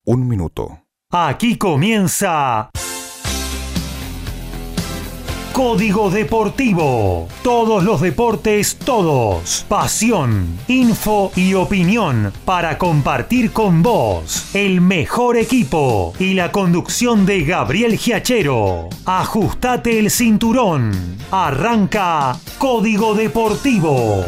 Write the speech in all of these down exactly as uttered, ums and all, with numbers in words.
un minuto. Aquí comienza Código Deportivo. Todos los deportes, todos. Pasión, info y opinión para compartir con vos. El mejor equipo y la conducción de Gabriel Giachero. Ajustate el cinturón. Arranca Código Deportivo.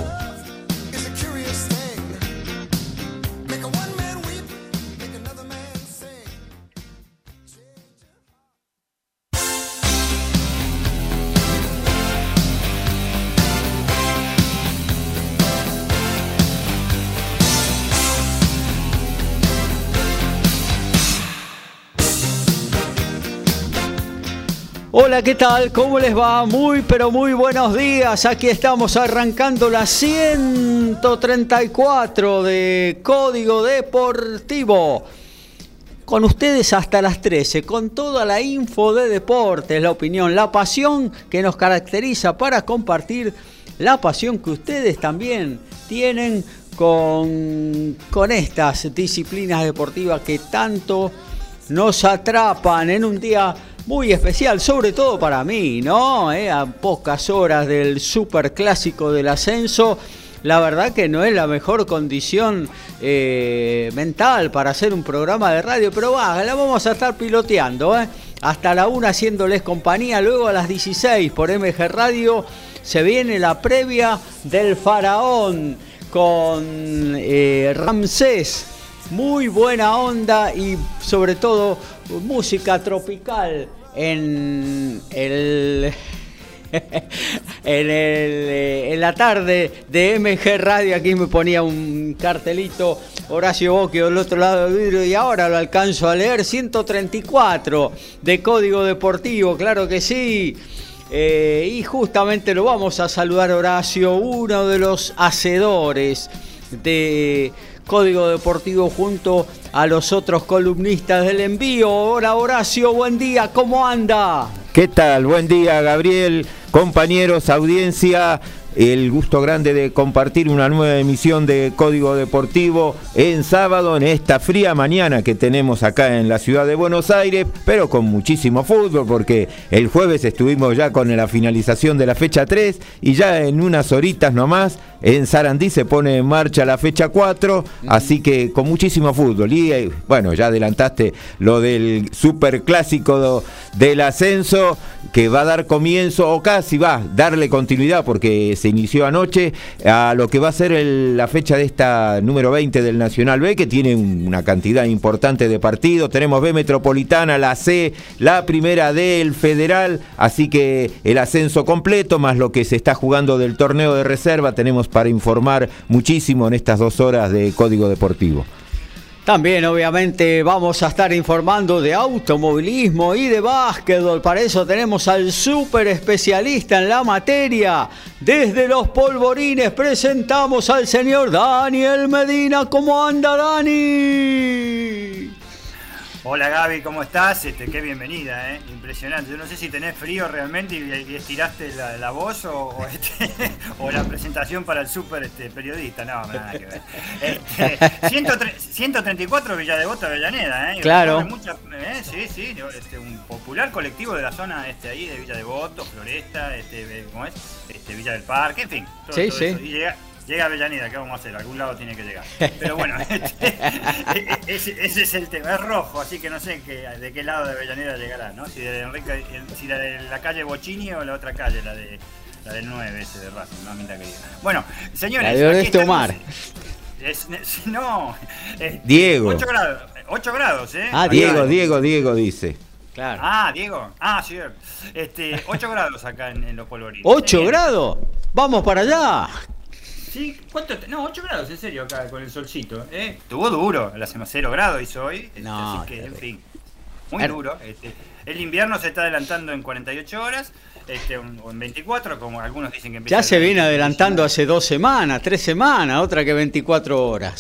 Hola, ¿qué tal? ¿Cómo les va? Muy, pero muy buenos días. Aquí estamos arrancando la ciento treinta y cuatro de Código Deportivo. Con ustedes hasta las trece, con toda la info de deportes, la opinión, la pasión que nos caracteriza para compartir, la pasión que ustedes también tienen con, con estas disciplinas deportivas que tanto nos atrapan en un día muy especial, sobre todo para mí, ¿no? Eh, a pocas horas del superclásico del ascenso, la verdad que no es la mejor condición eh, mental para hacer un programa de radio, pero va, la vamos a estar piloteando, ¿eh? Hasta la una haciéndoles compañía, luego a las dieciséis por M G Radio se viene la previa del Faraón con eh, Ramsés. Muy buena onda y sobre todo música tropical en el en, el, en la tarde de M G Radio. Aquí me ponía un cartelito Horacio Bocchio del otro lado del vidrio y ahora lo alcanzo a leer. ciento treinta y cuatro de Código Deportivo, claro que sí. Eh, y justamente lo vamos a saludar, Horacio, uno de los hacedores de Código Deportivo junto a los otros columnistas del envío. Hola, Horacio, buen día, ¿cómo anda? ¿Qué tal? Buen día, Gabriel, compañeros, audiencia. El gusto grande de compartir una nueva emisión de Código Deportivo en sábado, en esta fría mañana que tenemos acá en la ciudad de Buenos Aires, pero con muchísimo fútbol, porque el jueves estuvimos ya con la finalización de la fecha tres y ya en unas horitas nomás en Sarandí se pone en marcha la fecha cuatro, así que con muchísimo fútbol. Y bueno, ya adelantaste lo del superclásico del ascenso, que va a dar comienzo, o casi va a darle continuidad, porque se inició anoche, a lo que va a ser el, la fecha de esta número veinte del Nacional B, que tiene un, una cantidad importante de partidos. Tenemos B Metropolitana, la C, la Primera D, el Federal, así que el ascenso completo, más lo que se está jugando del torneo de reserva, tenemos para informar muchísimo en estas dos horas de Código Deportivo. También, obviamente, vamos a estar informando de automovilismo y de básquetbol. Para eso tenemos al súper especialista en la materia. Desde los Polvorines presentamos al señor Daniel Medina. ¿Cómo anda, Dani? Hola, Gaby, ¿cómo estás? Este, qué bienvenida, ¿eh? Impresionante. Yo no sé si tenés frío realmente y, y estiraste la, la voz o, o, este, o la presentación para el súper este, periodista. No, nada que ver. Este, ciento treinta y cuatro Villa Devoto, Avellaneda, ¿eh? Claro. Mucha, ¿eh? Sí, sí, este, un popular colectivo de la zona este, ahí de Villa Devoto, Floresta, este, ¿cómo es? Este, Villa del Parque, en fin. Todo, sí, todo sí. Eso. Y llega, Llega a Avellaneda, ¿qué vamos a hacer? A algún lado tiene que llegar. Pero bueno, este, ese, ese es el tema. Es rojo, así que no sé qué, de qué lado de Avellaneda llegará, ¿no? Si de, Enrique, si la de la calle Bocini o la otra calle, la de la del nueve, ese de Racing, no minta querida. Bueno, señores. La de Oreste Omar. Es, no. Es, Diego. ocho grados, ocho grados, ¿eh? Ah, Diego, Diego, Diego, Diego dice. Claro. Ah, Diego. Ah, sí. Este, ocho grados acá en, en los Polvorines. ¿ocho eh, grados? ¡Vamos para allá! Sí, ¿cuánto? Te... No, ocho grados, en serio, acá con el solcito. ¿eh? Estuvo duro, la semana cero grados hizo hoy. No, así que, en fin, muy duro. Este, el invierno se está adelantando en cuarenta y ocho horas, este, o en veinticuatro, como algunos dicen que empieza. Ya se viene adelantando hace dos semanas, tres semanas, otra que veinticuatro horas.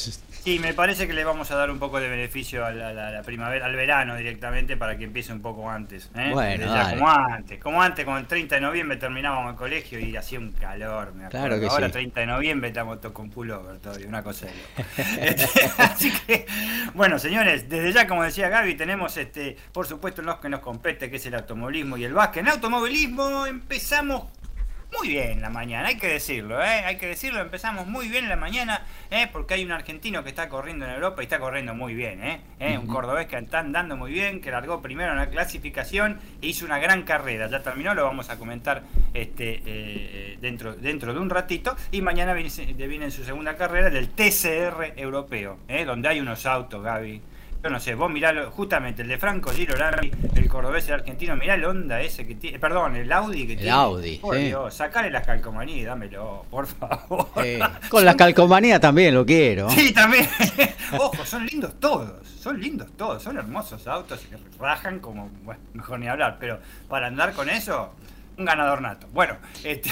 Sí, me parece que le vamos a dar un poco de beneficio a la, a la, a la primavera, al verano directamente para que empiece un poco antes. ¿eh? Bueno, ya, dale. como antes, como antes, con el treinta de noviembre terminábamos el colegio y hacía un calor, me acuerdo. Claro que Ahora sí. treinta de noviembre estamos todos con pullover todavía, una cosa de loco. Así que, bueno, señores, desde ya, como decía Gaby, tenemos, este, por supuesto, lo que nos compete, que es el automovilismo y el básquet. En automovilismo empezamos muy bien la mañana, hay que decirlo, ¿eh? hay que decirlo, empezamos muy bien la mañana, ¿eh? Porque hay un argentino que está corriendo en Europa y está corriendo muy bien, ¿eh? ¿Eh? Un cordobés que está andando muy bien, que largó primero en la clasificación e hizo una gran carrera, ya terminó, lo vamos a comentar este eh, dentro, dentro de un ratito, y mañana viene, viene en su segunda carrera del T C R europeo, ¿eh? Donde hay unos autos, Gaby. Yo no sé, vos mirá justamente el de Franco Girolami, el cordobés, el argentino, mirá el Honda ese que tiene, perdón, el Audi que el tiene. Audi, por sí. Dios, sacale las calcomanías y dámelo, por favor. Eh, con la calcomanía también lo quiero. Sí, también. Ojo, son lindos todos, son lindos todos, son hermosos autos y que rajan como, bueno, mejor ni hablar, pero para andar con eso, un ganador nato. Bueno, este,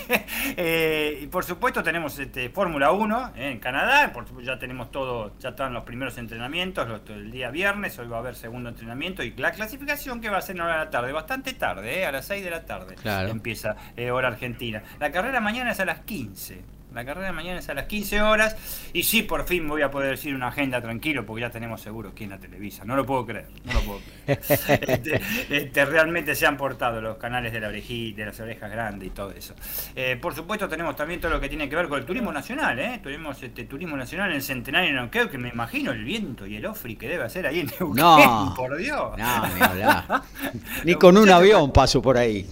eh, y por supuesto tenemos este, Fórmula uno eh, en Canadá, por supuesto ya tenemos todo, ya están los primeros entrenamientos, los, el día viernes, hoy va a haber segundo entrenamiento y la clasificación que va a ser en hora de la tarde, bastante tarde, eh, a las seis de la tarde Claro. empieza eh, hora argentina. La carrera mañana es a las quince. La carrera de mañana es a las quince horas y sí, por fin voy a poder decir una agenda tranquilo porque ya tenemos seguro quién la televisa. No lo puedo creer, no lo puedo creer. este, este, realmente se han portado los canales de la orejita, de las orejas grandes y todo eso. Eh, por supuesto tenemos también todo lo que tiene que ver con el turismo nacional, ¿eh? Tenemos este turismo nacional en el Centenario de Neuquén, que me imagino el viento y el ofri que debe hacer ahí en Neuquén, No, por Dios. No, ni hablar. Ni con un avión paso por ahí.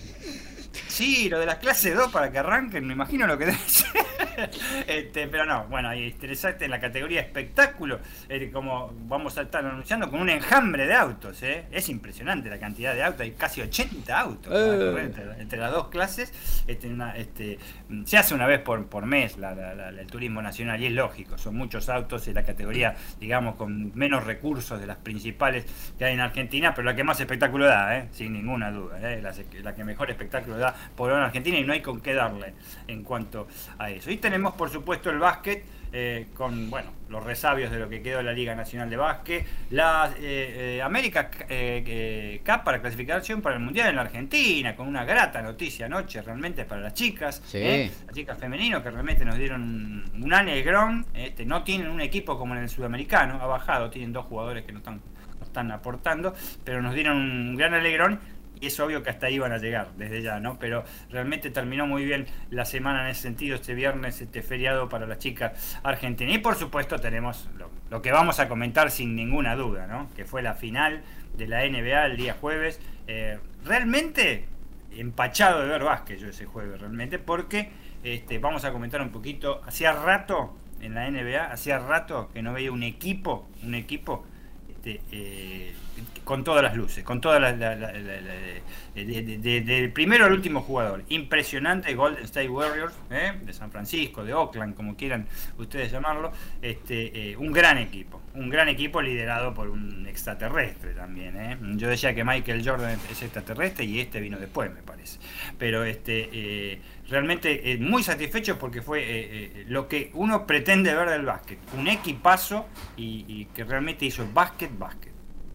Sí, lo de las clases dos para que arranquen, me imagino lo que debe ser. Este, pero no, bueno, ahí interesante en la categoría espectáculo, eh, como vamos a estar anunciando, con un enjambre de autos, ¿eh? Es impresionante la cantidad de autos, hay casi ochenta autos eh. entre, entre las dos clases. Este, una, este, se hace una vez por, por mes la, la, la, el turismo nacional y es lógico, son muchos autos en la categoría, digamos, con menos recursos de las principales que hay en Argentina, pero la que más espectáculo da, ¿eh? Sin ninguna duda, ¿eh? la, la que mejor espectáculo da por ahora en Argentina y no hay con qué darle en cuanto a eso. Y tenemos, por supuesto, el básquet, eh, con, bueno, los resabios de lo que quedó de la Liga Nacional de Básquet, la eh, eh, América eh, eh, Cup para clasificación para el Mundial en la Argentina, con una grata noticia anoche realmente para las chicas, sí. eh, las chicas femeninos que realmente nos dieron un, un alegrón, este, no tienen un equipo como en el sudamericano, ha bajado, tienen dos jugadores que no están, no están aportando, pero nos dieron un gran alegrón. Y es obvio que hasta ahí van a llegar desde ya, ¿no? Pero realmente terminó muy bien la semana en ese sentido, este viernes, este feriado para las chicas argentinas. Y por supuesto tenemos lo, lo que vamos a comentar sin ninguna duda, ¿no? Que fue la final de la N B A el día jueves. Eh, realmente empachado de ver básquet yo ese jueves, realmente, porque este, vamos a comentar un poquito. Hacía rato en la N B A, hacía rato que no veía un equipo, un equipo... Este, eh, con todas las luces, con todas las la, la, la, la, de, de, de, del primero al último jugador. Impresionante Golden State Warriors, ¿eh? De San Francisco, de Oakland, como quieran ustedes llamarlo. Este, eh, un gran equipo, un gran equipo liderado por un extraterrestre también, ¿eh? Yo decía que Michael Jordan es extraterrestre y este vino después, me parece. Pero este eh, realmente eh, muy satisfechos porque fue eh, eh, lo que uno pretende ver del básquet. Un equipazo y, y que realmente hizo básquet, básquet.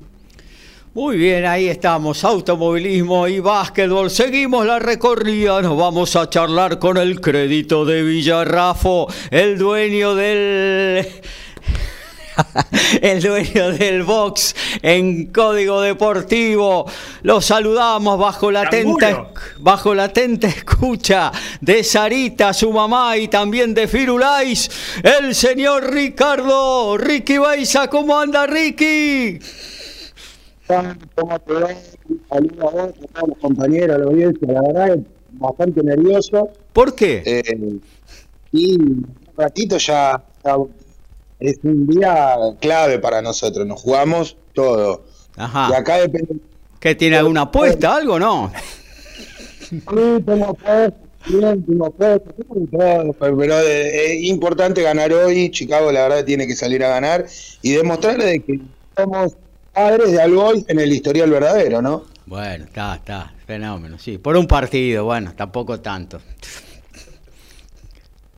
Muy bien, ahí estamos, automovilismo y básquetbol. Seguimos la recorrida, nos vamos a charlar con el Crédito de Villarrafo, el dueño del... el dueño del box en Código Deportivo. Los saludamos bajo la atenta, bajo la atenta escucha de Sarita, su mamá, y también de Firulais, el señor Ricardo Ricky Baiza. ¿Cómo anda, Ricky? ¿Cómo te va? Saludos a vos, a todos los compañeros, a la audiencia. La verdad es bastante nervioso. ¿Por qué? Eh, y un ratito ya, ya es un día clave para nosotros. Nos jugamos todo. Ajá. Y acá depende. ¿Qué tiene alguna apuesta, algo, no? Sí, tengo apuestas, bien, tengo apuestas, todo, pero es importante ganar hoy. Chicago, la verdad, tiene que salir a ganar y demostrarle de que somos padres de algo en el historial verdadero, ¿no? Bueno, está, está, fenómeno, sí. Por un partido, bueno, tampoco tanto.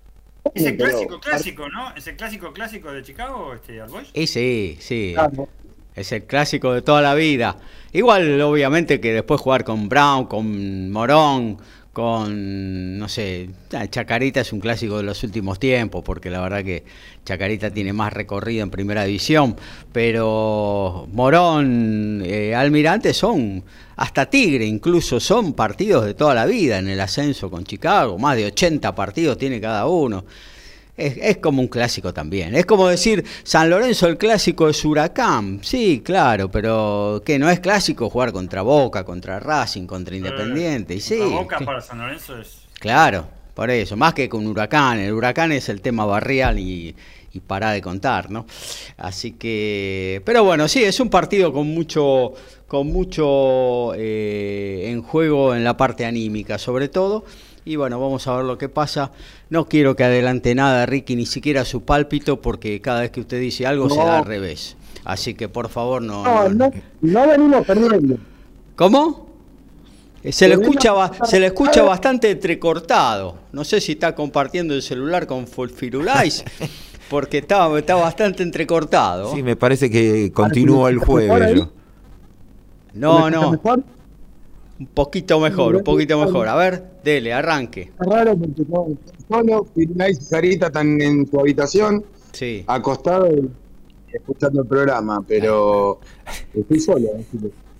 Es el clásico clásico, ¿no? ¿Es el clásico clásico de Chicago, este, All Boys? Y sí, sí. Claro. Es el clásico de toda la vida. Igual, obviamente, que después jugar con Brown, con Morón, con, no sé, Chacarita es un clásico de los últimos tiempos, porque la verdad que Chacarita tiene más recorrido en primera división, pero Morón, eh, Almirante son, hasta Tigre incluso, son partidos de toda la vida en el ascenso con Chicago, más de ochenta partidos tiene cada uno. Es, es como un clásico también. Es como decir, San Lorenzo el clásico es Huracán. Sí, claro, pero que no es clásico jugar contra Boca, contra Racing, contra Independiente. Y sí, Boca sí. Para San Lorenzo es... Claro, por eso, más que con Huracán. El Huracán es el tema barrial y, y para de contar, ¿no? Así que, pero bueno, sí, es un partido con mucho, con mucho eh, en juego en la parte anímica, sobre todo. Y bueno, vamos a ver lo que pasa. No quiero que adelante nada, Ricky, ni siquiera su pálpito, porque cada vez que usted dice algo No. se da al revés. Así que por favor no... No, no, no venimos perdiendo. ¿Cómo? Eh, Se le, Venimos escucha, ba- perdiendo. se le escucha bastante entrecortado. No sé si está compartiendo el celular con Ful- Firulais, porque está, está bastante entrecortado. Sí, me parece que continúa el jueves. Yo. No, ¿Me no, escucha mejor? un poquito mejor, un poquito mejor. A ver, dele, arranque. Es raro porque no estoy solo, Firulais y Sarita están en su habitación, Sí. acostado y escuchando el programa, pero estoy solo. Así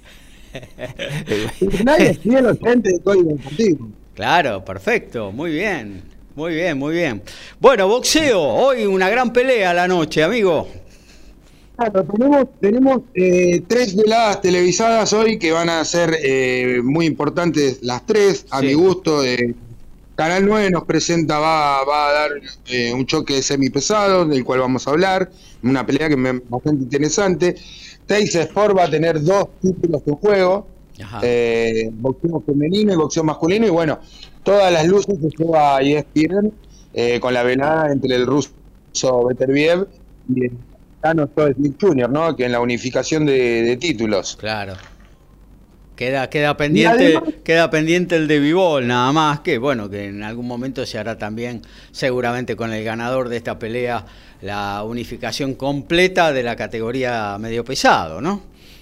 que... Nadie es fiel oyente de Código Deportivo. Claro, perfecto, muy bien, muy bien, muy bien. Bueno, boxeo, hoy una gran pelea a la noche, amigo. Claro, tenemos, tenemos eh, tres veladas televisadas hoy que van a ser eh, muy importantes las tres, a Sí. mi gusto. Eh, Canal nueve nos presenta, va, va a dar eh, un choque semipesado, del cual vamos a hablar, una pelea que me bastante interesante. Teis Sport va a tener dos títulos en juego, Ajá. eh, boxeo femenino y boxeo masculino, y bueno, todas las luces se lleva a E S P N eh, con la velada entre el ruso Beterbiev y el mexicano Joe Smith junior, ¿no? Que en la unificación de, de títulos. Claro. Queda, queda pendiente, además- queda pendiente el de Bivol, nada más, que bueno, que en algún momento se hará también, seguramente con el ganador de esta pelea, la unificación completa de la categoría medio pesado, ¿no?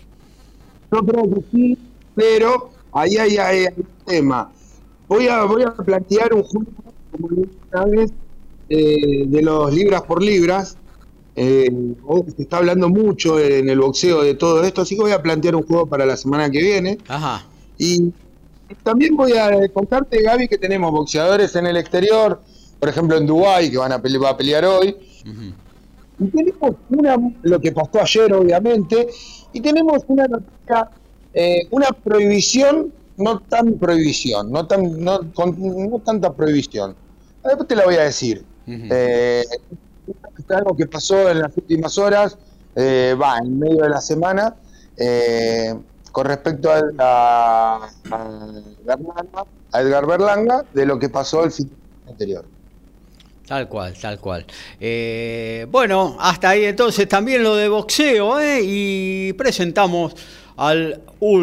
Yo creo que sí, pero ahí hay, hay- hay un tema. Voy a, voy a plantear un juego, como dije una vez, eh, de los libras por libras. Eh, hoy se está hablando mucho en el boxeo de todo esto, así que voy a plantear un juego para la semana que viene. Ajá. Y también voy a contarte, Gaby, que tenemos boxeadores en el exterior, por ejemplo en Dubái, que van a, pele- va a pelear hoy. Ujú. Y tenemos una, lo que pasó ayer, obviamente, y tenemos una noticia, eh, una prohibición, no tan prohibición, no tan, no, con, no tanta prohibición. Después te la voy a decir. Ujú. Eh, es algo que pasó en las últimas horas, eh, va, en medio de la semana, eh, con respecto a, a, a Berlanga, a Edgar Berlanga, de lo que pasó el fin anterior. Tal cual, tal cual. Eh, bueno, hasta ahí entonces también lo de boxeo, ¿eh? Y presentamos al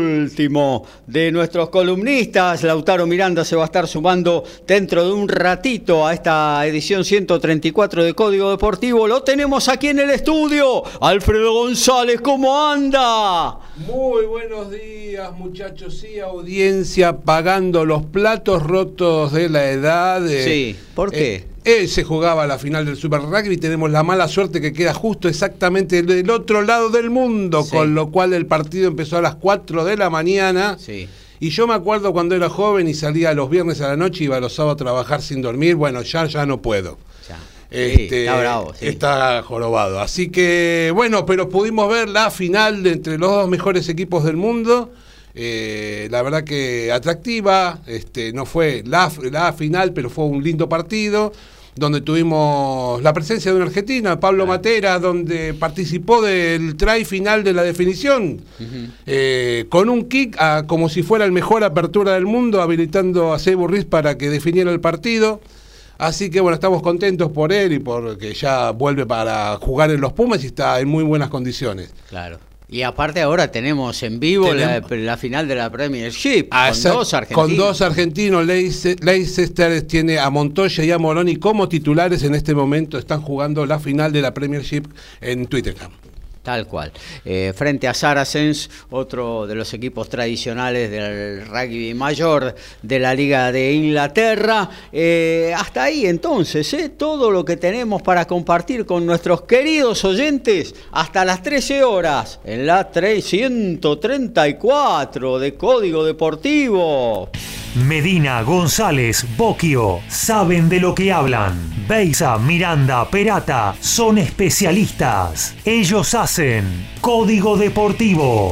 último de nuestros columnistas. Lautaro Miranda se va a estar sumando dentro de un ratito a esta edición ciento treinta y cuatro de Código Deportivo. Lo tenemos aquí en el estudio. Alfredo González, ¿cómo anda? Muy buenos días, muchachos y audiencia, pagando los platos rotos de la edad. eh, Sí, ¿por qué? eh, él se jugaba la final del Super Rugby, tenemos la mala suerte que queda justo exactamente del otro lado del mundo, Sí. con lo cual el partido empezó a las cuatro de la mañana. Sí. Y yo me acuerdo cuando era joven y salía los viernes a la noche, iba los sábados a trabajar sin dormir, bueno, ya, ya no puedo. Ya. Sí, Este, está bravo, sí. Está jorobado. Así que, bueno, pero pudimos ver la final de entre los dos mejores equipos del mundo. Eh, la verdad que atractiva. Este, no fue la, la final, pero fue un lindo partido. Donde tuvimos la presencia de un argentino, Pablo Matera, donde participó del try final de la definición. Ujú. Eh, con un kick a, como si fuera el mejor apertura del mundo, habilitando a Seibu Ruiz para que definiera el partido. Así que bueno, estamos contentos por él y porque ya vuelve para jugar en los Pumas y está en muy buenas condiciones. Claro. Y aparte ahora tenemos en vivo tenemos... La, la final de la Premiership ah, con dos argentinos. Con dos argentinos. Leicester tiene a Montoya y a Moroni como titulares en este momento. Están jugando la final de la Premiership en Twickenham. Tal cual. Eh, frente a Saracens, otro de los equipos tradicionales del rugby mayor de la Liga de Inglaterra. Eh, hasta ahí entonces, eh, todo lo que tenemos para compartir con nuestros queridos oyentes hasta las trece horas en la trescientos treinta y cuatro de Código Deportivo. Medina, González, Bocchio, saben de lo que hablan. Beiza, Miranda, Perata, son especialistas. Ellos hacen Código Deportivo.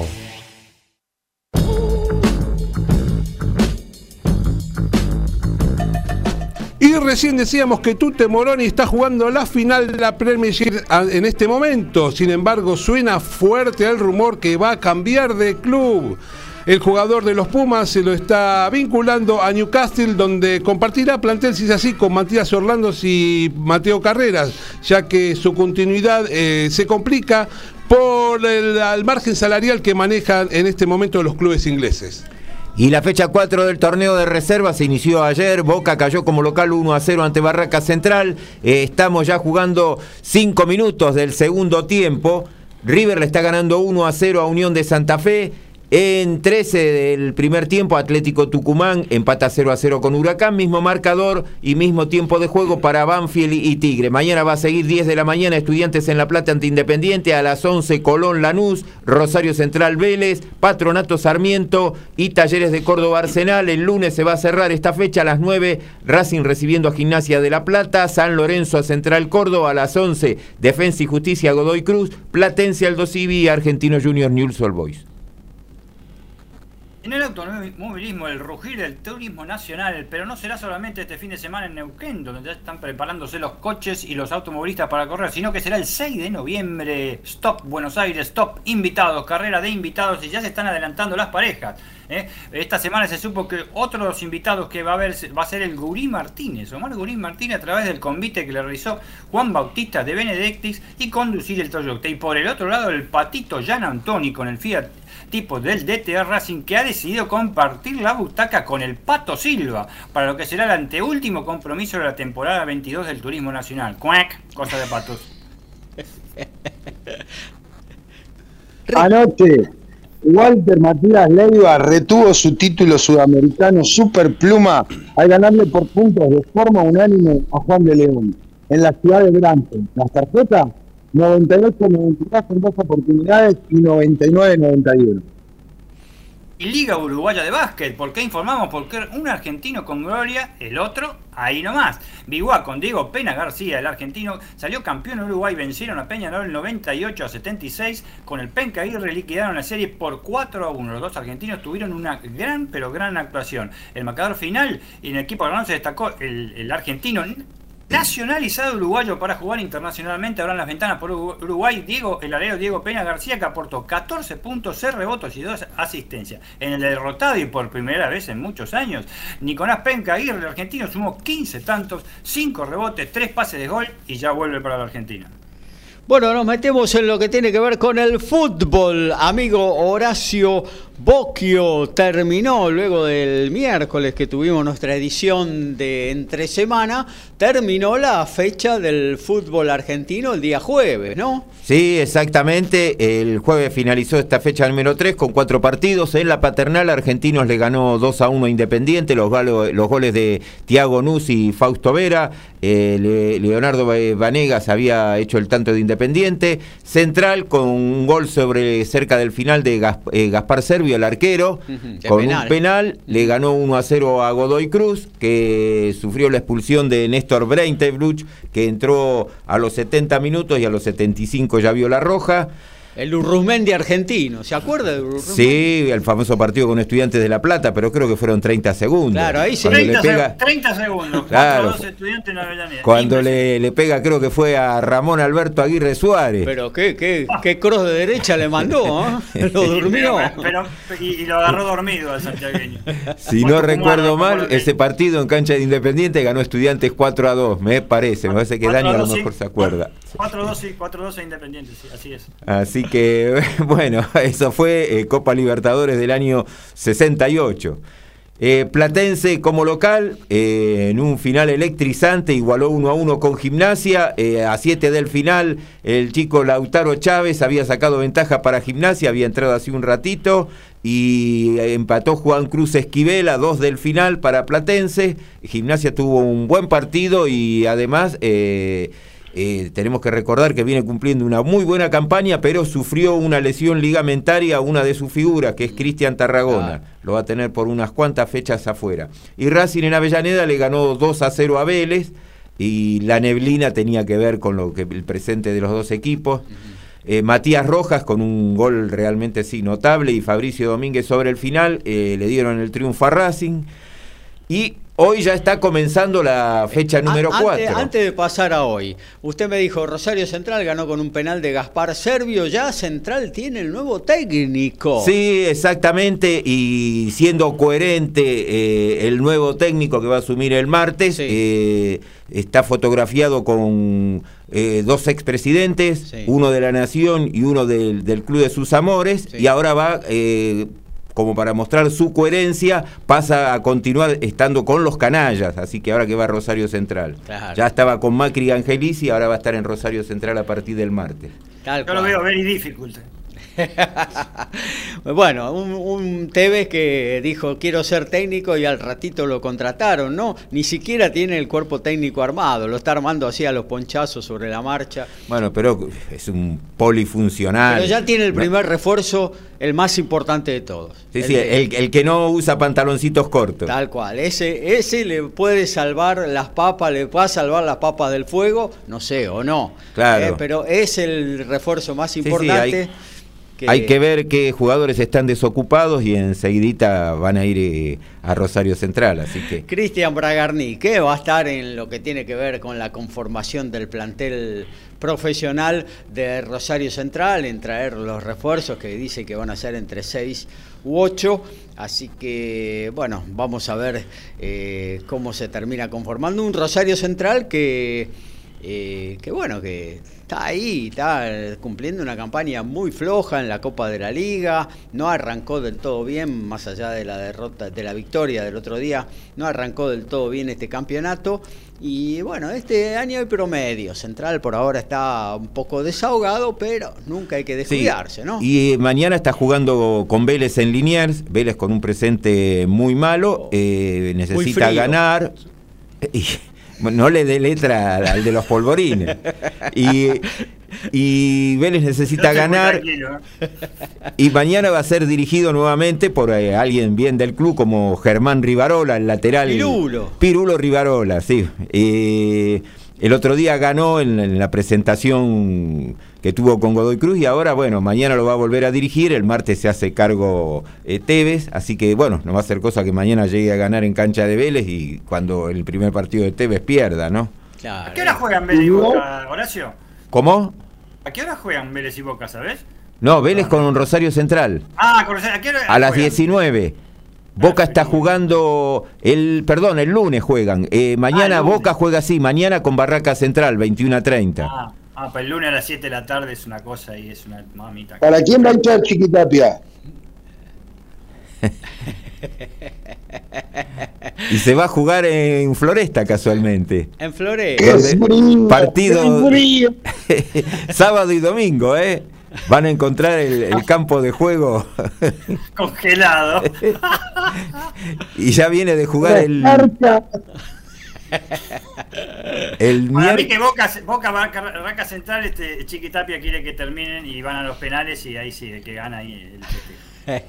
Y recién decíamos que Tute Moroni está jugando la final de la Premiership en este momento. Sin embargo, suena fuerte el rumor que va a cambiar de club. El jugador de los Pumas se lo está vinculando a Newcastle, donde compartirá plantel, si es así, con Matías Orlandos y Mateo Carreras, ya que su continuidad eh, se complica por el, el margen salarial que manejan en este momento los clubes ingleses. Y la fecha cuatro del torneo de reserva se inició ayer. Boca cayó como local uno a cero ante Barraca Central. Eh, estamos ya jugando cinco minutos del segundo tiempo. River le está ganando uno a cero a Unión de Santa Fe. En trece del primer tiempo, Atlético Tucumán empata cero a cero con Huracán, mismo marcador y mismo tiempo de juego para Banfield y Tigre. Mañana va a seguir diez de la mañana, Estudiantes en La Plata ante Independiente, a las once Colón Lanús, Rosario Central Vélez, Patronato Sarmiento y Talleres de Córdoba Arsenal. El lunes se va a cerrar esta fecha a las nueve, Racing recibiendo a Gimnasia de La Plata, San Lorenzo a Central Córdoba, a las once Defensa y Justicia Godoy Cruz, Platense Aldo Civi y Argentino Junior Newell's Old Boys. En el automovilismo, el rugir del turismo nacional, pero no será solamente este fin de semana en Neuquén, donde ya están preparándose los coches y los automovilistas para correr, sino que será el seis de noviembre, Stop Buenos Aires, Stop Invitados, carrera de invitados, y ya se están adelantando las parejas. ¿eh? Esta semana se supo que otro de los invitados que va a haber va a ser el Gurí Martínez, Omar Gurí Martínez, a través del convite que le realizó Juan Bautista de Benedictis y conducir el Toyota. Y por el otro lado, el Patito Gian Antoni con el Fiat tipo del D T A Racing, que ha decidido compartir la butaca con el Pato Silva para lo que será el anteúltimo compromiso de la temporada veintidós del Turismo Nacional. ¡Cuac! Cosa de patos. Anoche, Walter Matías Leiva retuvo su título sudamericano Superpluma al ganarle por puntos de forma unánime a Juan de León en la ciudad de Brampton. Las tarjetas noventa y ocho noventa y dos en dos oportunidades y noventa y nueve noventa y uno. Y Liga Uruguaya de Básquet, ¿por qué informamos? Porque un argentino con gloria, el otro ahí nomás. Biguá con Diego Pena García, el argentino, salió campeón en Uruguay, vencieron a Peñarol noventa y ocho a setenta y seis, con el Penca Aguirre liquidaron la serie por cuatro a uno. Los dos argentinos tuvieron una gran, pero gran actuación. El marcador final, y en el equipo ganador se destacó el, el argentino nacionalizado uruguayo para jugar internacionalmente. Ahora en las ventanas por Uruguay, Diego, el alero Diego Pena García, que aportó catorce puntos, seis rebotes y dos asistencias. En el derrotado y por primera vez en muchos años, Nicolás Penca Aguirre, el argentino, sumó quince tantos, cinco rebotes, tres pases de gol y ya vuelve para la Argentina. Bueno, nos metemos en lo que tiene que ver con el fútbol. Amigo Horacio Bocchio, terminó luego del miércoles que tuvimos nuestra edición de entre semana, terminó la fecha del fútbol argentino el día jueves, ¿no? Sí, exactamente. El jueves finalizó esta fecha número tres con cuatro partidos. En la Paternal, Argentinos le ganó dos a uno a Independiente, los, galo, los goles de Tiago Nuz y Fausto Vera. Eh, Le, Leonardo Vanegas había hecho el tanto de Independiente. Central con un gol sobre cerca del final de Gasp, eh, Gaspar Servio, el arquero, uh-huh, con penal. un penal, le ganó uno a cero a Godoy Cruz, que sufrió la expulsión de Néstor Breitebruch, que entró a los setenta minutos y a los setenta y cinco ya vio la roja. El Urruzmendi argentino, ¿se acuerda de Urruzmendi? Sí, el famoso partido con Estudiantes de La Plata, pero creo que fueron treinta segundos. Claro, ahí sí. treinta, le pega, treinta segundos, claro, dos Estudiantes en Avellaneda. Cuando le, le pega, creo que fue a Ramón Alberto Aguirre Suárez. Pero qué, qué, qué cross de derecha le mandó, ¿eh? Lo durmió. Pero, pero, y, y lo agarró dormido al santiagueño. Si no recuerdo mal, ese partido en cancha de Independiente ganó Estudiantes cuatro a dos, me parece. Me parece que Dani a lo mejor se acuerda. cuatro dos Independiente, sí, así es. Así que, bueno, eso fue eh, Copa Libertadores del año sesenta y ocho. Eh, Platense como local, eh, en un final electrizante, igualó uno a uno con Gimnasia. Eh, a siete del final, el chico Lautaro Chávez había sacado ventaja para Gimnasia, había entrado así un ratito, y empató Juan Cruz Esquivel a dos del final para Platense. Gimnasia tuvo un buen partido y además... Eh, Eh, tenemos que recordar que viene cumpliendo una muy buena campaña, pero sufrió una lesión ligamentaria una de sus figuras, que es Cristian Tarragona. Ah. Lo va a tener por unas cuantas fechas afuera. Y Racing en Avellaneda le ganó dos a cero a Vélez, y la neblina tenía que ver con lo que el presente de los dos equipos. Uh-huh. eh, Matías Rojas con un gol realmente sí notable, y Fabricio Domínguez sobre el final eh, le dieron el triunfo a Racing. Y hoy ya está comenzando la fecha número cuatro. Antes, antes de pasar a hoy, usted me dijo, Rosario Central ganó con un penal de Gaspar Servio, ya Central tiene el nuevo técnico. Sí, exactamente, y siendo coherente, eh, el nuevo técnico que va a asumir el martes, sí. eh, está fotografiado con eh, dos expresidentes, sí. uno de la Nación y uno del, del Club de sus Amores, sí. y ahora va... Eh, como para mostrar su coherencia, pasa a continuar estando con los canallas, así que ahora que va a Rosario Central. Claro. Ya estaba con Macri y Angelici, ahora va a estar en Rosario Central a partir del martes. Tal Yo lo veo very difficult. Bueno, un, un Tevez que dijo quiero ser técnico y al ratito lo contrataron, ¿no? Ni siquiera tiene el cuerpo técnico armado, lo está armando así a los ponchazos sobre la marcha. Bueno, pero es un polifuncional. Pero ya tiene el primer no. refuerzo, el más importante de todos. Sí, el, sí, el, el que no usa pantaloncitos cortos. Tal cual, ese, ese le puede salvar las papas, le va a salvar las papas del fuego, no sé, o no. Claro. Eh, pero es el refuerzo más importante. Sí, sí, hay... Que... Hay que ver qué jugadores están desocupados y enseguidita van a ir eh, a Rosario Central, así que... Cristian Bragarni, que va a estar en lo que tiene que ver con la conformación del plantel profesional de Rosario Central, en traer los refuerzos que dice que van a ser entre seis u ocho, así que, bueno, vamos a ver eh, cómo se termina conformando un Rosario Central que, eh, que bueno, que... Está ahí, está cumpliendo una campaña muy floja en la Copa de la Liga, no arrancó del todo bien, más allá de la derrota, de la victoria del otro día, no arrancó del todo bien este campeonato, y bueno, este año hay promedio, Central por ahora está un poco desahogado, pero nunca hay que descuidarse, sí. ¿no? Y mañana está jugando con Vélez en Liniers, Vélez con un presente muy malo, eh, necesita ganar... Y, no le dé letra al de los polvorines. Y, y Vélez necesita ganar. Y mañana va a ser dirigido nuevamente por eh, alguien bien del club, como Germán Rivarola, el lateral. Pirulo. Pirulo Rivarola, sí. Eh, el otro día ganó en, en la presentación que tuvo con Godoy Cruz, y ahora, bueno, mañana lo va a volver a dirigir, el martes se hace cargo eh, Tevez, así que, bueno, no va a ser cosa que mañana llegue a ganar en cancha de Vélez y cuando el primer partido de Tevez pierda, ¿no? Claro. ¿A qué hora juegan Vélez y Boca, Horacio? ¿Cómo? ¿A qué hora juegan Vélez y Boca, sabes? No, Vélez ah. con Rosario Central. Ah, con Rosario, ¿a qué hora A las diecinueve. Boca está jugando, el perdón, el lunes juegan. Eh, mañana ah, Boca juega así, mañana con Barraca Central, veintiuno a treinta. Ah, ah, pues el lunes a las siete de la tarde es una cosa y es una mamita. ¿Para quién va a echar Chiquitapia? Y se va a jugar en Floresta casualmente. En Floresta. Partido sábado y domingo, ¿eh? Van a encontrar el, el campo de juego congelado. Y ya viene de jugar el el Para mí que Boca, Boca Barraca Central, este Chiquitapia quiere que terminen y van a los penales, y ahí sí, el que gana ahí el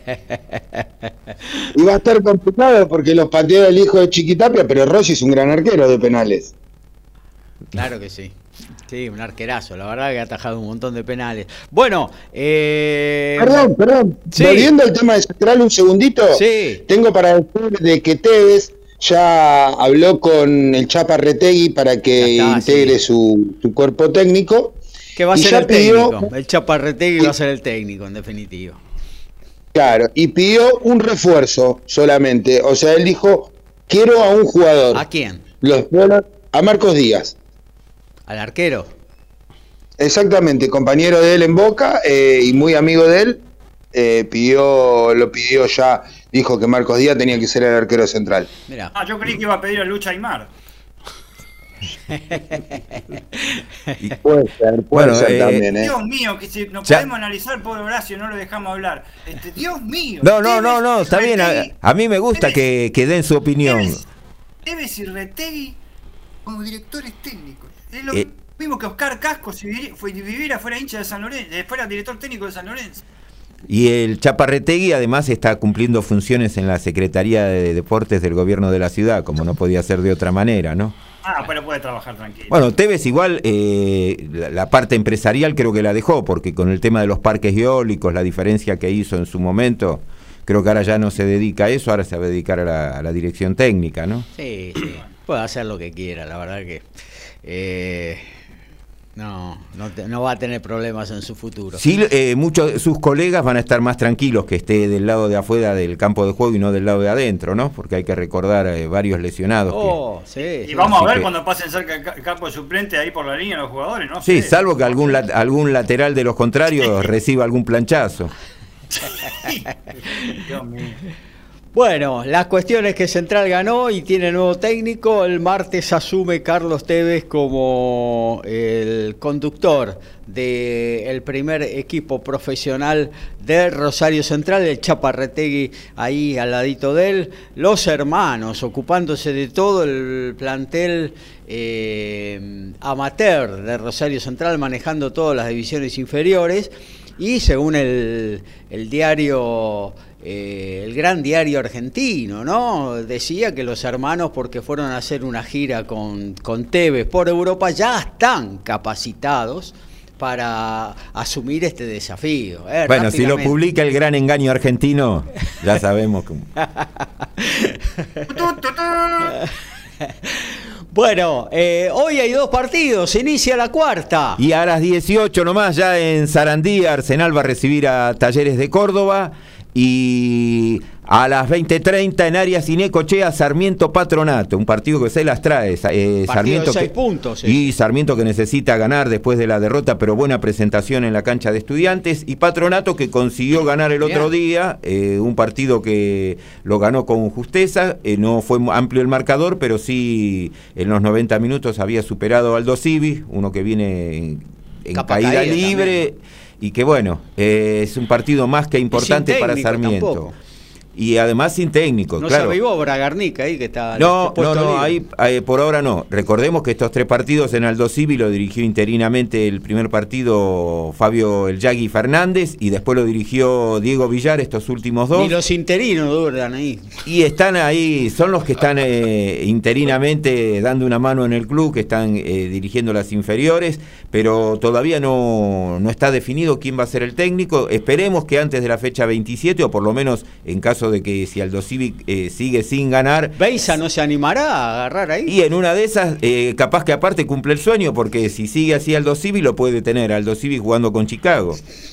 y va a estar complicado porque los pateó el hijo de Chiquitapia, pero Rossi es un gran arquero de penales. Claro que sí. Sí, un arquerazo, la verdad que ha atajado un montón de penales. Bueno, eh... Perdón, perdón, sí. Volviendo al tema de Central un segundito, sí. Tengo para decir de que Tevez ya habló con el Chapa Retegui para que está, integre sí. su, su cuerpo técnico. Que va a ser el pidió... técnico, el Chapa Retegui sí. va a ser el técnico, en definitiva. Claro, y pidió un refuerzo solamente, o sea, él dijo, quiero a un jugador. ¿A quién? Los, a Marcos Díaz. ¿Al arquero? Exactamente, compañero de él en Boca eh, y muy amigo de él, eh, pidió, lo pidió ya, dijo que Marcos Díaz tenía que ser el arquero central. Mirá. Ah, yo creí que iba a pedir a Lucha Aymar. Puede ser, puede bueno, ser eh, también, ¿eh? Dios mío, que si nos ya. podemos analizar, pobre Horacio, no lo dejamos hablar. Este, Dios mío. No, no, no, no, está bien. A, a mí me gusta que, que den su opinión. Tevez y Retegui como directores técnicos. Es lo Eh, mismo que Oscar Casco si viviera fuera hincha de San Lorenzo, fuera director técnico de San Lorenzo. Y el Chaparretegui además está cumpliendo funciones en la Secretaría de Deportes del Gobierno de la ciudad, como no podía ser de otra manera, ¿no? Ah, pero puede trabajar tranquilo. Bueno, Tevez igual, eh, la, la parte empresarial creo que la dejó, porque con el tema de los parques eólicos, la diferencia que hizo en su momento, creo que ahora ya no se dedica a eso, ahora se va a dedicar a la, a la dirección técnica, ¿no? Sí, sí, puede hacer lo que quiera, la verdad que... Eh... No, no, te, no va a tener problemas en su futuro. Sí, eh, muchos de sus colegas van a estar más tranquilos que esté del lado de afuera del campo de juego y no del lado de adentro, ¿no? Porque hay que recordar eh, varios lesionados. Oh, que... sí, y sí, vamos sí, a ver que... cuando pasen cerca del campo de suplente ahí por la línea los jugadores, ¿no? Sí, sé. salvo que algún, lat algún lateral de los contrarios reciba algún planchazo. Dios mío. Bueno, la cuestión es que Central ganó y tiene nuevo técnico. El martes asume Carlos Tevez como el conductor del primer equipo profesional de Rosario Central, el Chaparretegui ahí al ladito de él. Los hermanos ocupándose de todo el plantel eh, amateur de Rosario Central, manejando todas las divisiones inferiores. Y según el, el diario... Eh, el gran diario argentino, ¿no? Decía que los hermanos, porque fueron a hacer una gira con, con Tevez por Europa, ya están capacitados para asumir este desafío. Eh, bueno, si lo publica el gran engaño argentino, ya sabemos cómo. Bueno, eh, hoy hay dos partidos, se inicia la cuarta. Y a las dieciocho nomás, ya en Sarandí, Arsenal va a recibir a Talleres de Córdoba. Y a las veinte treinta en Arias y Necochea, Sarmiento Patronato, un partido que se las trae. Eh, Sarmiento de seis que, puntos. Sí. Y Sarmiento que necesita ganar después de la derrota, pero buena presentación en la cancha de Estudiantes. Y Patronato que consiguió ganar el otro Bien. día, eh, un partido que lo ganó con justeza. Eh, no fue amplio el marcador, pero sí en los noventa minutos había superado a Aldo Civi, uno que viene en, en caída, caída libre. También. Y que bueno, eh, es un partido más que importante para Sarmiento. Tampoco. Y además sin técnico, no claro. No se avivó Bragarnica ahí que está... No, no, no, ahí, ahí por ahora no. Recordemos que estos tres partidos en Aldo Civi lo dirigió interinamente el primer partido Fabio El Yagui Fernández y después lo dirigió Diego Villar estos últimos dos. Y los interinos duran ahí. Y están ahí, son los que están eh, interinamente dando una mano en el club, que están eh, dirigiendo las inferiores, pero todavía no, no está definido quién va a ser el técnico. Esperemos que antes de la fecha veintisiete, o por lo menos en caso de que si Aldo Civi eh, sigue sin ganar, Beisa no se animará a agarrar ahí. Y en una de esas, eh, capaz que aparte cumple el sueño, porque si sigue así Aldo Civi lo puede tener Aldo Civi jugando con Chicago.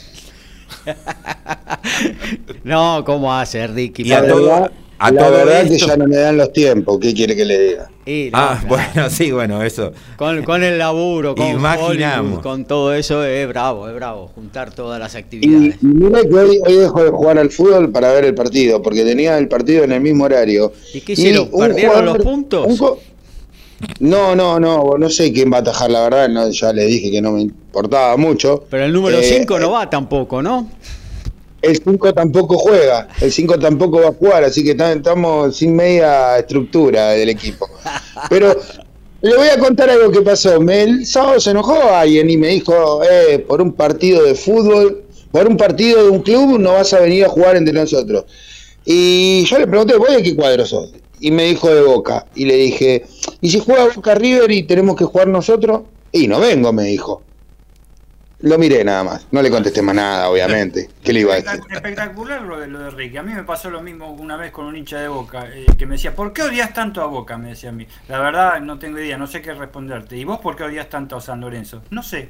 No, ¿cómo hace Ricky? Y a todo, a la todo verdad esto... que ya no me dan los tiempos, ¿qué quiere que le diga? Y, no, ah, claro. bueno, sí, bueno, eso. Con, con el laburo, con Imaginamos. Hollywood, con todo eso, es bravo, es bravo, juntar todas las actividades. Y, y mira que hoy, hoy dejó de jugar al fútbol para ver el partido, porque tenía el partido en el mismo horario. ¿Y qué hicieron? Y ¿Perdieron jugador, los puntos? Un co- no, no, no, no sé quién va a atajar, la verdad, no, ya le dije que no me importaba mucho. Pero el número cinco eh, no va tampoco, ¿no? El cinco tampoco juega, el cinco tampoco va a jugar, así que estamos sin media estructura del equipo. Pero le voy a contar algo que pasó. Me, el sábado se enojó alguien y me dijo, eh, por un partido de fútbol, por un partido de un club no vas a venir a jugar entre nosotros. Y yo le pregunté, ¿vos de qué cuadro sos? Y me dijo de Boca. Y le dije, ¿y si juega Boca River y tenemos que jugar nosotros? Y no vengo, me dijo. Lo miré nada más, no le contesté más nada, obviamente. ¿Qué le iba a decir? Espectacular lo de, lo de Ricky. A mí me pasó lo mismo una vez con un hincha de Boca, eh, que me decía, ¿por qué odias tanto a Boca? Me decía a mí. La verdad, no tengo idea, no sé qué responderte. ¿Y vos por qué odias tanto a San Lorenzo? No sé.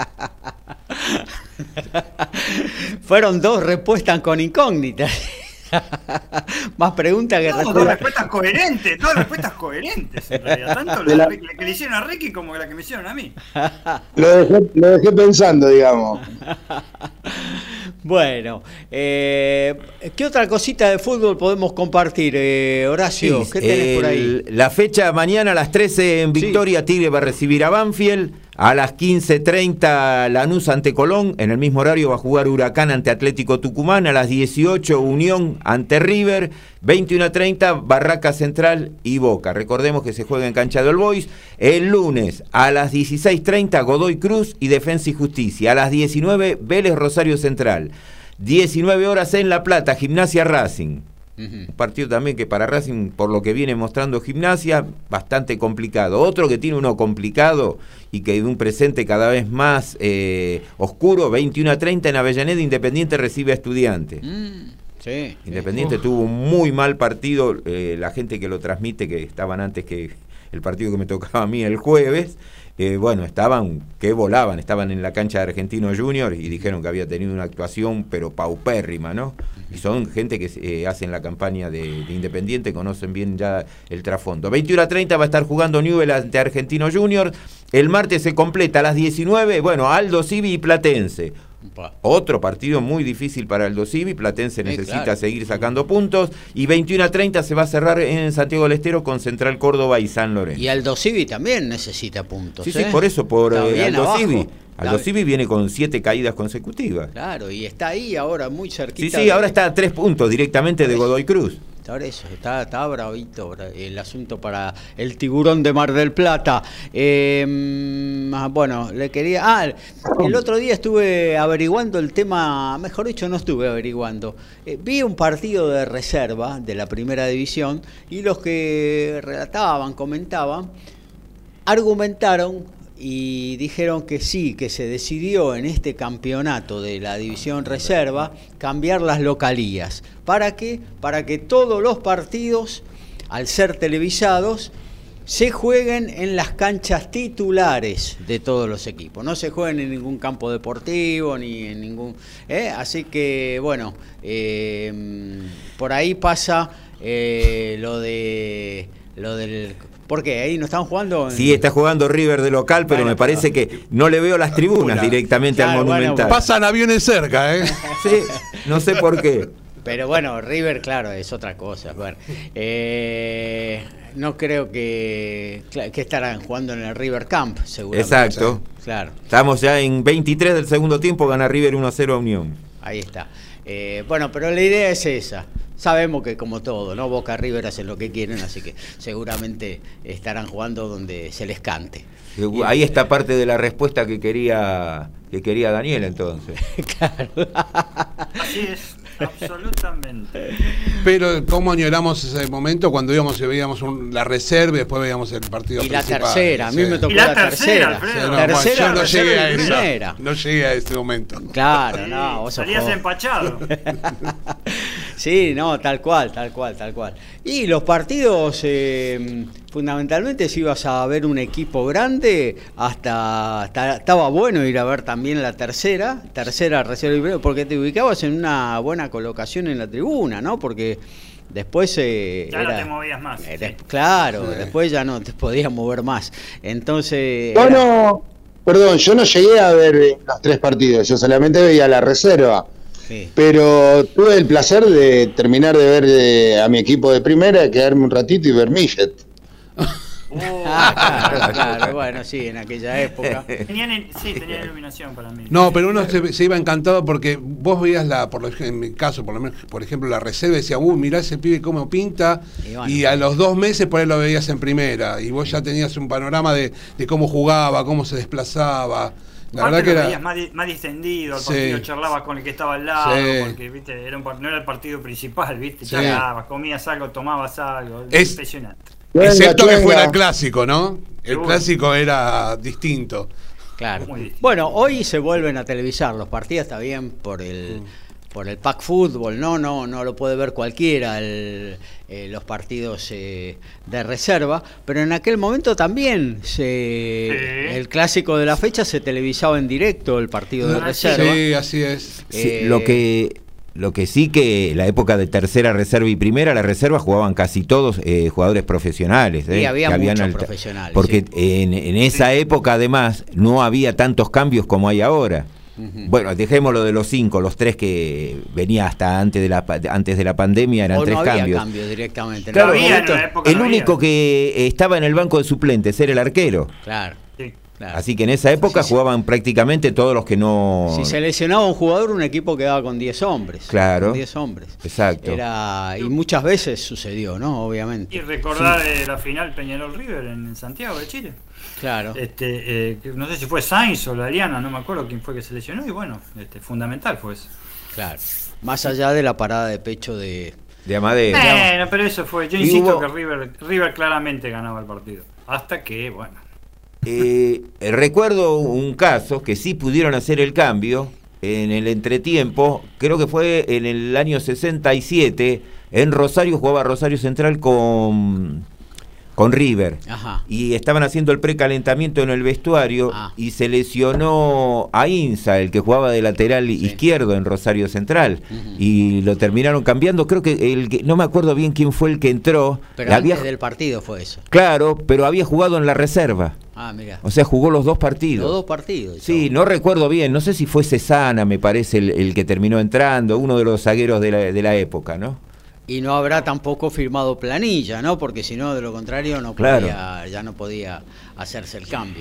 Fueron dos respuestas con incógnitas. Más preguntas que No, respuestas. dos respuestas coherentes, dos respuestas coherentes en realidad. Tanto la, la- la que le hicieron a Ricky como la que me hicieron a mí. Lo dejé, lo dejé pensando, digamos. Bueno, eh, ¿qué otra cosita de fútbol podemos compartir, eh, Horacio? Sí, ¿Qué tenés por ahí? el- La fecha mañana a las trece en Victoria, sí. Tigre va a recibir a Banfield. A las quince treinta Lanús ante Colón. En el mismo horario va a jugar Huracán ante Atlético Tucumán. A las dieciocho Unión ante River. veintiuno treinta Barraca Central y Boca. Recordemos que se juega en cancha de All Boys. El lunes a las dieciséis treinta Godoy Cruz y Defensa y Justicia. A las diecinueve Vélez Rosario Central. diecinueve horas en La Plata, Gimnasia Racing. Uh-huh. Un partido también que para Racing, por lo que viene mostrando Gimnasia, bastante complicado. Otro que tiene uno complicado y que de un presente cada vez más eh, oscuro, veintiuno treinta en Avellaneda, Independiente recibe a Estudiantes. Mm, sí. Independiente Uf. tuvo un muy mal partido, eh, la gente que lo transmite, que estaban antes que el partido que me tocaba a mí el jueves, eh, bueno, estaban, que volaban, estaban en la cancha de Argentino Junior y dijeron que había tenido una actuación pero paupérrima, ¿no? Y son gente que eh, hacen la campaña de, de Independiente, conocen bien ya el trasfondo. veintiuno treinta va a estar jugando Newell ante Argentino Junior. El martes se completa a las diecinueve, bueno, Aldo Civi y Platense. Otro partido muy difícil para Aldo Civi. Platense sí, necesita claro. seguir sacando puntos. Y veintiuno treinta se va a cerrar en Santiago del Estero con Central Córdoba y San Lorenzo. Y Aldo Civi también necesita puntos. Sí, ¿eh? sí, por eso, por eh, Aldo Civi. Aldo está... Civi viene con siete caídas consecutivas. Claro, y está ahí ahora muy cerquita. Sí, sí, de... ahora está a tres puntos directamente de Godoy Cruz. Ahora eso, está, está bravito el asunto para el Tiburón de Mar del Plata. Eh, bueno, le quería... Ah, el otro día estuve averiguando el tema, mejor dicho, no estuve averiguando. Eh, vi un partido de reserva de la Primera División y los que relataban, comentaban, argumentaron y dijeron que sí, que se decidió en este campeonato de la División Reserva cambiar las localías. ¿Para qué? Para que todos los partidos, al ser televisados, se jueguen en las canchas titulares de todos los equipos. No se jueguen en ningún campo deportivo, ni en ningún... ¿eh? Así que, bueno, eh, por ahí pasa eh, lo de lo del... ¿Por qué? ¿Ahí no están jugando? En... Sí, está jugando River de local, pero bueno, me parece que no le veo las tribunas directamente claro, al Monumental. Bueno, pasan aviones cerca, ¿eh? Sí, no sé por qué. Pero bueno, River, claro, es otra cosa. Bueno, eh, no creo que, que estarán jugando en el River Camp, seguramente. Exacto. Claro. Estamos ya en veintitrés del segundo tiempo, gana River uno a cero a Unión. Ahí está. Eh, bueno, pero la idea es esa. Sabemos que como todo, ¿no? Boca River hacen lo que quieren, así que seguramente estarán jugando donde se les cante. Ahí está parte de la respuesta que quería que quería Daniel entonces. Claro. Así es, absolutamente. Pero cómo añoramos ese momento cuando íbamos y veíamos un, la reserva y después veíamos el partido y principal. Y la tercera, a mí sí. me tocó y la, la tercera. tercera, sí, no, tercera bueno, yo no llegué a eso. Primera. No llegué a este momento. Claro, no, vos sos salías joven. empachado. Sí, no, tal cual, tal cual, tal cual. Y los partidos, eh, fundamentalmente, si ibas a ver un equipo grande, hasta, hasta estaba bueno ir a ver también la tercera, tercera reserva y primera, porque te ubicabas en una buena colocación en la tribuna, ¿no? Porque después eh, ya era, no te movías más. Eh, sí. de, claro, sí. Después ya no te podías mover más. Entonces. Yo era... no, perdón, yo no llegué a ver los tres partidos, yo solamente veía la reserva. Sí. Pero tuve el placer de terminar de ver de, a mi equipo de primera, quedarme un ratito y ver Millet. Uh, ah, claro, claro, bueno, sí, en aquella época. Tenían, sí, tenían iluminación para mí. No, pero uno se, se iba encantado porque vos veías la, por lo, en mi caso, por lo menos, por ejemplo, la reserva y decía, uh, mirá ese pibe cómo pinta, y, bueno, y a los dos meses por ahí lo veías en primera, y vos ya tenías un panorama de, de cómo jugaba, cómo se desplazaba. La verdad que era... lo veías más, más distendido, el sí. partido charlabas con el que estaba al lado, sí. porque viste, era un, no era el partido principal, viste, sí. charlabas, comías algo, tomabas algo, es... impresionante. Excepto que fuera el clásico, ¿no? El clásico era distinto. Claro. Bueno, hoy se vuelven a televisar los partidos, está bien, por el mm. por el pack fútbol, no, no, no lo puede ver cualquiera el, eh, los partidos eh, de reserva, pero en aquel momento también se, sí. el clásico de la fecha se televisaba en directo el partido de ah, reserva. Sí, así es. Sí, eh, lo que Lo que sí que la época de tercera reserva y primera, la reserva jugaban casi todos eh, jugadores profesionales. Y eh, había que muchos alta, profesionales. porque sí. en, en esa sí. época además no había tantos cambios como hay ahora. Uh-huh. Bueno, dejémoslo de los cinco, los tres que venía hasta antes de la antes de la pandemia eran o tres no había cambios. cambios directamente. Claro, no había, esto, en la época el no único había. que estaba en el banco de suplentes era el arquero. Claro. Sí. Claro. Así que en esa época sí, jugaban sí. prácticamente todos los que no... Si se lesionaba un jugador, un equipo quedaba con diez hombres. Claro. Con diez hombres. Exacto. Era, y muchas veces sucedió, ¿no? Obviamente. Y recordar sí. eh, la final Peñarol River en Santiago de Chile. Claro. Este, eh, no sé si fue Sainz o la Ariana, no me acuerdo quién fue que se lesionó. Y bueno, este, fundamental fue eso. Claro. Más allá de la parada de pecho de... De Amadeo. Bueno, pero eso fue... Yo insisto hubo... que River, River claramente ganaba el partido. Hasta que, bueno... Eh, recuerdo un caso que sí pudieron hacer el cambio en el entretiempo, creo que fue en el año sesenta y siete, en Rosario, jugaba Rosario Central con, con River. Ajá. Y estaban haciendo el precalentamiento en el vestuario ah. y se lesionó a Inza, el que jugaba de lateral sí. izquierdo en Rosario Central, uh-huh. y lo terminaron cambiando. Creo que el que, no me acuerdo bien quién fue el que entró. Pero había, antes del partido fue eso. Claro, pero había jugado en la reserva. Ah, mira. O sea, jugó los dos partidos. Los dos partidos. Sí, no recuerdo bien, no sé si fue Cesana, me parece, el, el que terminó entrando, uno de los zagueros de la, de la época, ¿no? Y no habrá tampoco firmado planilla, ¿no? Porque si no, de lo contrario, no podía, claro. ya no podía hacerse el cambio.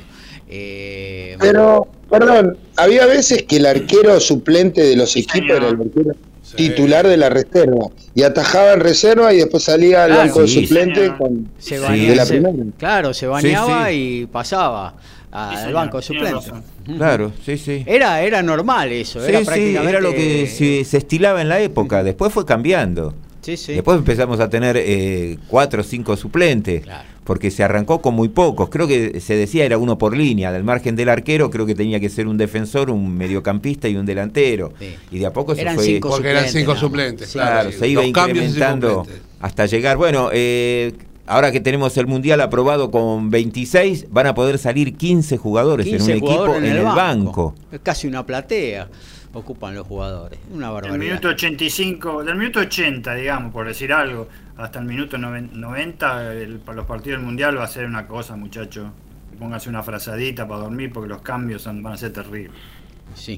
Eh... Pero, perdón, había veces que el arquero suplente de los equipos era el arquero sí. titular de la reserva. Y atajaba en reserva y después salía al claro, banco sí, de suplente sí, con, se bañaba, de la se, primera. Claro, se bañaba sí, sí. y pasaba al sí, banco de suplente. Claro, sí, sí. Era, era normal eso, sí, era sí, prácticamente... era lo que se, se estilaba en la época, después fue cambiando. Sí, sí. Después empezamos a tener eh, cuatro o cinco suplentes, claro. porque se arrancó con muy pocos. Creo que se decía era uno por línea. Del margen del arquero, creo que tenía que ser un defensor, un mediocampista y un delantero. Sí. Y de a poco eran se fue. Cinco porque eran cinco suplentes, sí. Claro, sí. se iba Los incrementando hasta llegar. Bueno, eh, ahora que tenemos el mundial aprobado con veintiséis, van a poder salir quince jugadores quince en un equipo en, en el, el banco. banco. Es casi una platea. Ocupan los jugadores, una barbaridad. Del minuto ochenta y cinco, del minuto ochenta, digamos, por decir algo, hasta el minuto noventa, el, para los partidos del Mundial va a ser una cosa, muchachos. Pónganse una frazadita para dormir porque los cambios son, van a ser terribles. Sí.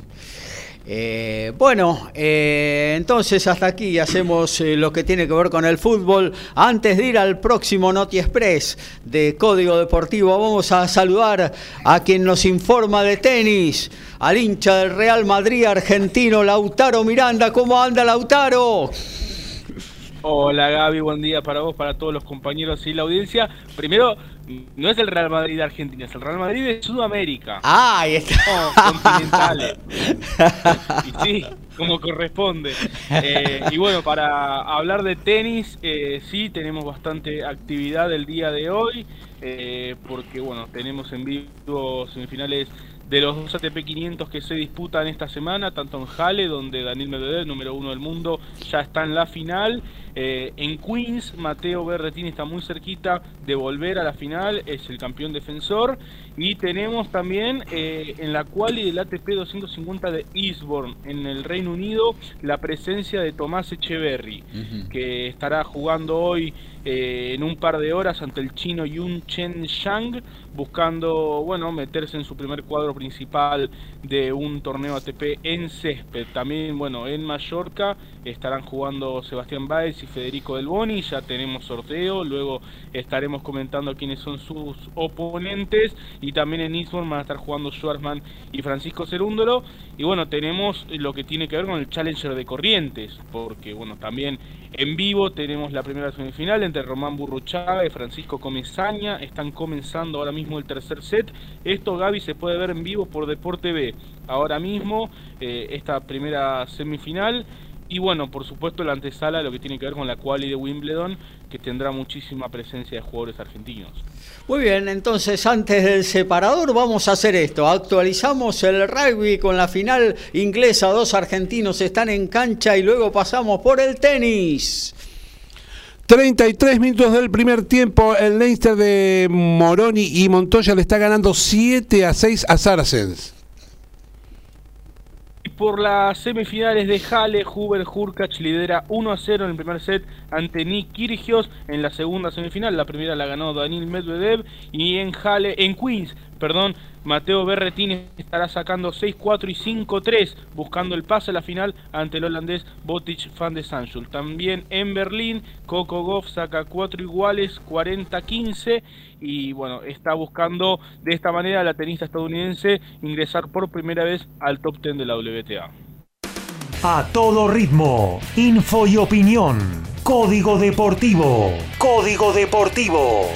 Eh, bueno, eh, entonces hasta aquí hacemos eh, lo que tiene que ver con el fútbol. Antes de ir al próximo Noti Express de Código Deportivo, vamos a saludar a quien nos informa de tenis, al hincha del Real Madrid argentino, Lautaro Miranda. ¿Cómo anda, Lautaro? Hola Gaby, buen día para vos, para todos los compañeros y la audiencia. Primero, no es el Real Madrid de Argentina, es el Real Madrid de Sudamérica. Ah, ahí está. No, continentales. Y sí, como corresponde. Eh, y bueno, para hablar de tenis, eh, sí, tenemos bastante actividad el día de hoy, eh, porque bueno, tenemos en vivo semifinales de los dos A T P quinientos que se disputan esta semana, tanto en Halle, donde Daniil Medvedev, número uno del mundo, ya está en la final. Eh, en Queens, Matteo Berrettini está muy cerquita de volver a la final, es el campeón defensor. Y tenemos también eh, en la quali del A T P doscientos cincuenta de Eastbourne, en el Reino Unido, la presencia de Tomás Echeverry, uh-huh. que estará jugando hoy eh, en un par de horas ante el chino Yun Chen Zhang, buscando, bueno, meterse en su primer cuadro principal de un torneo A T P en césped. También, bueno, en Mallorca estarán jugando Sebastián Báez y Federico Del Boni, ya tenemos sorteo, luego estaremos comentando quiénes son sus oponentes, y también en Eastbourne van a estar jugando Schwarzman y Francisco Cerúndolo. Y bueno, tenemos lo que tiene que ver con el Challenger de Corrientes, porque bueno, también en vivo tenemos la primera semifinal entre Román Burruchaga y Francisco Comesaña. Están comenzando ahora mismo el tercer set. Esto, Gaby, se puede ver en vivo por Deporte B ahora mismo, eh, esta primera semifinal. Y bueno, por supuesto la antesala, lo que tiene que ver con la quali de Wimbledon, que tendrá muchísima presencia de jugadores argentinos. Muy bien, entonces antes del separador vamos a hacer esto. Actualizamos el rugby con la final inglesa. Dos argentinos están en cancha y luego pasamos por el tenis. treinta y tres minutos del primer tiempo. El Leinster de Moroni y Montoya le está ganando siete a seis a Saracens. por las semifinales de Halle, Hubert Hurkacz lidera uno a cero en el primer set ante Nick Kyrgios. En la segunda semifinal, la primera la ganó Daniil Medvedev, y en Halle, en Queens, perdón, Matteo Berrettini estará sacando seis cuatro y cinco tres, buscando el pase a la final ante el holandés Botic van de Zandschulp. También en Berlín, Coco Gauff saca cuatro iguales, cuarenta quince, y bueno, está buscando de esta manera la tenista estadounidense ingresar por primera vez al top diez de la W T A. A todo ritmo, info y opinión. Código Deportivo. Código Deportivo.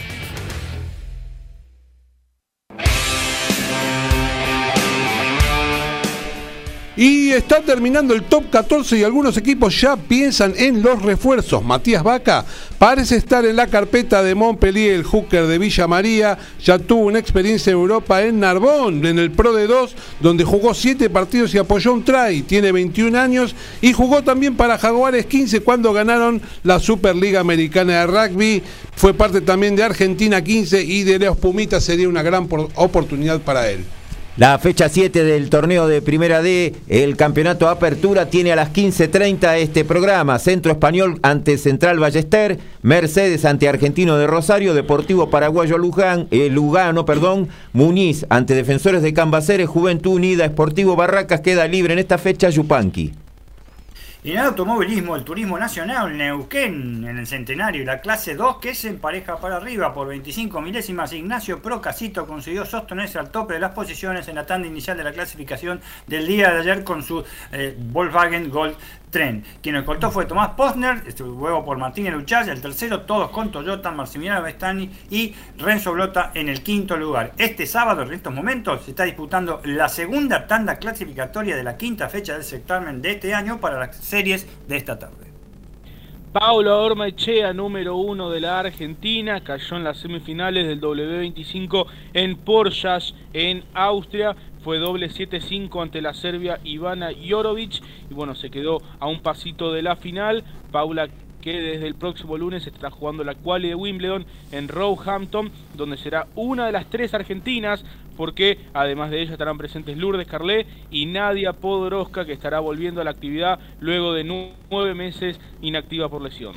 Y está terminando el top catorce y algunos equipos ya piensan en los refuerzos. Matías Vaca parece estar en la carpeta de Montpellier. El hooker de Villa María ya tuvo una experiencia en Europa en Narbonne, en el Pro de dos, donde jugó siete partidos y apoyó un try. Tiene veintiún años y jugó también para Jaguares quince cuando ganaron la Superliga Americana de Rugby. Fue parte también de Argentina quince y de los Pumitas. Sería una gran oportunidad para él. La fecha siete del torneo de Primera D, el campeonato Apertura, tiene a las quince treinta este programa. Centro Español ante Central Ballester, Mercedes ante Argentino de Rosario, Deportivo Paraguayo Luján, eh, Lugano, perdón, Muñiz ante Defensores de Cambaceres, Juventud Unida, Sportivo Barracas. Queda libre en esta fecha Yupanqui. Y en el automovilismo, el turismo nacional, Neuquén, en el centenario, y la clase dos, que se empareja para arriba por veinticinco milésimas. Ignacio Procasito consiguió sostenerse al tope de las posiciones en la tanda inicial de la clasificación del día de ayer con su eh, Volkswagen Gold Trend. Quien lo escoltó fue Tomás Posner, luego por Martínez Luchás, el tercero todos con Toyota, Maximiliano Vestani y Renzo Blota en el quinto lugar. Este sábado, en estos momentos, se está disputando la segunda tanda clasificatoria de la quinta fecha del certamen de este año para las series de esta tarde. Paulo Ormaechea, número uno de la Argentina, cayó en las semifinales del W veinticinco en Porsche, en Austria. Fue doble siete cinco ante la serbia Ivana Jorovic y bueno, se quedó a un pasito de la final. Paula, que desde el próximo lunes estará jugando la quali de Wimbledon en Roehampton, donde será una de las tres argentinas, porque además de ella estarán presentes Lourdes Carlé y Nadia Podoroska, que estará volviendo a la actividad luego de nueve meses inactiva por lesión.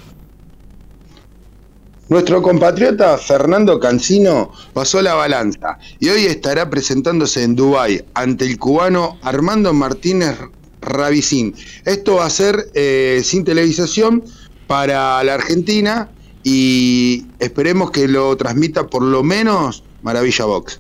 Nuestro compatriota Fernando Cancino pasó la balanza y hoy estará presentándose en Dubái ante el cubano Armando Martínez Rabicín. Esto va a ser eh, sin televisación para la Argentina y esperemos que lo transmita por lo menos Maravilla Box.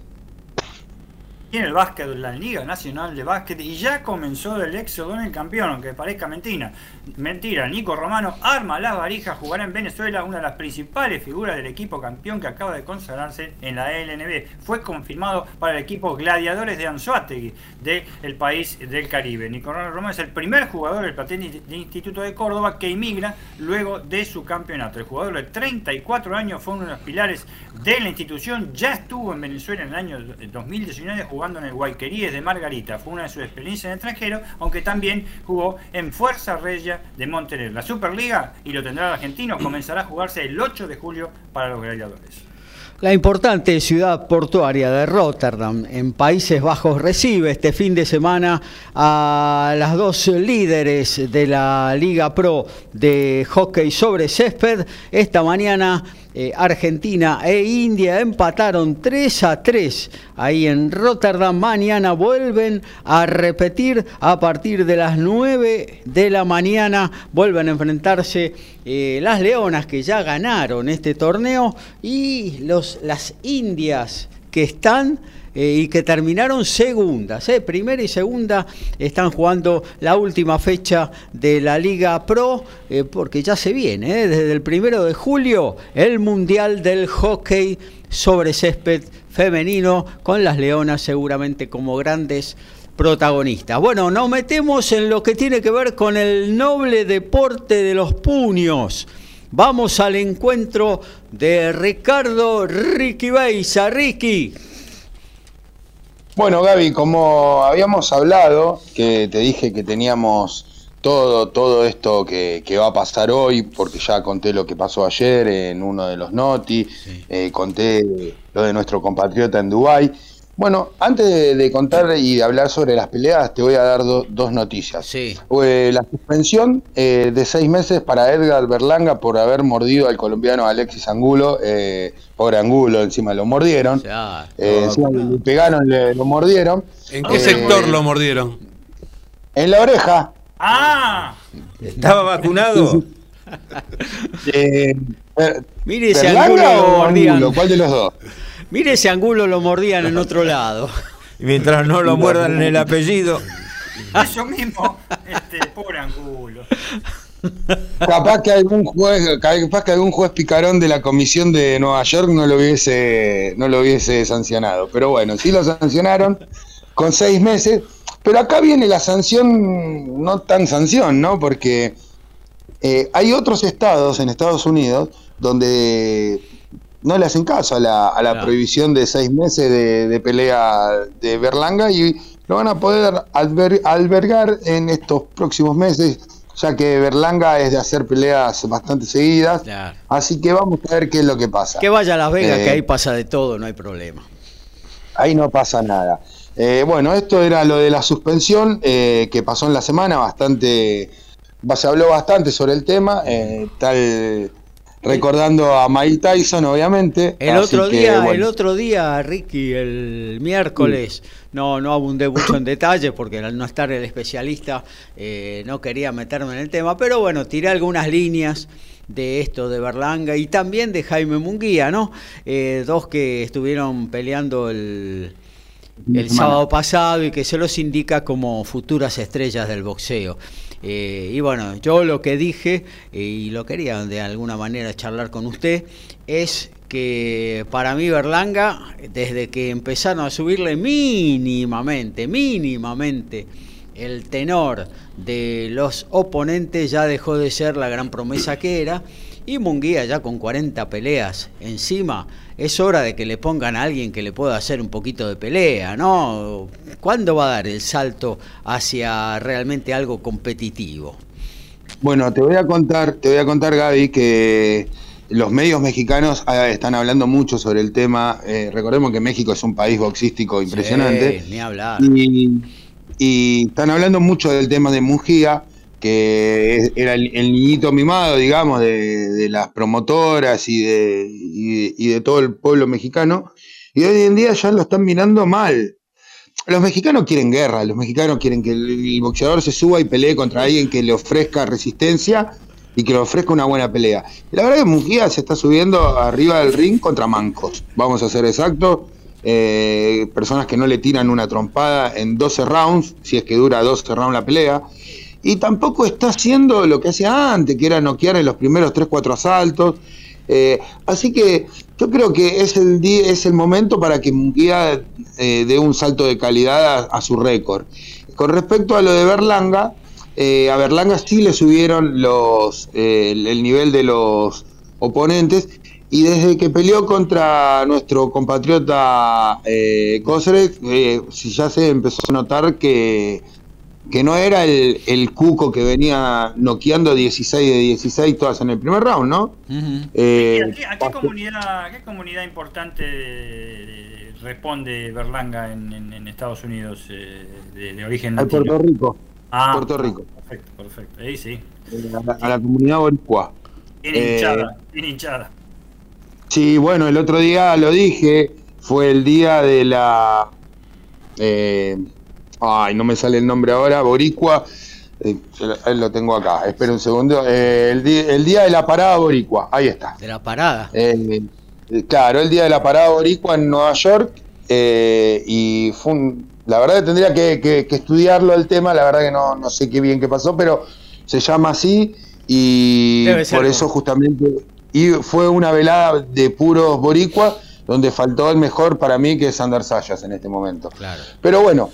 Y en el básquet, la Liga Nacional de Básquet, y ya comenzó el éxodo en el campeón, aunque parezca mentira. Mentira, Nico Romano arma las varijas, jugará en Venezuela, una de las principales figuras del equipo campeón que acaba de consagrarse en la L N B. Fue confirmado para el equipo Gladiadores de Anzoátegui, del país del Caribe. Nico Romano es el primer jugador del plantel del Instituto de Córdoba que emigra luego de su campeonato. El jugador de treinta y cuatro años fue uno de los pilares de la institución, ya estuvo en Venezuela en el año dos mil diecinueve jugando en el Guayqueríes de Margarita. Fue una de sus experiencias en el extranjero, aunque también jugó en Fuerza Regia de Montener. La Superliga, y lo tendrá el argentino, comenzará a jugarse el ocho de julio para los Gladiadores. La importante ciudad portuaria de Rotterdam, en Países Bajos, recibe este fin de semana a las dos líderes de la Liga Pro de hockey sobre césped. Esta mañana eh, Argentina e India empataron tres a tres ahí en Rotterdam. Mañana vuelven a repetir a partir de las nueve de la mañana. Vuelven a enfrentarse eh, las Leonas, que ya ganaron este torneo, y los las indias, que están eh, y que terminaron segundas, eh, primera y segunda, están jugando la última fecha de la Liga Pro, eh, porque ya se viene, eh, desde el primero de julio, el Mundial del Hockey sobre césped femenino, con las Leonas seguramente como grandes protagonistas. Bueno, nos metemos en lo que tiene que ver con el noble deporte de los puños. Vamos al encuentro de Ricardo Ricky Beiza. Ricky. Bueno, Gaby, como habíamos hablado, que te dije que teníamos todo, todo esto que, que va a pasar hoy, porque ya conté lo que pasó ayer en uno de los Noti, sí. eh, conté lo de nuestro compatriota en Dubái. Bueno, antes de, de contar y de hablar sobre las peleas, te voy a dar do, dos noticias. Sí. Eh, la suspensión eh, de seis meses para Edgar Berlanga por haber mordido al colombiano Alexis Angulo. Eh, pobre Angulo, encima lo mordieron. Ya, eh, no, encima le pegaron, le, lo mordieron. ¿En qué Eh, sector lo mordieron? En la oreja. ¡Ah! ¿Estaba vacunado? Eh, Ber- Mire ese ¿Berlanga Angulo lo o mordían. Angulo? ¿Cuál de los dos? Mire ese Angulo lo mordían en otro lado. Y mientras no lo muerdan en el apellido. Eso mismo, este, pobre Angulo. Capaz que algún juez, capaz que algún juez picarón de la comisión de Nueva York no lo hubiese, no lo hubiese sancionado. Pero bueno, sí lo sancionaron con seis meses. Pero acá viene la sanción, no tan sanción, ¿no? Porque eh, hay otros estados en Estados Unidos donde no le hacen caso a la, a la Claro. prohibición de seis meses de, de pelea de Berlanga y lo van a poder alber- albergar en estos próximos meses, ya que Berlanga es de hacer peleas bastante seguidas. Claro. Así que vamos a ver qué es lo que pasa. Que vaya a Las Vegas, Eh, que ahí pasa de todo, no hay problema. Ahí no pasa nada. Eh, bueno, esto era lo de la suspensión eh, que pasó en la semana, bastante, se habló bastante sobre el tema, eh, tal recordando a Mike Tyson, obviamente. El así otro que, día, bueno. el otro día, Ricky, el miércoles, no, no abundé mucho en detalles porque al no estar el especialista eh, no quería meterme en el tema, pero bueno, tiré algunas líneas de esto de Berlanga y también de Jaime Munguía, ¿no? Eh, dos que estuvieron peleando el, el sábado pasado y que se los indica como futuras estrellas del boxeo. Eh, y bueno, yo lo que dije, eh, y lo quería de alguna manera charlar con usted, es que para mí Berlanga, desde que empezaron a subirle mínimamente, mínimamente el tenor de los oponentes, ya dejó de ser la gran promesa que era, y Munguía ya con cuarenta peleas encima, es hora de que le pongan a alguien que le pueda hacer un poquito de pelea, ¿no? ¿Cuándo va a dar el salto hacia realmente algo competitivo? Bueno, te voy a contar, te voy a contar, Gaby, que los medios mexicanos ah, están hablando mucho sobre el tema. Eh, recordemos que México es un país boxístico impresionante. Sí, ni hablar. Y, y están hablando mucho del tema de Munguía, que es- era el, el niñito mimado, digamos, de, de las promotoras y de, y, y de todo el pueblo mexicano. Y hoy en día ya lo están mirando mal. Los mexicanos quieren guerra, los mexicanos quieren que el, el boxeador se suba y pelee contra alguien que le ofrezca resistencia y que le ofrezca una buena pelea. Y la verdad que Munguía se está subiendo arriba del ring contra mancos, vamos a ser exactos, eh, personas que no le tiran una trompada en doce rounds, si es que dura doce rounds la pelea, y tampoco está haciendo lo que hacía antes, que era noquear en los primeros tres cuatro asaltos. Eh, así que yo creo que es el día, es el momento para que Munguía eh, dé un salto de calidad a, a su récord. Con respecto a lo de Berlanga, eh, a Berlanga sí le subieron los eh, el, el nivel de los oponentes, y desde que peleó contra nuestro compatriota eh, Cosrec, eh, sí ya se empezó a notar que que no era el, el cuco que venía noqueando dieciséis de dieciséis todas en el primer round, ¿no? Uh-huh. Eh, ¿A qué, a qué comunidad, a qué comunidad importante de- de- responde Berlanga en, en- en Estados Unidos de, de- de origen a latino? Puerto Rico, Ah, Puerto Rico. Perfecto, perfecto. Ahí sí. eh, a, la, a la comunidad boricua. Bien Eh, hinchada, bien hinchada. Sí, bueno, el otro día lo dije, fue el día de la... eh, ay, no me sale el nombre ahora, boricua, eh, lo, lo tengo acá, espera un segundo, eh, el, di, el día de la parada boricua, ahí está. De la parada. Eh, claro, el día de la parada boricua en Nueva York, eh, y fue un, la verdad que tendría que, que, que estudiarlo el tema, la verdad que no, no sé qué bien qué pasó, pero se llama así y Debe ser por algo. eso justamente, y fue una velada de puros boricua, donde faltó el mejor para mí, que es Ander Sayas en este momento. Claro. Pero bueno,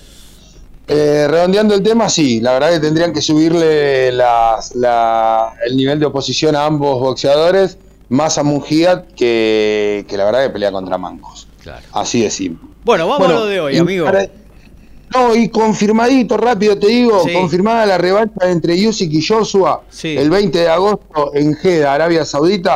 eh, redondeando el tema, sí, la verdad que tendrían que subirle las, la, el nivel de oposición a ambos boxeadores, más a Munguía, que, que la verdad que pelea contra mancos. Claro. Así de simple. Bueno, vamos Bueno, a lo de hoy, y amigo. para- No, y confirmadito, rápido te digo, Sí. confirmada la revancha entre Usyk y Joshua Sí. el veinte de agosto en Jeddah, Arabia Saudita.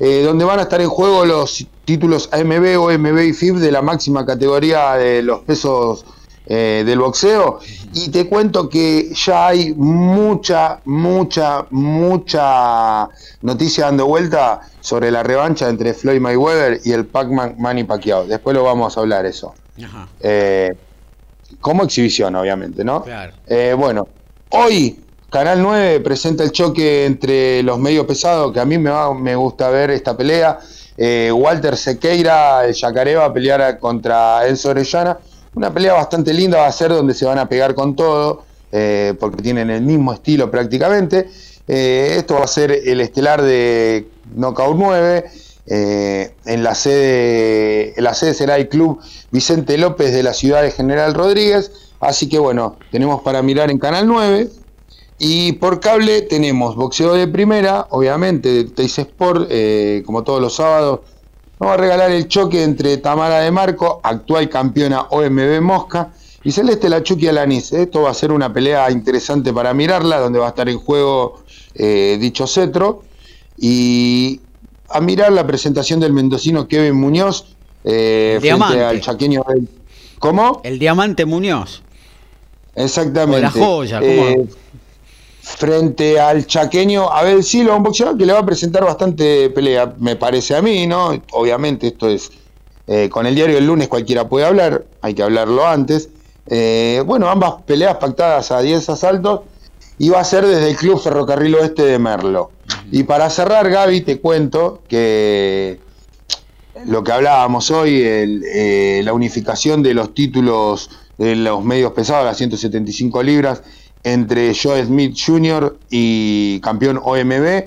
eh, donde van a estar en juego los títulos A M B, O M B y F I B de la máxima categoría de los pesos eh, del boxeo. Y te cuento que ya hay mucha, mucha, mucha noticia dando vuelta sobre la revancha entre Floyd Mayweather y el Pac-Man Manny Pacquiao. Después lo vamos a hablar eso. Ajá. Eh, como exhibición, obviamente, ¿no? Claro. Eh, bueno, hoy Canal nueve presenta el choque entre los medios pesados, que a mí me, va, me gusta ver esta pelea. Eh, Walter Sequeira, el Yacaré, va a pelear contra Enzo Orellana. Una pelea bastante linda va a ser, donde se van a pegar con todo, eh, porque tienen el mismo estilo prácticamente. Eh, esto va a ser el estelar de Knockout nueve. Eh, en la sede, en la sede será el Club Vicente López de la ciudad de General Rodríguez. Así que bueno, tenemos para mirar en Canal nueve. Y por cable tenemos boxeo de primera, obviamente, de Teis Sport, eh, como todos los sábados. Vamos a regalar el choque entre Tamara de Marco, actual campeona O M B Mosca, y Celeste Lachuqui Alanis. Esto va a ser una pelea interesante para mirarla, donde va a estar en juego eh, dicho cetro. Y a mirar la presentación del mendocino Kevin Muñoz eh, frente Diamante. al chaqueño. ¿Cómo? El Diamante Muñoz. Exactamente. O la joya, ¿cómo? Eh, frente al chaqueño Abel Silva, un boxeador que le va a presentar bastante pelea, me parece a mí, ¿no? Obviamente esto es, eh, con el diario del lunes cualquiera puede hablar, hay que hablarlo antes. Eh, bueno, ambas peleas pactadas a diez asaltos, y va a ser desde el Club Ferrocarril Oeste de Merlo. Y para cerrar, Gaby, te cuento que lo que hablábamos hoy, el, eh, la unificación de los títulos de los medios pesados, las ciento setenta y cinco libras, entre Joe Smith junior y campeón O M B,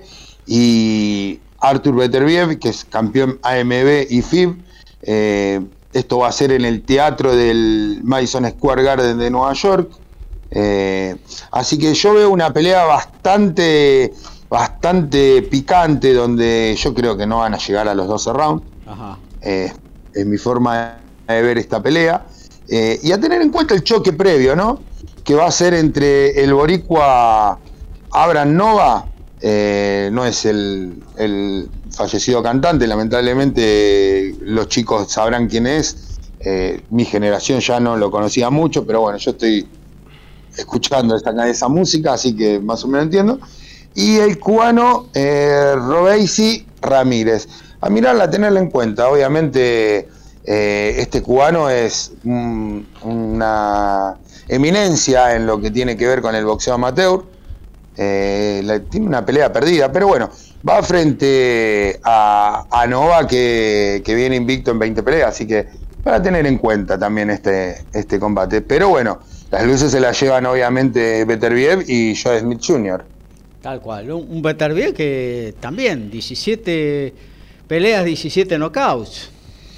y Artur Beterbiev, que es campeón A M B y F I B. Eh, esto va a ser en el teatro del Madison Square Garden de Nueva York. Eh, así que yo veo una pelea bastante, bastante picante, donde yo creo que no van a llegar a los doce rounds. Ajá. Eh, es mi forma de ver esta pelea. Eh, y a tener en cuenta el choque previo, ¿no? Que va a ser entre el boricua Abraham Nova, eh, no es el, el fallecido cantante, lamentablemente los chicos sabrán quién es, eh, mi generación ya no lo conocía mucho, pero bueno, yo estoy escuchando esa, esa música, así que más o menos entiendo, y el cubano eh, Robeisy Ramírez. A mirarla, a tenerla en cuenta, obviamente eh, este cubano es mm, una eminencia en lo que tiene que ver con el boxeo amateur. Eh, la, tiene una pelea perdida, pero bueno, va frente a, a Nova, que, que viene invicto en veinte peleas, así que para tener en cuenta también este, este combate. Pero bueno, las luces se las llevan obviamente Beterbiev y Joe Smith junior Tal cual, un, un Beterbiev que también diecisiete peleas, diecisiete knockouts.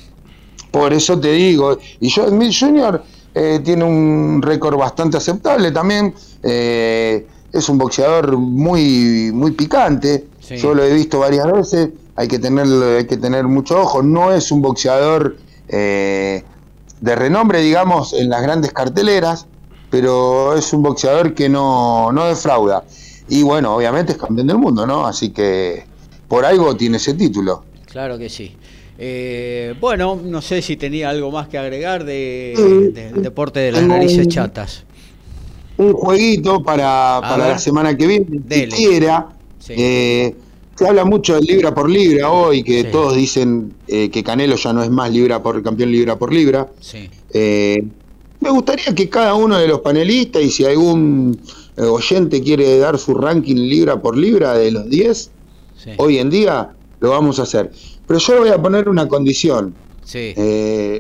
Por eso te digo, y Joe Smith junior Eh, tiene un récord bastante aceptable también, eh, es un boxeador muy, muy picante, sí. Yo lo he visto varias veces, hay que tener, hay que tener mucho ojo, no es un boxeador eh, de renombre, digamos, en las grandes carteleras, pero es un boxeador que no, no defrauda, y bueno, obviamente es campeón del mundo, ¿no? Así que por algo tiene ese título. Claro que sí. Eh, bueno, no sé si tenía algo más que agregar de, de, del deporte de las narices chatas. Un jueguito para, para la semana que viene, si quiera. Sí. Eh, se habla mucho de libra por libra hoy, que sí. Todos dicen eh, que Canelo ya no es más libra por campeón libra por libra. Sí. Eh, me gustaría que cada uno de los panelistas, y si algún eh, oyente quiere dar su ranking libra por libra de los diez, sí. Hoy en día lo vamos a hacer. Pero yo voy a poner una condición. Sí. Eh,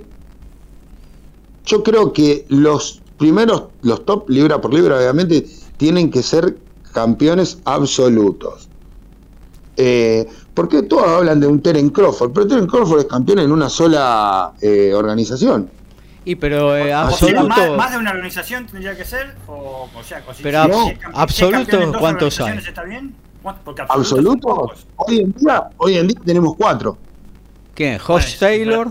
yo creo que los primeros, los top libra por libra, obviamente, tienen que ser campeones absolutos. Eh, porque todos hablan de un Terence Crawford, pero Terence Crawford es campeón en una sola eh, organización. Y pero eh, o absoluto. Sea, más, más de una organización tendría que ser, o, o sea, si, pero si, no, si es, absoluto, si es ¿cuántos hay? ¿Está bien? Absoluto, hoy en día, hoy en día tenemos cuatro. ¿Quién? Josh Taylor.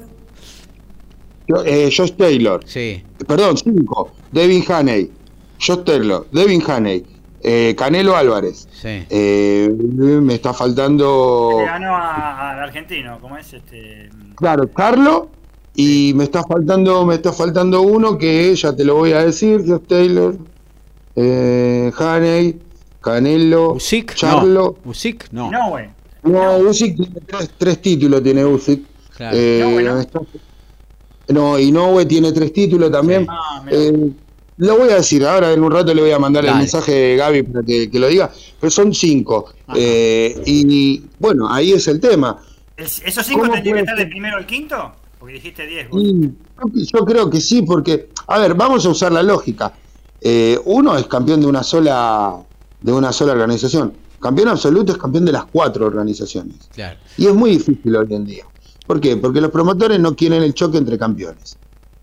Yo, eh, Josh Taylor. Sí. Perdón, cinco. Devin Haney, Josh Taylor, Devin Haney, Eh, Canelo Álvarez. Sí. Eh, me está faltando. Le ganó a- al argentino, ¿cómo es este? Claro, Carlo. Y me está faltando, me está faltando uno que ya te lo voy a decir, Josh Taylor, eh, Haney, Canelo, Usyk, Charlo. no. Usyk, no. No, güey. No, Usyk tiene tres, tres títulos, tiene Usyk. Claro. Eh, Inoue, ¿no? está- no, Inoue tiene tres títulos también. Sí. Ah, mirá. Eh, lo voy a decir, ahora en un rato le voy a mandar Dale. el mensaje de Gaby para que, que lo diga, pero son cinco. Ajá. Eh, y bueno, ahí es el tema. ¿Es- ¿Esos cinco ¿Cómo tendrían que puede estar de ser? primero al quinto? Porque dijiste diez. vos. Y yo creo que sí, porque, a ver, vamos a usar la lógica. Eh, uno es campeón de una sola de una sola organización. Campeón absoluto es campeón de las cuatro organizaciones. Claro. Y es muy difícil hoy en día. ¿Por qué? Porque los promotores no quieren el choque entre campeones.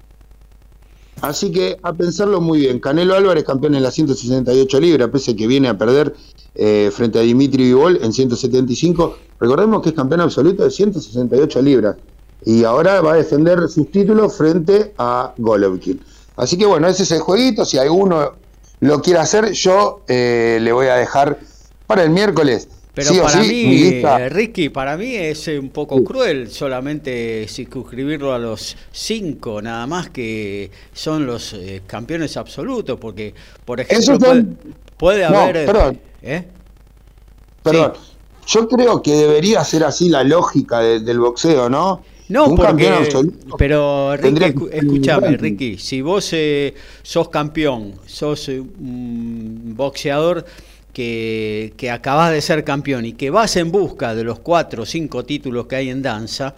Así que a pensarlo muy bien. Canelo Álvarez campeón en las ciento sesenta y ocho libras, pese a que viene a perder eh, frente a Dimitri Bivol en ciento setenta y cinco. Recordemos que es campeón absoluto de ciento sesenta y ocho libras. Y ahora va a defender sus títulos frente a Golovkin. Así que bueno, ese es el jueguito. Si alguno lo quiere hacer, yo eh, le voy a dejar para el miércoles. Pero sí o para sí, mí, mi lista. eh, Ricky, para mí es eh, un poco cruel solamente circunscribirlo a los cinco, nada más que son los eh, campeones absolutos, porque, por ejemplo, Esos puede, son- puede No, haber... perdón. ¿eh? Perdón, yo creo que debería ser así la lógica de- del boxeo, ¿no? No, Un porque, campeón absoluto pero Ricky, tendría que escu- ser escúchame, un Ricky, si vos eh, sos campeón, sos eh, un boxeador que, que acabás de ser campeón y que vas en busca de los cuatro o cinco títulos que hay en danza,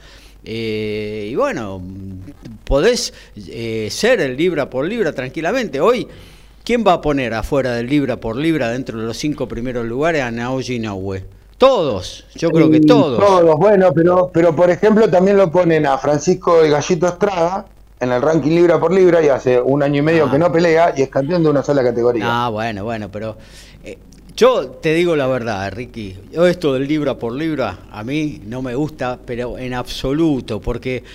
eh, y bueno, podés eh, ser el libra por libra tranquilamente. Hoy, ¿quién va a poner afuera del libra por libra dentro de los cinco primeros lugares a Naoya Inoue? Todos, yo creo que Y todos. Todos, bueno, pero, pero por ejemplo también lo ponen a Francisco el Gallito Estrada en el ranking libra por libra y hace un año y medio Ah. que no pelea y es campeón de una sola categoría. Ah, bueno, bueno, pero eh, yo te digo la verdad, Ricky, yo esto del libra por libra a mí no me gusta, pero en absoluto, porque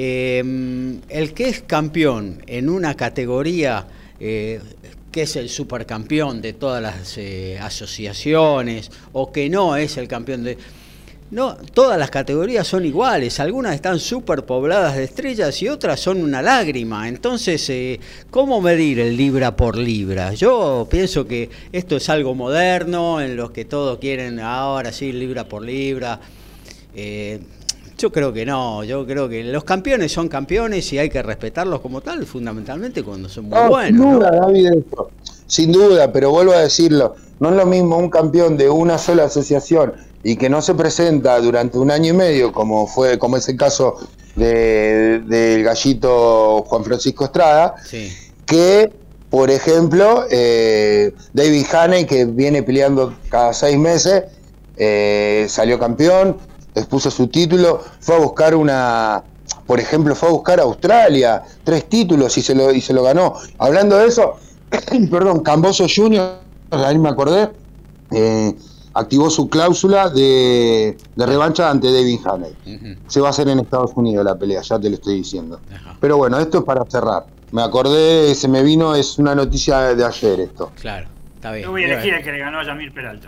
eh, el que es campeón en una categoría, eh, que es el supercampeón de todas las eh, asociaciones, o que no es el campeón de... No, todas las categorías son iguales, algunas están súper pobladas de estrellas y otras son una lágrima. Entonces, eh, ¿cómo medir el libra por libra? Yo pienso que esto es algo moderno, en los que todos quieren ahora sí, libra por libra. Eh, yo creo que no, yo creo que los campeones son campeones y hay que respetarlos como tal, fundamentalmente cuando son muy No, buenos. sin ¿no? duda, David, eso. Sin duda, pero vuelvo a decirlo, no es lo mismo un campeón de una sola asociación y que no se presenta durante un año y medio, como fue, como es el caso de- del gallito Juan Francisco Estrada, Sí. que, por ejemplo, eh, David Haney, que viene peleando cada seis meses, eh, salió campeón, expuso su título, fue a buscar una, por ejemplo, fue a buscar a Australia, tres títulos y se lo, y se lo ganó. Hablando de eso, perdón, Camboso junior, ahí me acordé, eh, activó su cláusula de, de revancha ante David Haney. Ujú. Se va a hacer en Estados Unidos la pelea, ya te lo estoy diciendo. Ajá. Pero bueno, esto es para cerrar. Me acordé, se me vino, es una noticia de ayer esto. Claro, está bien. Yo voy a elegir el que le ganó a Yamil Peralta.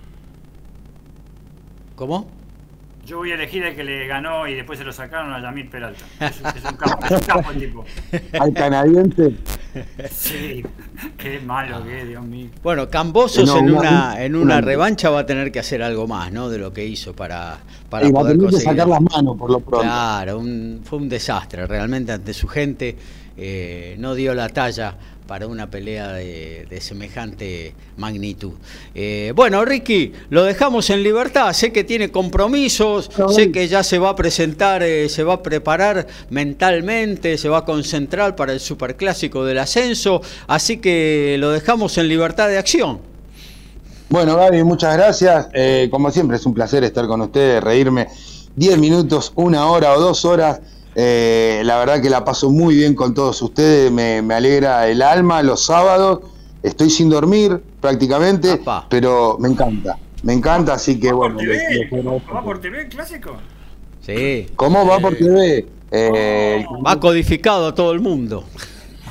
¿Cómo? Yo voy a elegir el que le ganó y después se lo sacaron a Yamil Peralta. Es, es un capo, es un capo el tipo. Al canadiense. Sí, qué malo que es, Dios mío. Bueno, Cambosos No, en una- una en una una- revancha va a tener que hacer algo más, ¿no? De lo que hizo para, para Y va a poder tener que conseguir. sacar las manos por lo pronto. Claro, un- fue un desastre realmente ante su gente. Eh, no dio la talla para una pelea de, de semejante magnitud. Eh, bueno, Ricky, lo dejamos en libertad. Sé que tiene compromisos, No, sé bueno. que ya se va a presentar, eh, se va a preparar mentalmente, se va a concentrar para el superclásico del ascenso. Así que lo dejamos en libertad de acción. Bueno, Gaby, muchas gracias. Eh, como siempre, es un placer estar con ustedes, reírme diez minutos, una hora o dos horas. Eh, la verdad que la paso muy bien con todos ustedes, me, me alegra el alma los sábados. Estoy sin dormir prácticamente, Apa. pero me encanta, me encanta, así que ¿Va bueno. por les- T V? les agradezco. ¿Va por T V el clásico? Sí, ¿Cómo va por T V? Eh, va codificado a todo el mundo.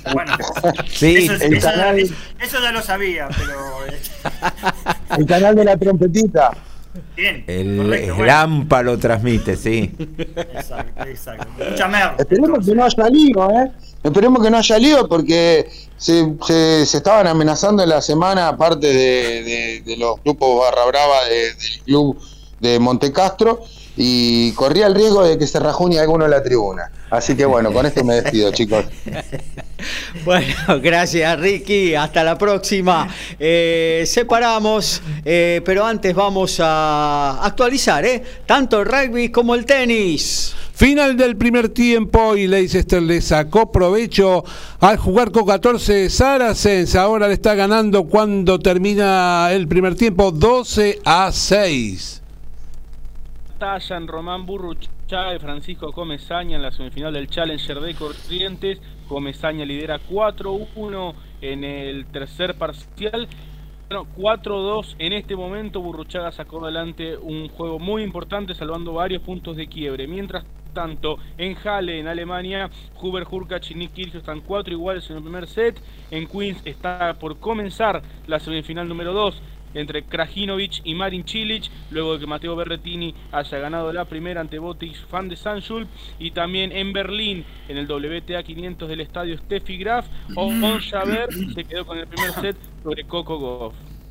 Bueno, Sí, eso, el eso, canal- eso- eso ya lo sabía, pero El canal de la trompetita. bien, el, correcto, el bueno. AMPA lo transmite, sí. Exacto, exacto. Mucha merda. Esperemos que no haya lío, ¿eh? Esperemos que no haya lío porque se, se, se estaban amenazando en la semana, aparte de, de, de los grupos barra brava de, del club de Montecastro, y corría el riesgo de que se rajuñe alguno en la tribuna. Así que bueno, con esto me despido, chicos. Bueno, gracias Ricky, hasta la próxima. Eh, separamos, eh, pero antes vamos a actualizar, ¿eh? Tanto el rugby como el tenis. Final del primer tiempo y Leicester le sacó provecho al jugar con catorce Saracens. Ahora le está ganando cuando termina el primer tiempo doce a seis. Tallan Román Burruchaga y Francisco Comesaña en la semifinal del Challenger de Corrientes. Comesaña lidera cuatro uno en el tercer parcial. Bueno, cuatro dos en este momento. Burruchaga sacó adelante un juego muy importante, salvando varios puntos de quiebre. Mientras tanto, en Halle, en Alemania, Hubert Hurkacz y Nick Kyrgios están cuatro iguales en el primer set. En Queens está por comenzar la semifinal número dos entre Krajinovic y Marin Cilic, luego de que Matteo Berrettini haya ganado la primera ante Botic van de Sanschulp. Y también en Berlín, en el W T A quinientos del estadio Steffi Graf, Ons Jabeur se quedó con el primer set sobre Coco Gauff.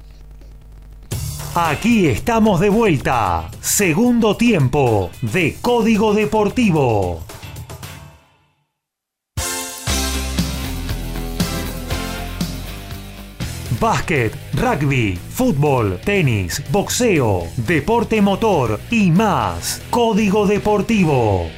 Aquí estamos de vuelta. Segundo tiempo de Código Deportivo. Básquet, rugby, fútbol, tenis, boxeo, deporte motor y más. Código Deportivo.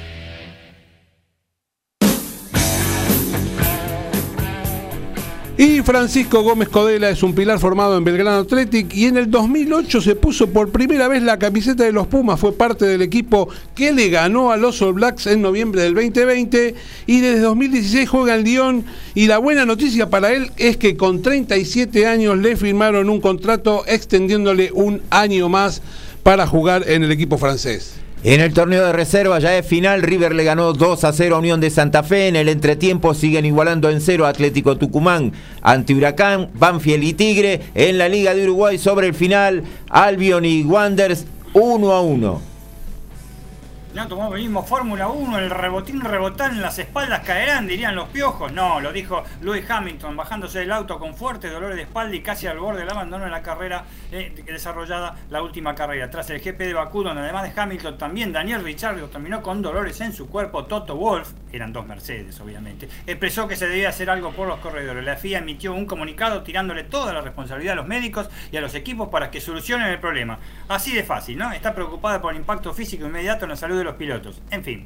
Y Francisco Gómez Codela es un pilar formado en Belgrano Athletic y en el dos mil ocho se puso por primera vez la camiseta de los Pumas, fue parte del equipo que le ganó a los All Blacks en noviembre del veinte veinte y desde dos mil dieciséis juega en Lyon. Y la buena noticia para él es que con treinta y siete años le firmaron un contrato extendiéndole un año más para jugar en el equipo francés. En el torneo de reserva ya es final, River le ganó dos a cero a Unión de Santa Fe. En el entretiempo siguen igualando en cero Atlético Tucumán ante Huracán, Banfield y Tigre. En la Liga de Uruguay sobre el final, Albion y Wanderers uno a uno. No tomamos el mismo Fórmula uno, el rebotín rebotán en las espaldas caerán, dirían los piojos. No, lo dijo Lewis Hamilton bajándose del auto con fuertes dolores de espalda y casi al borde del abandono de la carrera eh, desarrollada la última carrera. Tras el G P de Bakú, donde además de Hamilton también Daniel Ricciardo terminó con dolores en su cuerpo, Toto Wolff, eran dos Mercedes obviamente, expresó que se debía hacer algo por los corredores. La F I A emitió un comunicado tirándole toda la responsabilidad a los médicos y a los equipos para que solucionen el problema. Así de fácil, ¿no? Está preocupada por el impacto físico inmediato en la salud de los pilotos. En fin.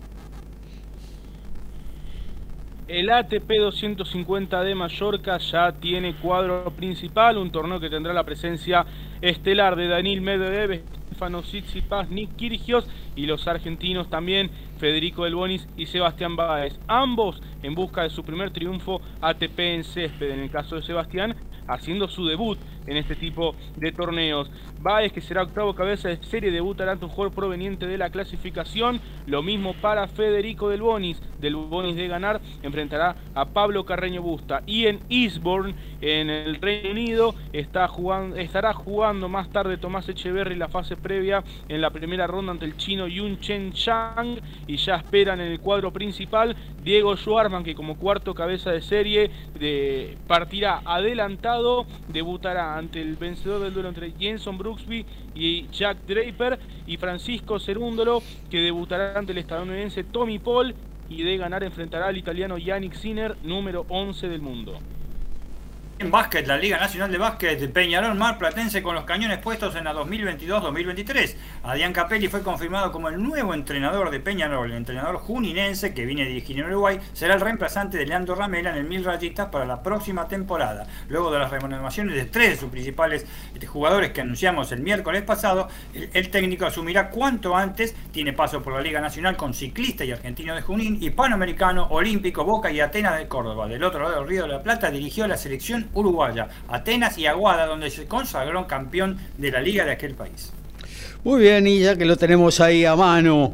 El A T P doscientos cincuenta de Mallorca ya tiene cuadro principal, un torneo que tendrá la presencia estelar de Daniil Medvedev, Stefano Tsitsipas, Nick Kyrgios y los argentinos también, Federico Del Bonis y Sebastián Báez, ambos en busca de su primer triunfo A T P en césped. En el caso de Sebastián, haciendo su debut en este tipo de torneos. Báez, que será octavo cabeza de serie, debutará ante un jugador proveniente de la clasificación. Lo mismo para Federico Del Bonis. Del Bonis de ganar enfrentará a Pablo Carreño Busta. Y en Eastbourne, en el Reino Unido, está jugando, estará jugando más tarde Tomás Echeverry la fase previa en la primera ronda ante el chino Yun Chen Chang. Y ya esperan en el cuadro principal Diego Schwartzman, que como cuarto cabeza de serie de, partirá adelantado, debutará ante el vencedor del duelo entre Jenson Brooksby y Jack Draper, y Francisco Cerúndolo, que debutará ante el estadounidense Tommy Paul, y de ganar enfrentará al italiano Yannick Sinner, número once del mundo. En básquet, la Liga Nacional de Básquet, Peñarol Mar Platense con los cañones puestos en la dos mil veintidós dos mil veintitrés. Adrián Capelli fue confirmado como el nuevo entrenador de Peñarol. El entrenador juninense, que viene a dirigir en Uruguay, será el reemplazante de Leandro Ramela en el Mil Rayitas para la próxima temporada. Luego de las renovaciones de tres de sus principales jugadores que anunciamos el miércoles pasado, el, el técnico asumirá cuanto antes. Tiene paso por la Liga Nacional con Ciclista y Argentino de Junín, y Panamericano, Olímpico, Boca y Atenas de Córdoba. Del otro lado del Río de la Plata dirigió la selección uruguaya, Atenas y Aguada, donde se consagró campeón de la liga de aquel país. Muy bien, y ya que lo tenemos ahí a mano,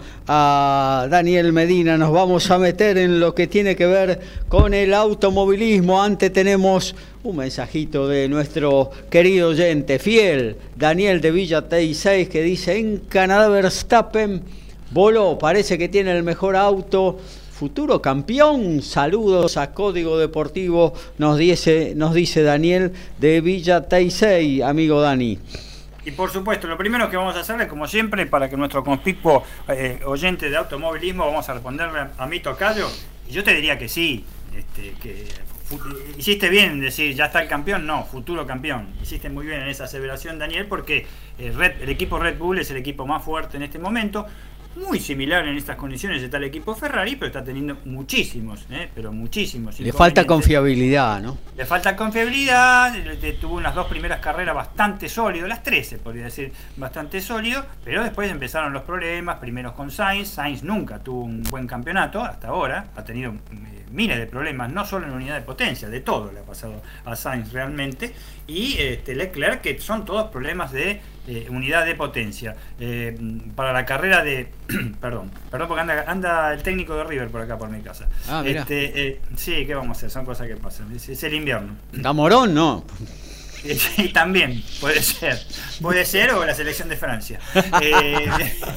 a Daniel Medina, nos vamos a meter en lo que tiene que ver con el automovilismo. Antes tenemos un mensajito de nuestro querido oyente fiel, Daniel de Villa T seis, que dice: en Canadá Verstappen voló, parece que tiene el mejor auto, futuro campeón. Saludos a Código Deportivo, nos dice, nos dice Daniel de Villa T seis, amigo Dani. Y por supuesto, lo primero que vamos a hacer es, como siempre, para que nuestro conspicuo eh, oyente de automovilismo, vamos a responderle a, a mi tocayo. Y yo te diría que sí, este, que fu- hiciste bien en decir ya está el campeón, no, futuro campeón. Hiciste muy bien en esa aseveración, Daniel, porque el, Red, el equipo Red Bull es el equipo más fuerte en este momento. Muy similar en estas condiciones está el equipo Ferrari, pero está teniendo muchísimos, ¿eh? pero muchísimos. Le falta confiabilidad, ¿no? Le falta confiabilidad, tuvo unas dos primeras carreras bastante sólido, las trece podría decir, bastante sólido, pero después empezaron los problemas, primero con Sainz. Sainz nunca tuvo un buen campeonato hasta ahora, ha tenido eh, miles de problemas, no solo en unidad de potencia, de todo le ha pasado a Sainz realmente, y este, Leclerc, que son todos problemas de eh, unidad de potencia. Eh, para la carrera de... perdón, perdón porque anda, anda el técnico de River por acá por mi casa. Ah, mira. Este, eh, sí, ¿qué vamos a hacer? Son cosas que pasan, es, es el invierno. ¿Está Morón? No. Y también, puede ser, puede ser, o la selección de Francia. Eh,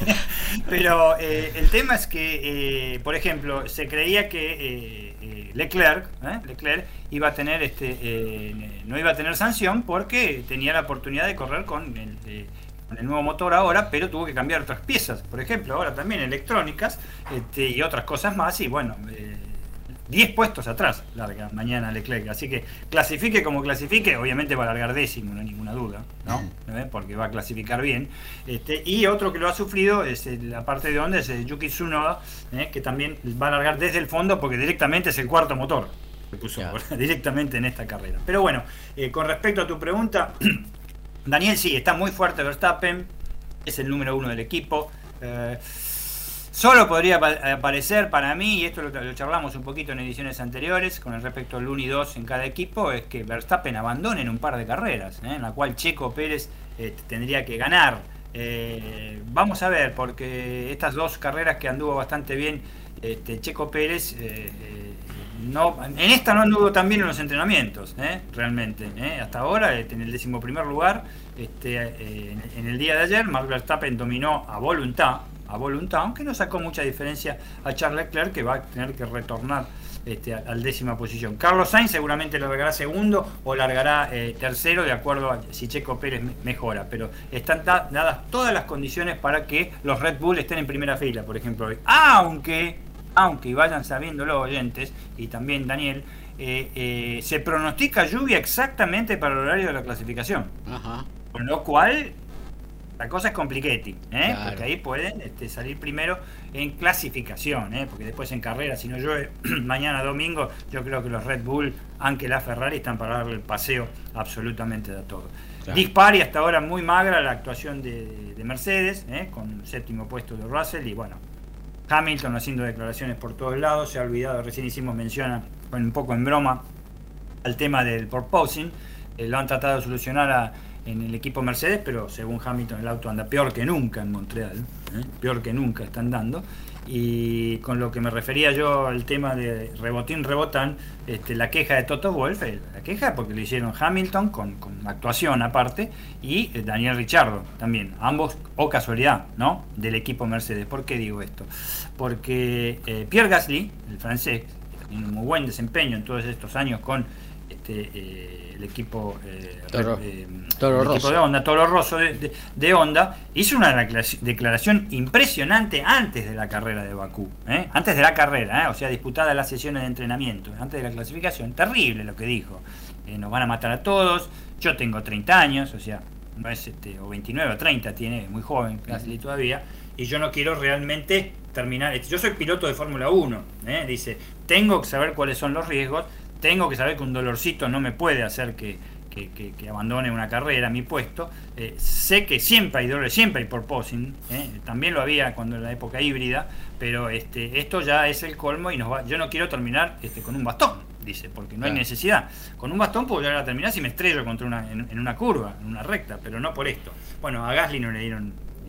pero eh, el tema es que, eh, por ejemplo, se creía que eh, eh, Leclerc, ¿eh? Leclerc iba a tener, este, eh, no iba a tener sanción porque tenía la oportunidad de correr con el, eh, con el nuevo motor ahora, pero tuvo que cambiar otras piezas, por ejemplo, ahora también electrónicas, este, y otras cosas más, y bueno... Eh, diez puestos atrás larga mañana Leclerc, así que clasifique como clasifique, obviamente va a largar décimo, no hay ninguna duda, ¿no? ¿Eh? Porque va a clasificar bien. Este, y otro que lo ha sufrido es la parte de Honda, es el Yuki Tsunoda, ¿eh? que también va a largar desde el fondo porque directamente es el cuarto motor que puso claro. directamente en esta carrera. Pero bueno, eh, con respecto a tu pregunta, Daniel, sí, está muy fuerte Verstappen, es el número uno del equipo. Eh, Solo podría aparecer para mí, y esto lo, lo charlamos un poquito en ediciones anteriores, con el respecto al uno y dos en cada equipo, es que Verstappen abandone en un par de carreras, ¿eh? en la cual Checo Pérez eh, tendría que ganar. Eh, vamos a ver, porque estas dos carreras que anduvo bastante bien este, Checo Pérez, eh, eh, no, en esta no anduvo tan bien en los entrenamientos, ¿eh? realmente. ¿eh? Hasta ahora, en el décimo primer lugar, este, eh, en, en el día de ayer, Max Verstappen dominó a voluntad, a voluntad, aunque no sacó mucha diferencia a Charles Leclerc, que va a tener que retornar este, a, a la décima posición. Carlos Sainz seguramente largará segundo o largará eh, tercero, de acuerdo a si Checo Pérez me, mejora, pero están da, dadas todas las condiciones para que los Red Bull estén en primera fila, por ejemplo hoy. Aunque, aunque y vayan sabiendo los oyentes, y también Daniel, eh, eh, se pronostica lluvia exactamente para el horario de la clasificación. Ajá. Con lo cual... la cosa es compliquetti, ¿eh? Claro. Porque ahí pueden este, salir primero en clasificación, ¿eh? Porque después en carrera, si no llueve mañana domingo, yo creo que los Red Bull, aunque la Ferrari, están para darle el paseo absolutamente de todo. Claro. Dispar, y hasta ahora muy magra la actuación de, de Mercedes, ¿eh? Con séptimo puesto de Russell, y bueno, Hamilton haciendo declaraciones por todos lados, se ha olvidado, recién hicimos mención, bueno, un poco en broma, al tema del porpoising, eh, lo han tratado de solucionar a en el equipo Mercedes, pero según Hamilton el auto anda peor que nunca en Montreal, ¿eh? peor que nunca está andando. Y con lo que me refería yo al tema de rebotín rebotán, este, la queja de Toto Wolff, la queja porque le hicieron Hamilton con, con actuación aparte, y eh, Daniel Ricciardo también, ambos, o casualidad, ¿no?, del equipo Mercedes. ¿Por qué digo esto? Porque eh, Pierre Gasly, el francés, tiene un muy buen desempeño en todos estos años con este eh, el equipo, eh, Toro, eh, Toro el Rosso. equipo de Honda, Toro Rosso de, de, de Honda, hizo una declaración impresionante antes de la carrera de Bakú, ¿eh? antes de la carrera, ¿eh? o sea, disputada las sesiones de entrenamiento, antes de la clasificación. Terrible lo que dijo. Eh, nos van a matar a todos, yo tengo treinta años, o sea, no es este, o veintinueve o treinta tiene, muy joven Gasly todavía, y yo no quiero realmente terminar. Yo soy piloto de Fórmula uno, ¿eh? dice, tengo que saber cuáles son los riesgos, tengo que saber que un dolorcito no me puede hacer que, que, que, que abandone una carrera, mi puesto. Eh, sé que siempre hay dolores, siempre hay porpoising, ¿eh? también lo había cuando en la época híbrida, pero este, esto ya es el colmo y nos va, yo no quiero terminar este, con un bastón, dice, porque no claro. hay necesidad. Con un bastón puedo llegar a terminar si me estrello contra una, en, en una curva, en una recta, pero no por esto. Bueno, a Gasly no le dieron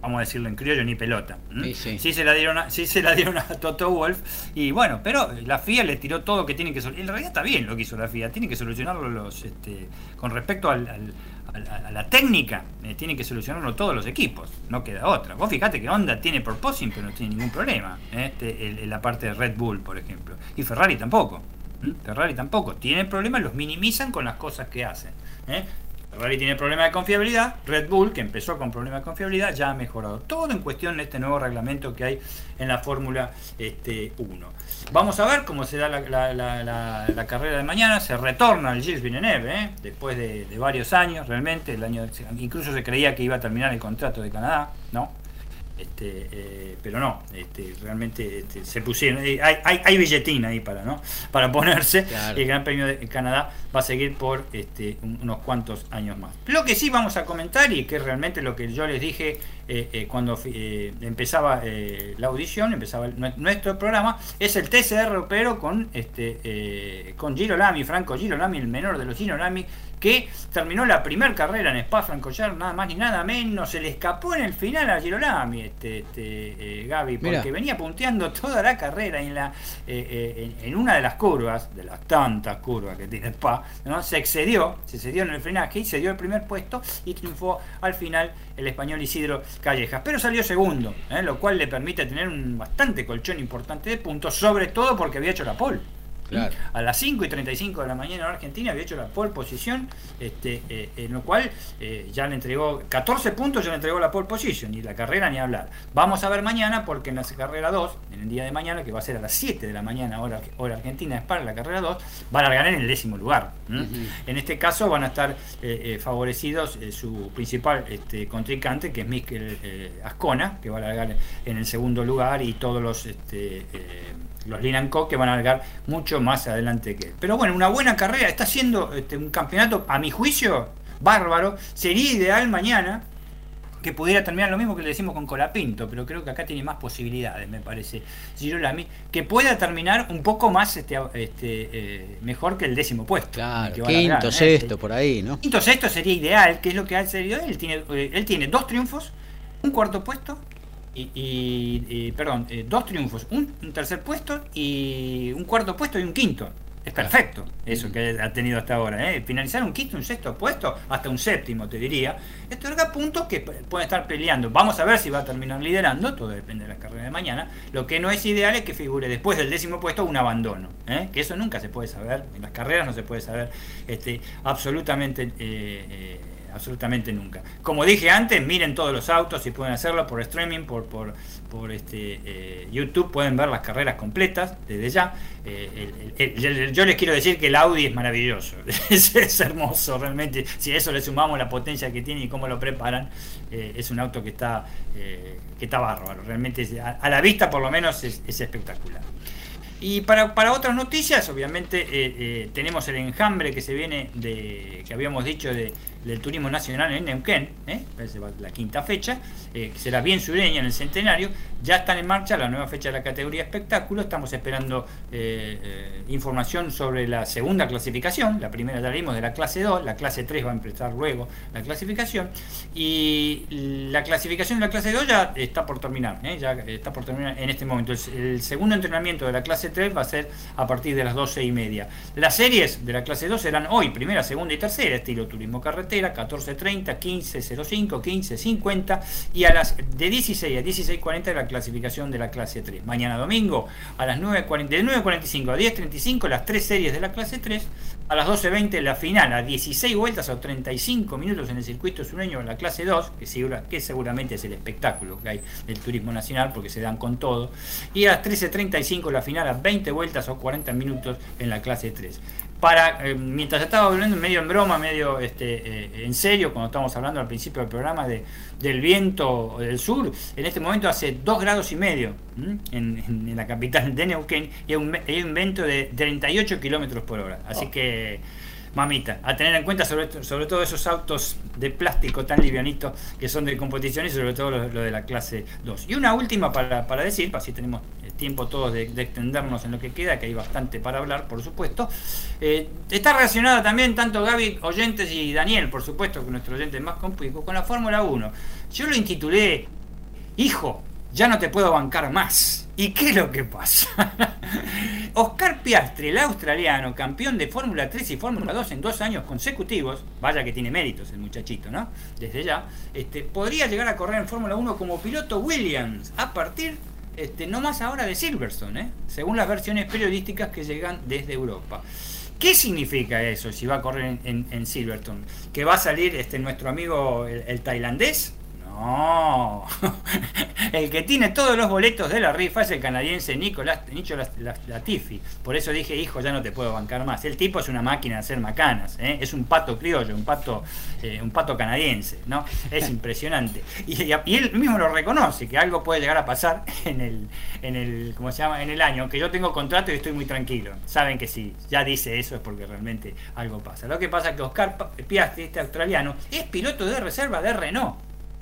vamos a decirlo en criollo, ni pelota. Sí, sí. Sí se la dieron a, sí se la dieron a Toto Wolff, y bueno, pero la F I A le tiró todo que tiene que solucionar. En realidad está bien lo que hizo la F I A, tiene que solucionarlo los este, con respecto al, al, a, a la técnica, eh, tienen que solucionarlo todos los equipos, no queda otra. Vos fijate que Honda tiene porpoising, pero no tiene ningún problema, eh, este, el, el, la parte de Red Bull, por ejemplo, y Ferrari tampoco. ¿Mm? Ferrari tampoco, tienen problemas, los minimizan con las cosas que hacen, ¿eh? Ferrari tiene problemas de confiabilidad, Red Bull, que empezó con problemas de confiabilidad, ya ha mejorado. Todo en cuestión de este nuevo reglamento que hay en la Fórmula este, uno. Vamos a ver cómo se da la, la, la, la, la carrera de mañana. Se retorna el Gilles Villeneuve, ¿eh? Después de, de varios años, realmente. El año, incluso se creía que iba a terminar el contrato de Canadá, ¿no? Este, eh, pero no, este, realmente este, se pusieron, hay, hay, hay billetín ahí para, ¿no? para ponerse. Claro. El Gran Premio de Canadá va a seguir por este, unos cuantos años más. Lo que sí vamos a comentar, y que es realmente lo que yo les dije eh, eh, cuando eh, empezaba eh, la audición, empezaba el, nuestro programa, es el T C R pero con, este, eh, con Girolami, Franco Girolami, el menor de los Girolami, que terminó la primera carrera en Spa-Francorchamps, nada más ni nada menos, se le escapó en el final a Girolami, este, este, eh, Gaby, porque Mira. venía punteando toda la carrera en, la, eh, eh, en, en una de las curvas, de las tantas curvas que tiene Spa, ¿no? se excedió, se excedió en el frenaje y se dio el primer puesto y triunfó al final el español Isidro Callejas, pero salió segundo, ¿eh? lo cual le permite tener un bastante colchón importante de puntos, sobre todo porque había hecho la pole. Claro. A las cinco y treinta y cinco de la mañana en Argentina había hecho la pole position, este, eh, en lo cual eh, ya le entregó catorce puntos, ya le entregó la pole position, y la carrera ni hablar. Vamos a ver mañana, porque en la carrera dos, en el día de mañana, que va a ser a las siete de la mañana, hora, hora Argentina, es para la carrera dos, van a largar en el décimo lugar. ¿Mm? Uh-huh. En este caso van a estar eh, eh, favorecidos eh, su principal este, contrincante, que es Mikel eh, Ascona, que va a largar en el segundo lugar, y todos los... Este, eh, los Linan Co, que van a largar mucho más adelante que él. Pero bueno, una buena carrera, está siendo este, un campeonato, a mi juicio, bárbaro. Sería ideal mañana que pudiera terminar lo mismo que le decimos con Colapinto, pero creo que acá tiene más posibilidades, me parece, Girolami, que pueda terminar un poco más este, este eh, mejor que el décimo puesto. Claro, que quinto, largar, sexto, ¿eh? Por ahí, ¿no? Quinto, sexto sería ideal, que es lo que ha serio él. Tiene, eh, él tiene dos triunfos, un cuarto puesto, Y, y, y perdón, eh, dos triunfos, un, un tercer puesto y un cuarto puesto y un quinto. Es perfecto eso que ha tenido hasta ahora, ¿eh? Finalizar un quinto, un sexto puesto, hasta un séptimo, te diría. Esto es puntos que pueden estar peleando. Vamos a ver si va a terminar liderando, todo depende de la carrera de mañana. Lo que no es ideal es que figure después del décimo puesto un abandono, ¿eh? Que eso nunca se puede saber, en las carreras no se puede saber este, absolutamente... Eh, eh, absolutamente nunca. Como dije antes, miren todos los autos, si pueden hacerlo por streaming, por por, por este eh, YouTube, pueden ver las carreras completas desde ya. Eh, el, el, el, yo les quiero decir que el Audi es maravilloso, es, es hermoso realmente. Si a eso le sumamos la potencia que tiene y cómo lo preparan, eh, es un auto que está eh, que está bárbaro. Realmente a, a la vista por lo menos es, es espectacular. Y para, para otras noticias, obviamente eh, eh, tenemos el enjambre que se viene de, que habíamos dicho de, del turismo nacional en Neuquén, ¿eh? la quinta fecha, eh, que será bien sureña en el centenario. Ya están en marcha la nueva fecha de la categoría espectáculo. Estamos esperando eh, eh, información sobre la segunda clasificación. La primera ya vimos de la clase dos, la clase tres va a empezar luego la clasificación, y la clasificación de la clase dos ya está por terminar, ¿eh? ya está por terminar en este momento. El, el segundo entrenamiento de la clase tres va a ser a partir de las doce y media. Las series de la clase dos serán hoy, primera, segunda y tercera, estilo turismo carretera, catorce treinta, quince cero cinco, quince cincuenta, y a las de dieciséis a dieciséis cuarenta la clasificación de la clase tres. Mañana domingo a las nueve cuarenta, de nueve cuarenta y cinco a diez treinta y cinco las tres series de la clase tres, a las doce veinte la final, a dieciséis vueltas o treinta y cinco minutos en el circuito sureño en la clase dos, que, segura, que seguramente es el espectáculo que hay del turismo nacional porque se dan con todo, y a las trece treinta y cinco la final a veinte vueltas o cuarenta minutos en la clase tres. Para, eh, mientras estaba hablando medio en broma, medio este, eh, en serio, cuando estábamos hablando al principio del programa de, del viento del sur, en este momento hace dos grados y medio en, en, en la capital de Neuquén, y hay un, hay un viento de treinta y ocho kilómetros por hora. Así que, mamita, a tener en cuenta sobre, sobre todo esos autos de plástico tan livianitos que son de competición, y sobre todo lo, lo de la clase dos. Y una última para, para decir, para si tenemos tiempo todos de, de extendernos en lo que queda, que hay bastante para hablar, por supuesto. Eh, está relacionada también tanto Gaby, oyentes, y Daniel, por supuesto, que nuestro oyente más complejo, con la Fórmula uno. Yo lo intitulé hijo, ya no te puedo bancar más. ¿Y qué es lo que pasa? Oscar Piastri, el australiano, campeón de Fórmula tres y Fórmula dos en dos años consecutivos, vaya que tiene méritos el muchachito, ¿no? Desde ya, este, podría llegar a correr en Fórmula uno como piloto Williams a partir, este, no más ahora de Silverstone, ¿eh? Según las versiones periodísticas que llegan desde Europa. ¿Qué significa eso si va a correr en, en, en Silverstone? ¿Que va a salir este, nuestro amigo el, el tailandés? No, el que tiene todos los boletos de la rifa es el canadiense Nicolás, Nicolás Latifi. Por eso dije, hijo, ya no te puedo bancar más. El tipo es una máquina de hacer macanas, ¿eh? Es un pato criollo, un pato, eh, un pato canadiense, ¿no? Es impresionante. Y, y él mismo lo reconoce, que algo puede llegar a pasar en el, en el, ¿cómo se llama? En el año, que yo tengo contrato y estoy muy tranquilo. Saben que si ya dice eso es porque realmente algo pasa. Lo que pasa es que Oscar Piastri, este australiano, es piloto de reserva de Renault.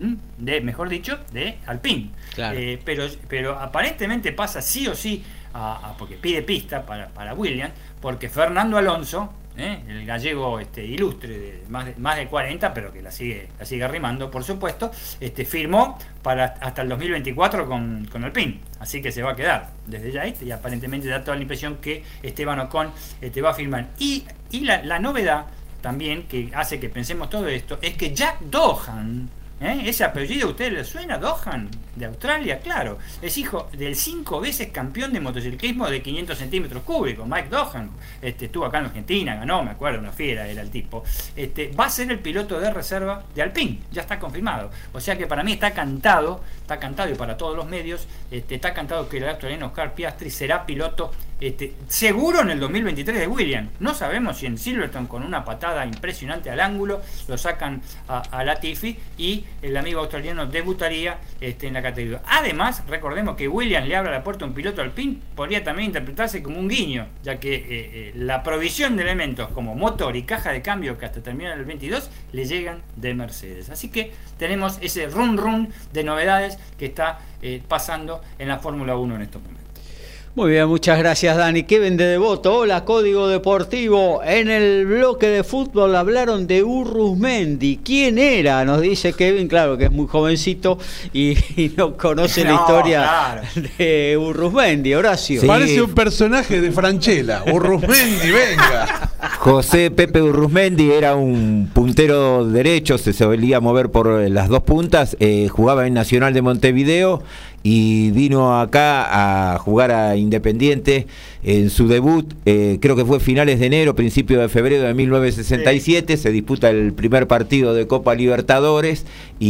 De, mejor dicho, de Alpine. Claro. Eh, pero, pero aparentemente pasa sí o sí, a, a, porque pide pista para, para Williams, porque Fernando Alonso, eh, el gallego este, ilustre de más, de más de cuarenta, pero que la sigue, la sigue arrimando, por supuesto, este, firmó para hasta el dos mil veinticuatro con, con Alpine. Así que se va a quedar desde ya este, y aparentemente da toda la impresión que Esteban Ocon este, va a firmar. Y, y la, la novedad también que hace que pensemos todo esto es que Jack Doohan, ¿Eh? ¿ese apellido a ustedes les suena? Doohan, de Australia, claro. Es hijo del cinco veces campeón de motociclismo de quinientos centímetros cúbicos, Mike Doohan. Este, estuvo acá en Argentina, ganó, me acuerdo, una fiera era el tipo. Este, va a ser el piloto de reserva de Alpine, ya está confirmado. O sea que para mí está cantado, está cantado y para todos los medios, este, está cantado que el australiano Oscar Piastri será piloto este, seguro en el dos mil veintitrés de Williams. No sabemos si en Silverstone con una patada impresionante al ángulo lo sacan a, a Latifi y el amigo australiano debutaría este, en la categoría. Además, recordemos que Williams le abre la puerta a un piloto Alpine, podría también interpretarse como un guiño, ya que eh, eh, la provisión de elementos como motor y caja de cambio que hasta terminar el veintidós le llegan de Mercedes. Así que tenemos ese run run de novedades que está eh, pasando en la Fórmula uno en estos momentos. Muy bien, muchas gracias, Dani. Kevin de Devoto, hola, Código Deportivo. En el bloque de fútbol hablaron de Urruzmendi. ¿Quién era? Nos dice Kevin, claro que es muy jovencito y, y no conoce no, la historia claro. de Urruzmendi. Horacio. Sí. Parece un personaje de Franchella. Urruzmendi, venga. José Pepe Urruzmendi era un puntero derecho, se solía mover por las dos puntas, eh, jugaba en Nacional de Montevideo y vino acá a jugar a Independiente en su debut, eh, creo que fue finales de enero, principio de febrero de mil novecientos sesenta y siete, sí. Se disputa el primer partido de Copa Libertadores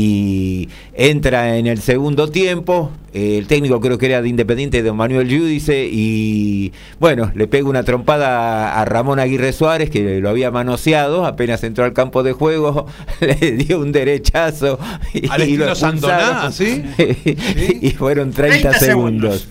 y entra en el segundo tiempo, eh, el técnico creo que era de Independiente, don Manuel Giudice, y bueno, le pega una trompada a, a Ramón Aguirre Suárez, que lo había manoseado, apenas entró al campo de juego, le dio un derechazo y, al y estilo Sandoná, ¿sí? ¿Sí? Y fueron treinta, treinta segundos.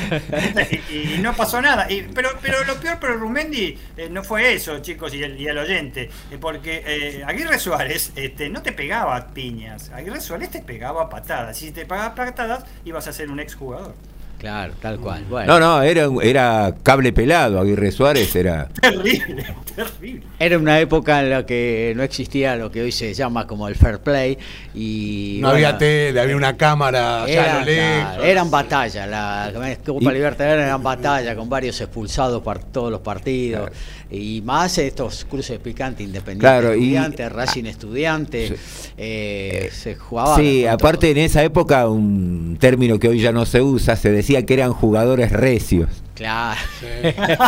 y, y no pasó nada. Y, pero, pero lo peor para Urruzmendi eh, no fue eso, chicos, y el, y el oyente, eh, porque eh, Aguirre Suárez este, no te pegaba piñas, Aguirre Suárez te pegaba patadas. Si te pegaba patadas, ibas a ser un exjugador. Claro, tal cual. Bueno. No, no, era, era cable pelado, Aguirre Suárez era... Terrible, terrible. Era una época en la que no existía lo que hoy se llama como el fair play y... No bueno, había tele, había una cámara era, ya a lo lejos. Claro, eran batallas, la Copa y... Libertadores eran batallas con varios expulsados por todos los partidos. Claro. Y más estos cruces picantes, Independiente claro, Estudiante, y... Racing Estudiante, sí. eh, se jugaba. Sí, aparte todo. En esa época, un término que hoy ya no se usa, se decía que eran jugadores recios. Claro. Sí.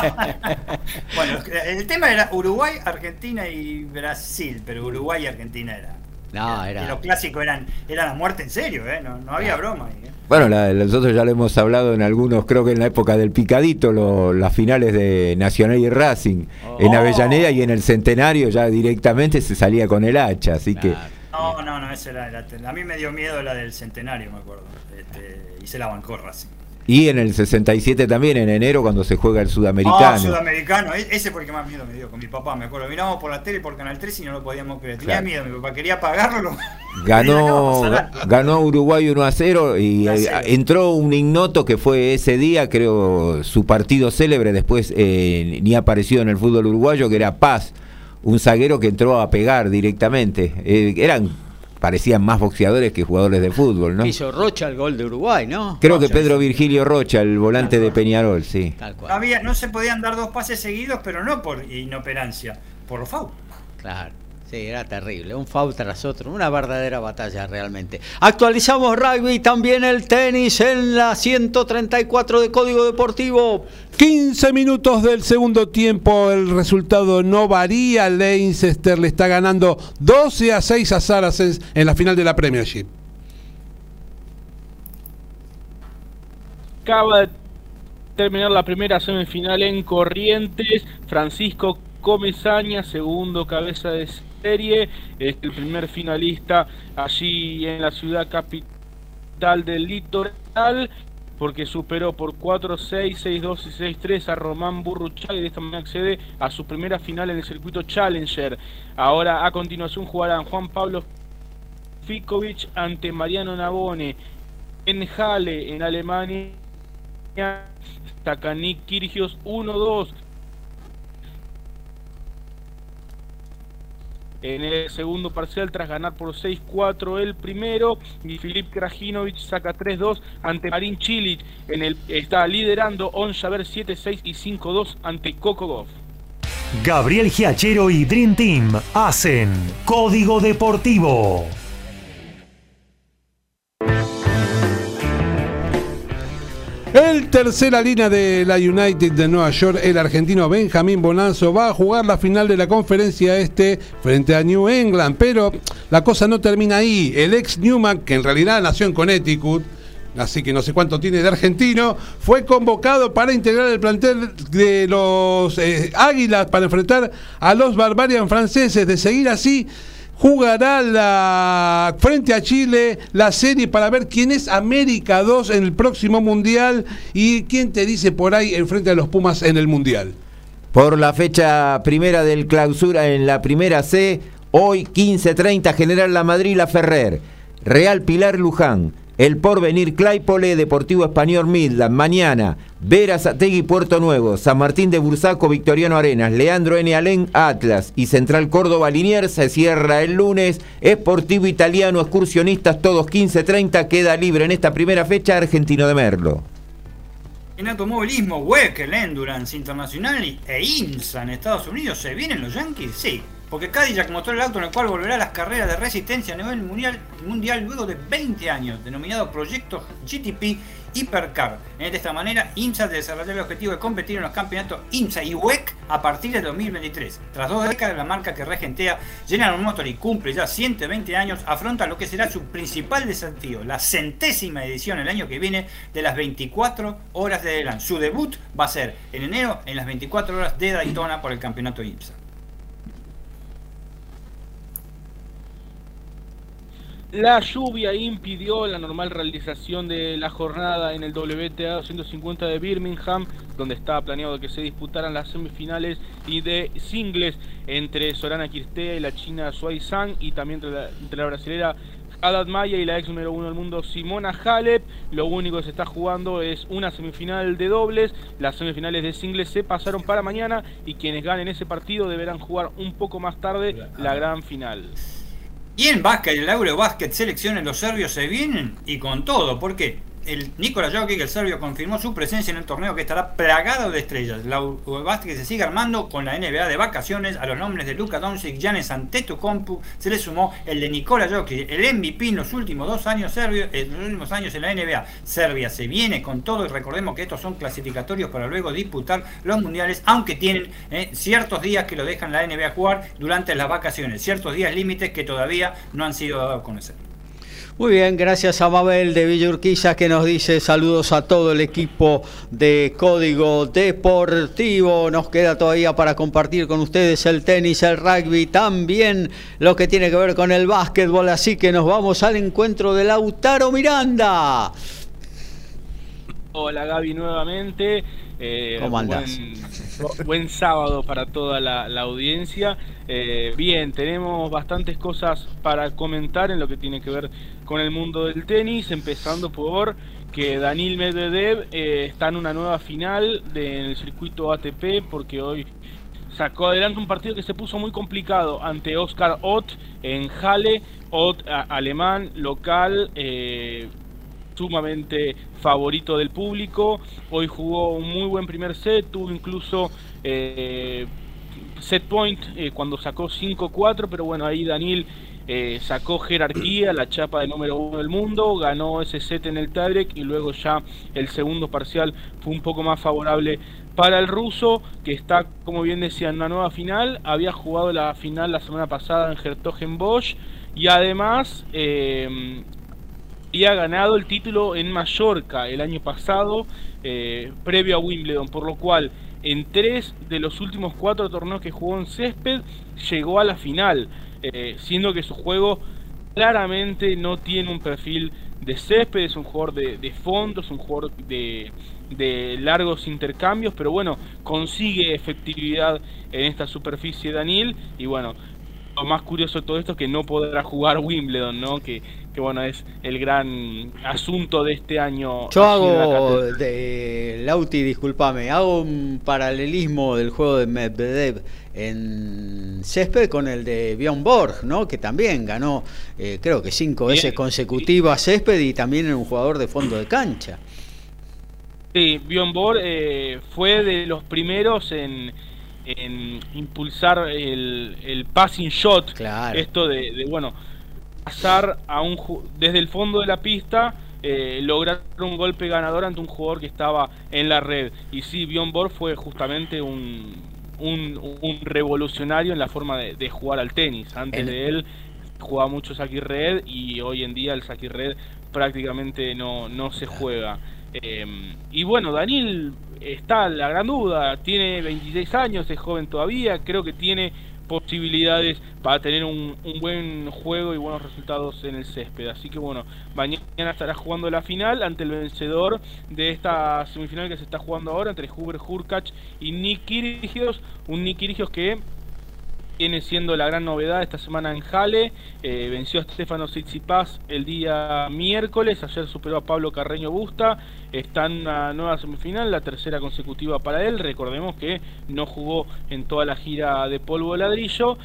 Bueno, el tema era Uruguay, Argentina y Brasil, pero Uruguay y Argentina era. No, era. Y los clásicos eran, eran la muerte en serio, ¿eh? No, no había broma ahí, ¿eh? Bueno, la, nosotros ya lo hemos hablado en algunos, creo que en la época del Picadito, lo, las finales de Nacional y Racing, oh. en Avellaneda y en el Centenario ya directamente se salía con el hacha, así claro. que... No, no, no, esa era la, a mí me dio miedo la del Centenario, me acuerdo, este, y se la bancó Racing. Y en el sesenta y siete también, en enero, cuando se juega el Sudamericano. Ah, Sudamericano, ese fue el que más miedo me dio con mi papá, me acuerdo. Mirábamos por la tele, por Canal tres y no lo podíamos creer. Tenía claro. miedo, mi papá quería pagarlo. Ganó, ganó Uruguay uno a cero y eh, entró un ignoto que fue ese día, creo, su partido célebre, después eh, ni apareció en el fútbol uruguayo, que era Paz, un zaguero que entró a pegar directamente. Eh, eran parecían más boxeadores que jugadores de fútbol, ¿no? Hizo Rocha el gol de Uruguay, ¿no? Creo Rocha, que Pedro Virgilio Rocha, el volante de Peñarol, sí. Tal cual. Había, no se podían dar dos pases seguidos, pero no por inoperancia, por foul. Claro. Sí, era terrible, un foul tras otro, una verdadera batalla realmente. Actualizamos rugby, también el tenis en la ciento treinta y cuatro de Código Deportivo. quince minutos del segundo tiempo, el resultado no varía. Leicester le está ganando doce a seis a Saracens en la final de la Premiership. Acaba de terminar la primera semifinal en Corrientes. Francisco Comesaña, segundo cabeza de serie, es el primer finalista allí en la ciudad capital del litoral, porque superó por cuatro seis, seis dos y seis tres a Román Burruchaga y de esta manera accede a su primera final en el circuito Challenger. Ahora a continuación jugarán Juan Pablo Ficovich ante Mariano Navone en Halle, en Alemania. Takanik Kyrgios uno dos. En el segundo parcial, tras ganar por seis cuatro el primero, y Filip Krajinovic saca tres dos ante Marin Cilic. En el, está liderando On Javer siete seis y cinco dos ante Coco Gauff. Gabriel Giachero y Dream Team hacen Código Deportivo. El tercera línea de la United de Nueva York, el argentino Benjamín Bonanzo, va a jugar la final de la conferencia este frente a New England, pero la cosa no termina ahí. El ex Newman, que en realidad nació en Connecticut, así que no sé cuánto tiene de argentino, fue convocado para integrar el plantel de los eh, Águilas para enfrentar a los Barbarian franceses. De seguir así, jugará la frente a Chile la serie para ver quién es América dos en el próximo Mundial y quién te dice por ahí el frente a los Pumas en el Mundial. Por la fecha primera del clausura en la primera C, hoy quince treinta General La Madrid La Ferrer, Real Pilar Luján, El Porvenir Claypole, Deportivo Español Midland. Mañana Berazategui Puerto Nuevo, San Martín de Bursaco Victoriano Arenas, Leandro N. Alén Atlas y Central Córdoba Liniers. Se cierra el lunes. Esportivo Italiano Excursionistas, todos quince treinta. Queda libre en esta primera fecha Argentino de Merlo. En automovilismo, W E C, el Endurance Internacional e IMSA en Estados Unidos. ¿Se vienen los Yankees? Sí. Porque Cadillac mostró el auto en el cual volverá a las carreras de resistencia a nivel mundial, mundial luego de veinte años, denominado Proyecto G T P Hypercar. De esta manera, IMSA desarrolló el objetivo de competir en los campeonatos IMSA y W E C a partir de dos mil veintitrés. Tras dos décadas, la marca que regentea General Motors y cumple ya ciento veinte años, afronta lo que será su principal desafío, la centésima edición el año que viene de las veinticuatro horas de Le Mans. Su debut va a ser en enero en las veinticuatro horas de Daytona por el campeonato IMSA. La lluvia impidió la normal realización de la jornada en el W T A doscientos cincuenta de Birmingham, donde estaba planeado que se disputaran las semifinales y de singles entre Sorana Cirstea y la china Shuai Zhang, y también entre la, entre la brasilera Haddad Maia y la ex número uno del mundo Simona Halep. Lo único que se está jugando es una semifinal de dobles. Las semifinales de singles se pasaron para mañana y quienes ganen ese partido deberán jugar un poco más tarde la gran final. Y en básquet, el Eurobasket selecciones, los serbios se vienen y con todo. ¿Por qué? El Nikola Jokic, el serbio, confirmó su presencia en el torneo que estará plagado de estrellas. La Eurobasket se sigue armando con la N B A de vacaciones. A los nombres de Luka Doncic, Giannis Antetokounmpo se le sumó el de Nikola Jokic, el M V P en los últimos dos años serbio, en los últimos años en la N B A. Serbia se viene con todo y recordemos que estos son clasificatorios para luego disputar los mundiales, aunque tienen eh, ciertos días que lo dejan la N B A jugar durante las vacaciones, ciertos días límites que todavía no han sido dados a conocer. Muy bien, gracias a Mabel de Villa Urquiza que nos dice saludos a todo el equipo de Código Deportivo. Nos queda todavía para compartir con ustedes el tenis, el rugby, también lo que tiene que ver con el básquetbol, así que nos vamos al encuentro de Lautaro Miranda. Hola Gaby nuevamente. Eh, ¿Cómo andás? Buen, buen sábado para toda la, la audiencia. Eh, bien, tenemos bastantes cosas para comentar en lo que tiene que ver con el mundo del tenis, empezando por que Daniil Medvedev eh, está en una nueva final del circuito A T P, porque hoy sacó adelante un partido que se puso muy complicado ante Oscar Ott en Halle. Ott, a, alemán, local, eh, sumamente favorito del público. Hoy jugó un muy buen primer set, tuvo incluso eh, set point eh, cuando sacó cinco cuatro, pero bueno, ahí Daniil eh, sacó jerarquía, la chapa de número uno del mundo, ganó ese set en el tiebreak y luego ya el segundo parcial fue un poco más favorable para el ruso, que está, como bien decía, en una nueva final. Había jugado la final la semana pasada en Hertogenbosch y además eh, había ganado el título en Mallorca el año pasado, eh, previo a Wimbledon, por lo cual en tres de los últimos cuatro torneos que jugó en césped llegó a la final, eh, siendo que su juego claramente no tiene un perfil de césped, es un jugador de, de fondo, es un jugador de, de largos intercambios, pero bueno, consigue efectividad en esta superficie Daniil. Y bueno, lo más curioso de todo esto es que no podrá jugar Wimbledon, ¿no? Que, que bueno, es el gran asunto de este año. Yo hago, de, Lauti, discúlpame, hago un paralelismo del juego de Medvedev en césped con el de Bjorn Borg, ¿no? Que también ganó, eh, creo que cinco Bien. veces consecutivas césped y también era un jugador de fondo de cancha. Sí, Bjorn Borg eh, fue de los primeros en, en impulsar el, el passing shot, claro. Esto de, de, bueno, pasar a un desde el fondo de la pista, eh, lograr un golpe ganador ante un jugador que estaba en la red. Y sí, Bjorn Borg fue justamente un, un, un revolucionario en la forma de, de jugar al tenis. Antes en... de él jugaba mucho saque y red y hoy en día el saque y red prácticamente no, no se juega. Eh, y bueno, Daniil está la gran duda, tiene veintiséis años, es joven todavía, creo que tiene posibilidades para tener un, un buen juego y buenos resultados en el césped. Así que bueno, mañana estará jugando la final ante el vencedor de esta semifinal que se está jugando ahora entre Hubert Hurkacz y Nick Kyrgios, un Nick Kyrgios que viene siendo la gran novedad esta semana en Halle. Eh, venció a Stefano Tsitsipas el día miércoles, ayer superó a Pablo Carreño Busta, está en una nueva semifinal, la tercera consecutiva para él. Recordemos que no jugó en toda la gira de polvo de ladrillo.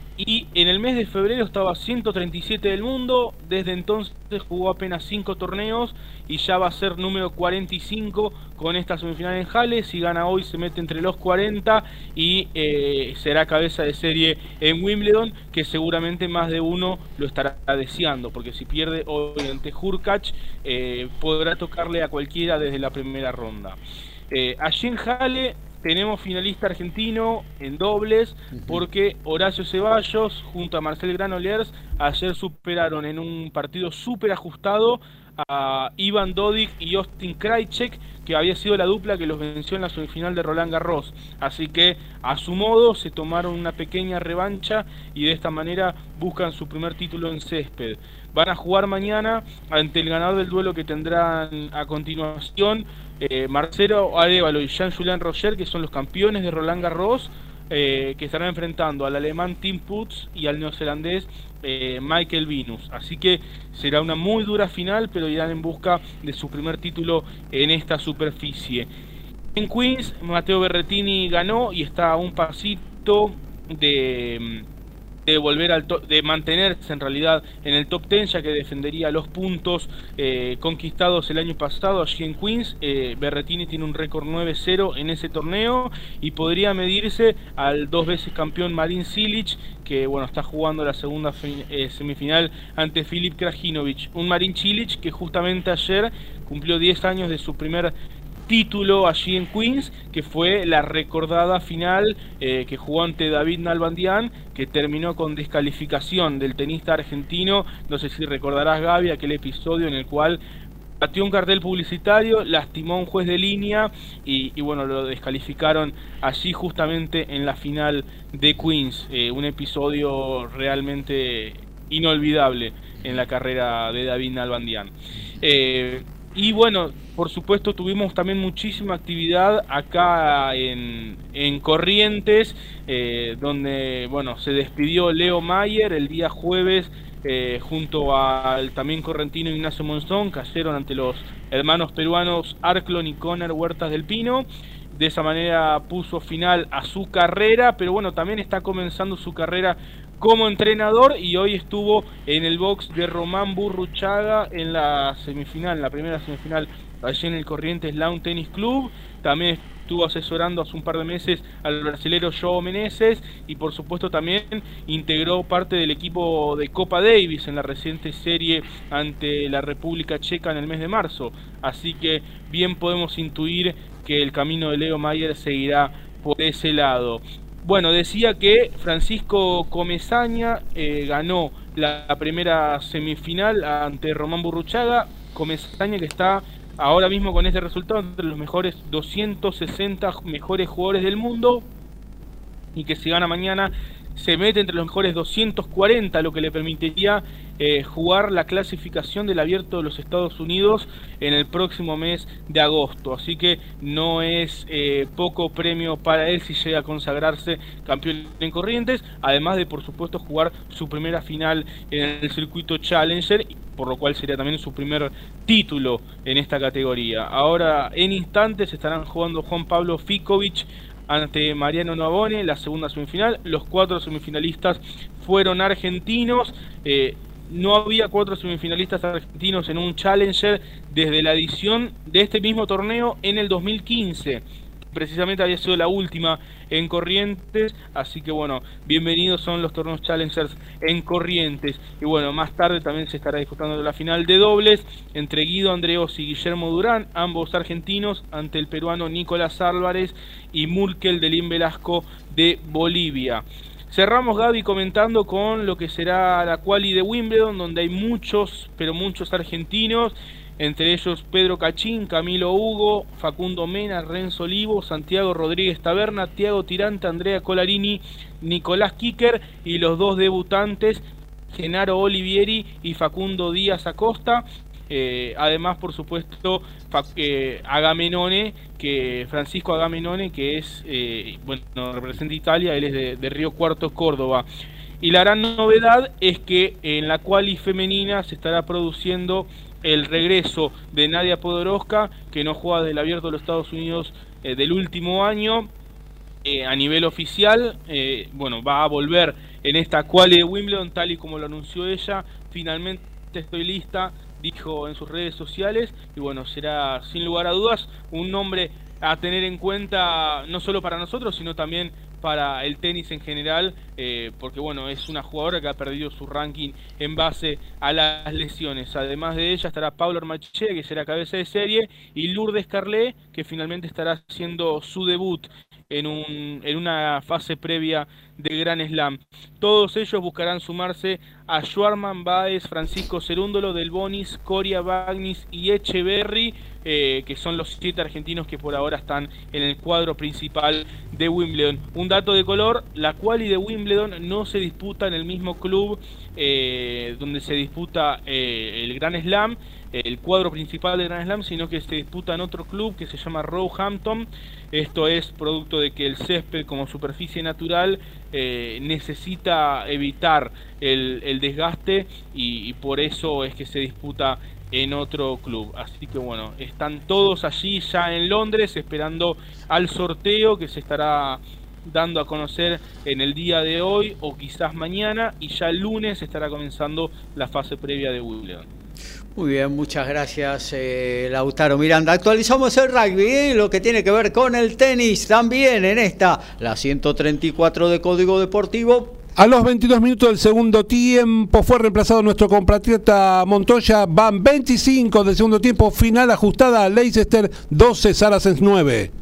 Y en el mes de febrero estaba ciento treinta y siete del mundo, desde entonces jugó apenas cinco torneos y ya va a ser número cuarenta y cinco con esta semifinal en Halle. Si gana hoy se mete entre los cuarenta y eh, será cabeza de serie en Wimbledon, que seguramente más de uno lo estará deseando, porque si pierde hoy ante Hurkacz eh, podrá tocarle a cualquiera desde la primera ronda. Eh, allí en Halle tenemos finalista argentino en dobles, porque Horacio Ceballos junto a Marcel Granollers ayer superaron en un partido súper ajustado a Ivan Dodig y Austin Krajicek, que había sido la dupla que los venció en la semifinal de Roland Garros. Así que a su modo se tomaron una pequeña revancha y de esta manera buscan su primer título en césped. Van a jugar mañana ante el ganador del duelo que tendrán a continuación, eh, Marcelo Arévalo y Jean-Julien Roger, que son los campeones de Roland Garros, eh, que estarán enfrentando al alemán Tim Putz y al neozelandés eh, Michael Venus. Así que será una muy dura final, pero irán en busca de su primer título en esta superficie. En Queens, Matteo Berrettini ganó y está a un pasito de... de volver al to de mantenerse en realidad en el top diez, ya que defendería los puntos eh, conquistados el año pasado allí en Queens. eh, Berrettini tiene un récord nueve cero en ese torneo y podría medirse al dos veces campeón Marin Cilic, que bueno, está jugando la segunda eh, semifinal ante Filip Krajinovic, un Marin Cilic que justamente ayer cumplió diez años de su primer título allí en Queens, que fue la recordada final eh, que jugó ante David Nalbandian, que terminó con descalificación del tenista argentino. No sé si recordarás, Gaby, aquel episodio en el cual pateó un cartel publicitario, lastimó a un juez de línea y, y bueno, lo descalificaron allí justamente en la final de Queens. Eh, un episodio realmente inolvidable en la carrera de David Nalbandian. Eh, Y bueno, por supuesto tuvimos también muchísima actividad acá en, en Corrientes, eh, donde bueno, se despidió Leo Mayer el día jueves eh, junto al también correntino Ignacio Monzón. Cayeron ante los hermanos peruanos Arclon y Conner Huertas del Pino. de esa manera puso final a su carrera, pero bueno, también está comenzando su carrera como entrenador y hoy estuvo en el box de Román Burruchaga en la semifinal, en la primera semifinal allí en el Corrientes Lawn Tennis Club. También estuvo asesorando hace un par de meses al brasilero João Meneses y por supuesto también integró parte del equipo de Copa Davis en la reciente serie ante la República Checa en el mes de marzo. Así que bien podemos intuir que el camino de Leo Mayer seguirá por ese lado. Bueno, decía que Francisco Comesaña eh, ganó la primera semifinal ante Román Burruchaga. Comesaña que está ahora mismo con este resultado entre los mejores doscientos sesenta mejores jugadores del mundo y que si gana mañana se mete entre los mejores doscientos cuarenta, lo que le permitiría eh, jugar la clasificación del Abierto de los Estados Unidos en el próximo mes de agosto. Así que no es eh, poco premio para él si llega a consagrarse campeón en Corrientes, además de por supuesto jugar su primera final en el circuito Challenger, por lo cual sería también su primer título en esta categoría. Ahora en instantes estarán jugando Juan Pablo Ficovich ante Mariano Navone, la segunda semifinal. Los cuatro semifinalistas fueron argentinos. Eh, no había cuatro semifinalistas argentinos en un Challenger desde la edición de este mismo torneo en el dos mil quince. Precisamente había sido la última en Corrientes, así que bueno, bienvenidos son los torneos Challengers en Corrientes. Y bueno, más tarde también se estará disputando la final de dobles entre Guido Andreossi y Guillermo Durán, ambos argentinos, ante el peruano Nicolás Álvarez y Murkel Delín Velasco de Bolivia. Cerramos, Gaby, comentando con lo que será la quali de Wimbledon, donde hay muchos, pero muchos argentinos. Entre ellos Pedro Cachín, Camilo Hugo, Facundo Mena, Renzo Olivo, Santiago Rodríguez Taberna, Tiago Tirante, Andrea Colarini, Nicolás Kicker y los dos debutantes, Genaro Olivieri y Facundo Díaz Acosta. Eh, además, por supuesto, eh, Agamenone, que Francisco Agamenone, que es, eh, bueno, representa Italia, él es de, de Río Cuarto, Córdoba. Y la gran novedad es que en la quali femenina se estará produciendo el regreso de Nadia Podoroska, que no juega desde el Abierto de los Estados Unidos eh, del último año eh, a nivel oficial. Eh, bueno, va a volver en esta quali de Wimbledon, tal y como lo anunció ella. Finalmente estoy lista, dijo en sus redes sociales, y bueno, será sin lugar a dudas un nombre a tener en cuenta, no solo para nosotros, sino también para el tenis en general, eh, porque bueno, es una jugadora que ha perdido su ranking en base a las lesiones. Además de ella estará Paula Armachea, que será cabeza de serie, y Lourdes Carlet, que finalmente estará haciendo su debut en, un, en una fase previa de Grand Slam. Todos ellos buscarán sumarse a Schwarman, Báez, Francisco Cerúndolo, Del Bonis, Coria, Bagnis y Echeverry, eh, que son los siete argentinos que por ahora están en el cuadro principal de Wimbledon. Un dato de color: la quali de Wimbledon no se disputa en el mismo club eh, donde se disputa eh, el Grand Slam, eh, el cuadro principal del Grand Slam, sino que se disputa en otro club que se llama Roehampton. Esto es producto de que el césped, como superficie natural, eh, necesita evitar el, el desgaste y, y por eso es que se disputa en otro club. Así que bueno, están todos allí ya en Londres esperando al sorteo que se estará dando a conocer en el día de hoy o quizás mañana, y ya el lunes estará comenzando la fase previa de Wimbledon. Muy bien, muchas gracias, eh, Lautaro Miranda. Actualizamos el rugby, ¿eh? Lo que tiene que ver con el tenis también en esta, la ciento treinta y cuatro de Código Deportivo. A los veintidós minutos del segundo tiempo fue reemplazado nuestro compatriota Montoya. Van veinticinco del segundo tiempo, final ajustada a Leicester doce, Saracens nueve.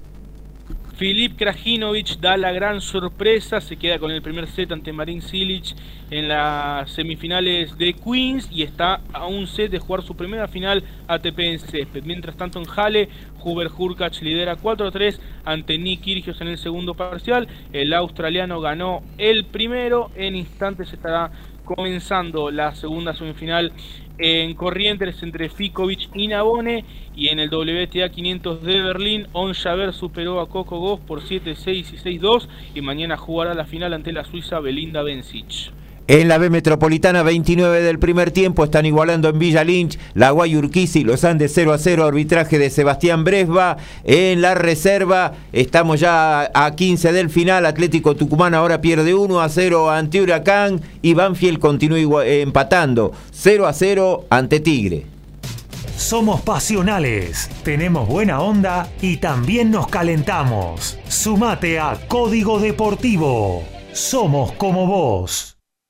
Filip Krajinovic da la gran sorpresa, se queda con el primer set ante Marin Cilic en las semifinales de Queens y está a un set de jugar su primera final A T P en césped. Mientras tanto en Halle, Hubert Hurkacz lidera cuatro a tres ante Nick Kyrgios en el segundo parcial. El australiano ganó el primero. En instantes estará comenzando la segunda semifinal en Corrientes entre Ficovich y Navone, y en el W T A quinientos de Berlín, Onjaver superó a Coco Gauff por siete seis y seis dos, y mañana jugará la final ante la suiza Belinda Bencic. En la B Metropolitana, veintinueve del primer tiempo, están igualando en Villa Lynch, La Guayurquiza y Los Andes cero a cero, arbitraje de Sebastián Bresba. En la reserva, estamos ya a quince del final, Atlético Tucumán ahora pierde uno a cero ante Huracán y Banfield continúa empatando cero a cero ante Tigre. Somos pasionales, tenemos buena onda y también nos calentamos. Sumate a Código Deportivo. Somos como vos.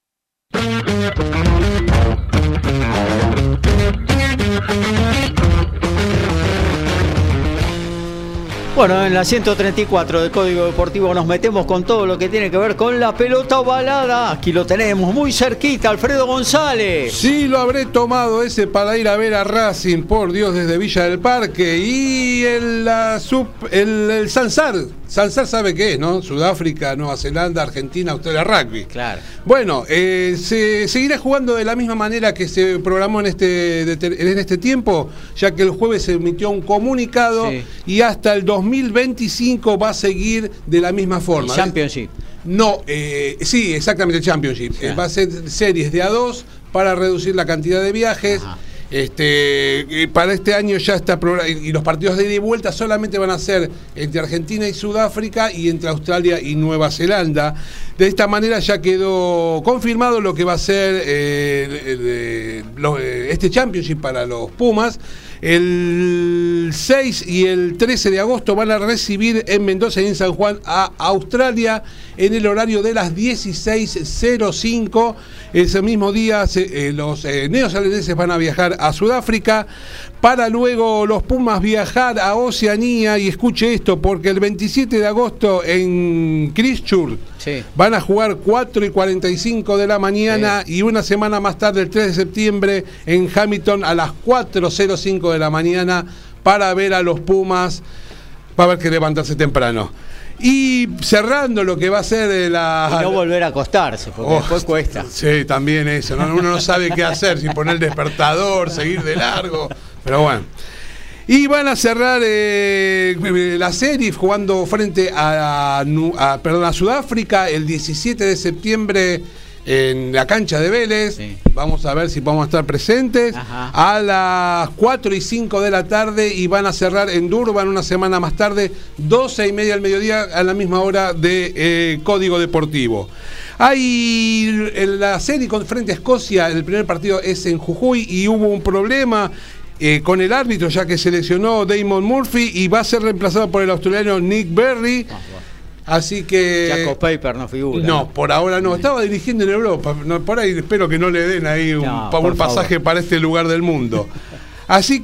Bueno, en la ciento treinta y cuatro del Código Deportivo nos metemos con todo lo que tiene que ver con la pelota ovalada. Aquí lo tenemos muy cerquita, Alfredo González. Sí, lo habré tomado ese para ir a ver a Racing, por Dios, desde Villa del Parque. Y el, la sub, el, el Sansar. Sansar sabe qué es, ¿no? Sudáfrica, Nueva Zelanda, Argentina, Australia, rugby. Claro. Bueno, eh, se seguirá jugando de la misma manera que se programó en este, en este tiempo, ya que el jueves se emitió un comunicado, sí, y hasta el dos mil veinticinco va a seguir de la misma forma. El Championship. No, eh, sí, exactamente, el Championship. Sí. Eh, va a ser series de a dos para reducir la cantidad de viajes. Ajá. Este, para este año ya está programado, y los partidos de ida y vuelta solamente van a ser entre Argentina y Sudáfrica y entre Australia y Nueva Zelanda. De esta manera ya quedó confirmado lo que va a ser eh, el, el, lo, este Championship para los Pumas. El seis y el trece de agosto van a recibir en Mendoza y en San Juan a Australia en el horario de las dieciséis cero cinco. Ese mismo día se, eh, los eh, neozelandeses van a viajar a Sudáfrica para luego los Pumas viajar a Oceanía. Y escuche esto, porque el veintisiete de agosto en Christchurch, sí, van a jugar cuatro y cuarenta y cinco de la mañana, sí, y una semana más tarde, el tres de septiembre, en Hamilton a las cuatro cero cinco de la mañana para ver a los Pumas. Va a haber que levantarse temprano. Y cerrando lo que va a ser la... Y no volver a acostarse, porque oh, después cuesta. Sí, también eso, ¿no? Uno no sabe qué hacer, si poner el despertador, seguir de largo, pero bueno. Y van a cerrar eh, la serie jugando frente a, a, a, perdón, a Sudáfrica el diecisiete de septiembre en la cancha de Vélez. Sí. Vamos a ver si podemos estar presentes. Ajá. A las cuatro y cinco de la tarde, y van a cerrar en Durban una semana más tarde, doce y media del mediodía, a la misma hora de eh, Código Deportivo. Hay en la serie con frente a Escocia, el primer partido es en Jujuy y hubo un problema Eh, con el árbitro, ya que se lesionó Damon Murphy y va a ser reemplazado por el australiano Nick Berry. Ah, bueno. Así que... Jaco Paper no figura. No, por ahora no. Estaba dirigiendo en Europa. No, por ahí espero que no le den ahí un, no, un pasaje favor. para este lugar del mundo. Así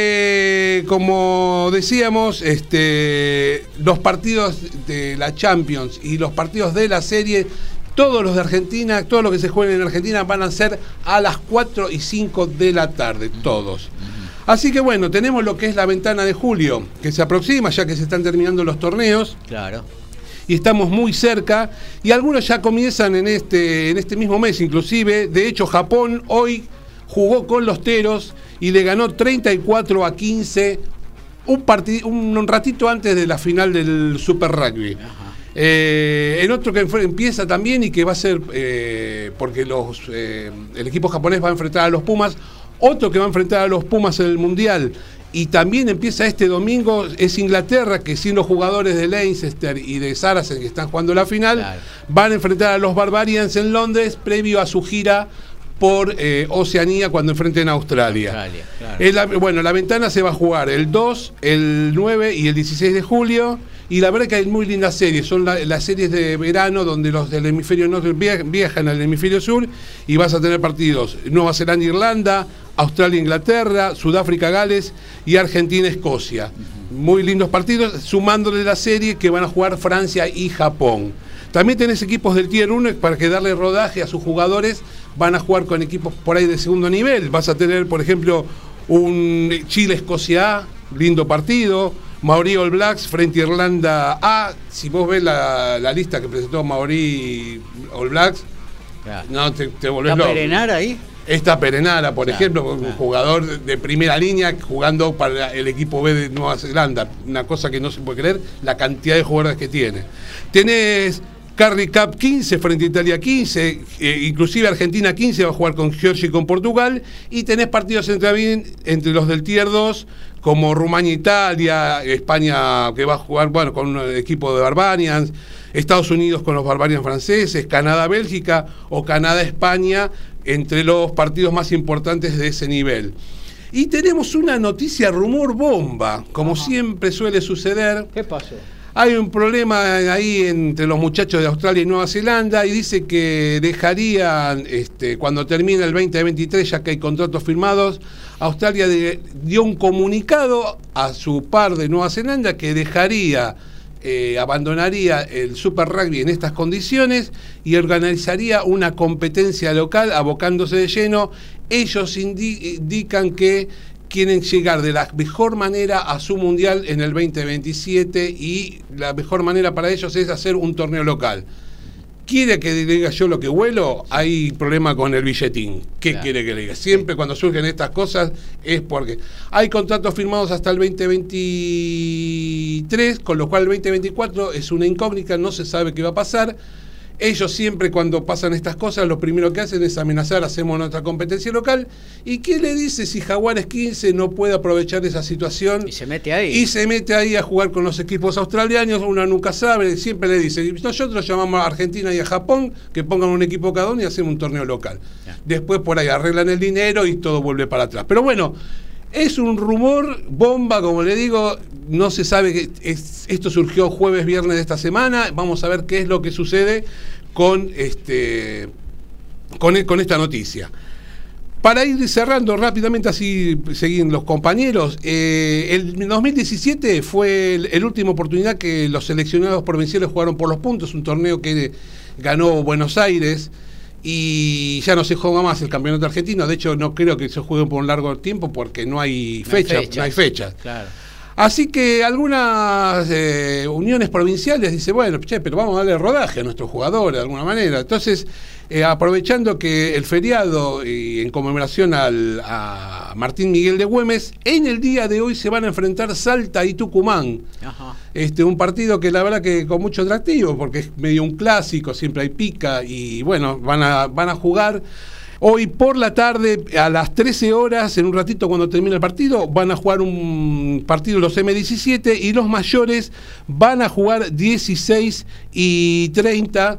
que, como decíamos, este, los partidos de la Champions y los partidos de la serie, todos los de Argentina, todos los que se jueguen en Argentina van a ser a las cuatro y cinco de la tarde, todos. Así que bueno, tenemos lo que es la ventana de julio, que se aproxima, ya que se están terminando los torneos. Claro. Y estamos muy cerca, y algunos ya comienzan en este, en este mismo mes inclusive. De hecho, Japón hoy jugó con los Teros y le ganó treinta y cuatro a quince, un, partid, un ratito antes de la final del Super Rugby. Ajá. Eh, en otro que empieza también y que va a ser, eh, porque los, eh, el equipo japonés va a enfrentar a los Pumas, otro que va a enfrentar a los Pumas en el Mundial, y también empieza este domingo, es Inglaterra, que sin los jugadores de Leicester y de Saracens que están jugando la final, claro, van a enfrentar a los Barbarians en Londres, previo a su gira por eh, Oceanía cuando enfrenten a Australia. Australia claro. la, bueno, la ventana se va a jugar el dos, el nueve y el dieciséis de julio. Y la verdad que hay muy lindas series, son la, las series de verano donde los del hemisferio norte viajan al hemisferio sur, y vas a tener partidos Nueva Zelanda, Irlanda, Australia, Inglaterra, Sudáfrica, Gales y Argentina, Escocia. Uh-huh. Muy lindos partidos, sumándole la serie que van a jugar Francia y Japón. También tenés equipos del Tier uno para que darle rodaje a sus jugadores, van a jugar con equipos por ahí de segundo nivel. Vas a tener, por ejemplo, un Chile-Escocia A, lindo partido. Maorí All Blacks frente a Irlanda A. Si vos ves la, la lista que presentó Maorí All Blacks, claro, no te, te volvés loco. ¿Está Perenara ahí? Está Perenara, por claro, ejemplo, claro, un jugador de primera línea jugando para el equipo B de Nueva Zelanda. Una cosa que no se puede creer, la cantidad de jugadores que tiene. Tenés Currie Cup quince frente a Italia quince, eh, inclusive Argentina quince va a jugar con Georgia y con Portugal, y tenés partidos entre, entre los del Tier dos, como Rumania-Italia, España que va a jugar bueno con un equipo de Barbarians, Estados Unidos con los Barbarians franceses, Canadá-Bélgica o Canadá-España, entre los partidos más importantes de ese nivel. Y tenemos una noticia rumor bomba, como Ajá. siempre suele suceder. ¿Qué pasó? Hay un problema ahí entre los muchachos de Australia y Nueva Zelanda, y dice que dejarían, este, cuando termine el veinte veintitrés, ya que hay contratos firmados, Australia de, dio un comunicado a su par de Nueva Zelanda que dejaría, eh, abandonaría el Super Rugby en estas condiciones y organizaría una competencia local abocándose de lleno. Ellos indi- indican que quieren llegar de la mejor manera a su mundial en el veinte veintisiete, y la mejor manera para ellos es hacer un torneo local. ¿Quiere que le diga yo lo que vuelo? Hay problema con el billetín. ¿Qué claro. quiere que le diga? Siempre cuando surgen estas cosas es porque hay contratos firmados hasta el veinte veintitrés, con lo cual el veinte veinticuatro es una incógnita, no se sabe qué va a pasar. Ellos siempre cuando pasan estas cosas lo primero que hacen es amenazar, hacemos nuestra competencia local. ¿Y qué le dice si Jaguares quince no puede aprovechar esa situación? Y se mete ahí. Y se mete ahí a jugar con los equipos australianos, uno nunca sabe, siempre le dice, nosotros llamamos a Argentina y a Japón, que pongan un equipo cada uno y hacemos un torneo local. Ya. Después por ahí arreglan el dinero y todo vuelve para atrás. Pero bueno, es un rumor bomba, como le digo, no se sabe, que es, esto surgió jueves, viernes de esta semana, vamos a ver qué es lo que sucede con este con, con esta noticia. Para ir cerrando rápidamente, así seguir los compañeros, eh, el dos mil diecisiete fue el, el última oportunidad que los seleccionados provinciales jugaron por los puntos, un torneo que ganó Buenos Aires, y ya no se juega más el campeonato argentino. De hecho, no creo que se juegue por un largo tiempo porque no hay fecha, no hay fechas. No hay fechas. Claro. Así que algunas eh, uniones provinciales dicen, bueno, che, pero vamos a darle rodaje a nuestros jugadores de alguna manera. Entonces, eh, aprovechando que el feriado y en conmemoración al, a Martín Miguel de Güemes, en el día de hoy se van a enfrentar Salta y Tucumán. Ajá. Este, un partido que la verdad que con mucho atractivo, porque es medio un clásico, siempre hay pica, y bueno, van a, van a jugar. Hoy por la tarde, a las trece horas, en un ratito cuando termine el partido, van a jugar un partido los eme diecisiete, y los mayores van a jugar dieciséis y treinta,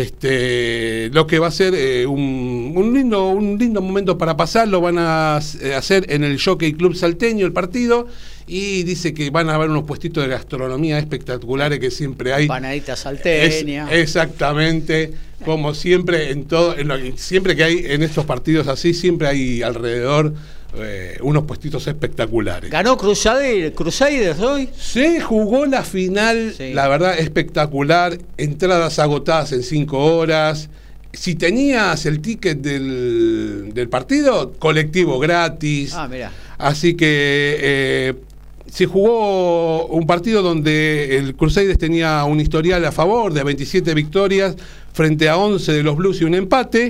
este, lo que va a ser eh, un, un, lindo, un lindo momento para pasarlo. Van a hacer en el Jockey Club Salteño el partido, y dice que van a haber unos puestitos de gastronomía espectaculares que siempre hay. Panadita salteña. Es, exactamente, como siempre en todo, en lo, siempre que hay en estos partidos así, siempre hay alrededor eh, unos puestitos espectaculares. ¿Ganó Crusader, Crusaders hoy? Se jugó la final, sí. La verdad espectacular, entradas agotadas en cinco horas. Si tenías el ticket del, del partido, colectivo gratis. Ah, mirá. Así que eh, se jugó un partido donde el Crusaders tenía un historial a favor de veintisiete victorias frente a once de los Blues y un empate.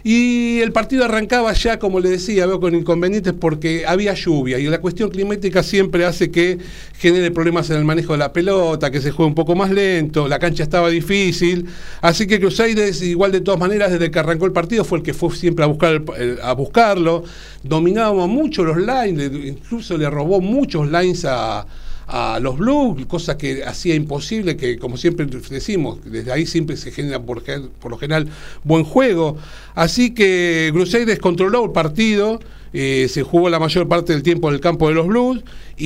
Y el partido arrancaba ya, como le decía, veo con inconvenientes porque había lluvia, y la cuestión climática siempre hace que genere problemas en el manejo de la pelota, que se juegue un poco más lento, la cancha estaba difícil, así que Crusaders, igual de todas maneras, desde que arrancó el partido fue el que fue siempre a buscar a buscarlo, dominábamos mucho los lines, incluso le robó muchos lines a a los Blues, cosa que hacía imposible, que como siempre decimos, desde ahí siempre se genera por, por lo general buen juego. Así que Crusaders controló el partido, eh, se jugó la mayor parte del tiempo en el campo de los Blues,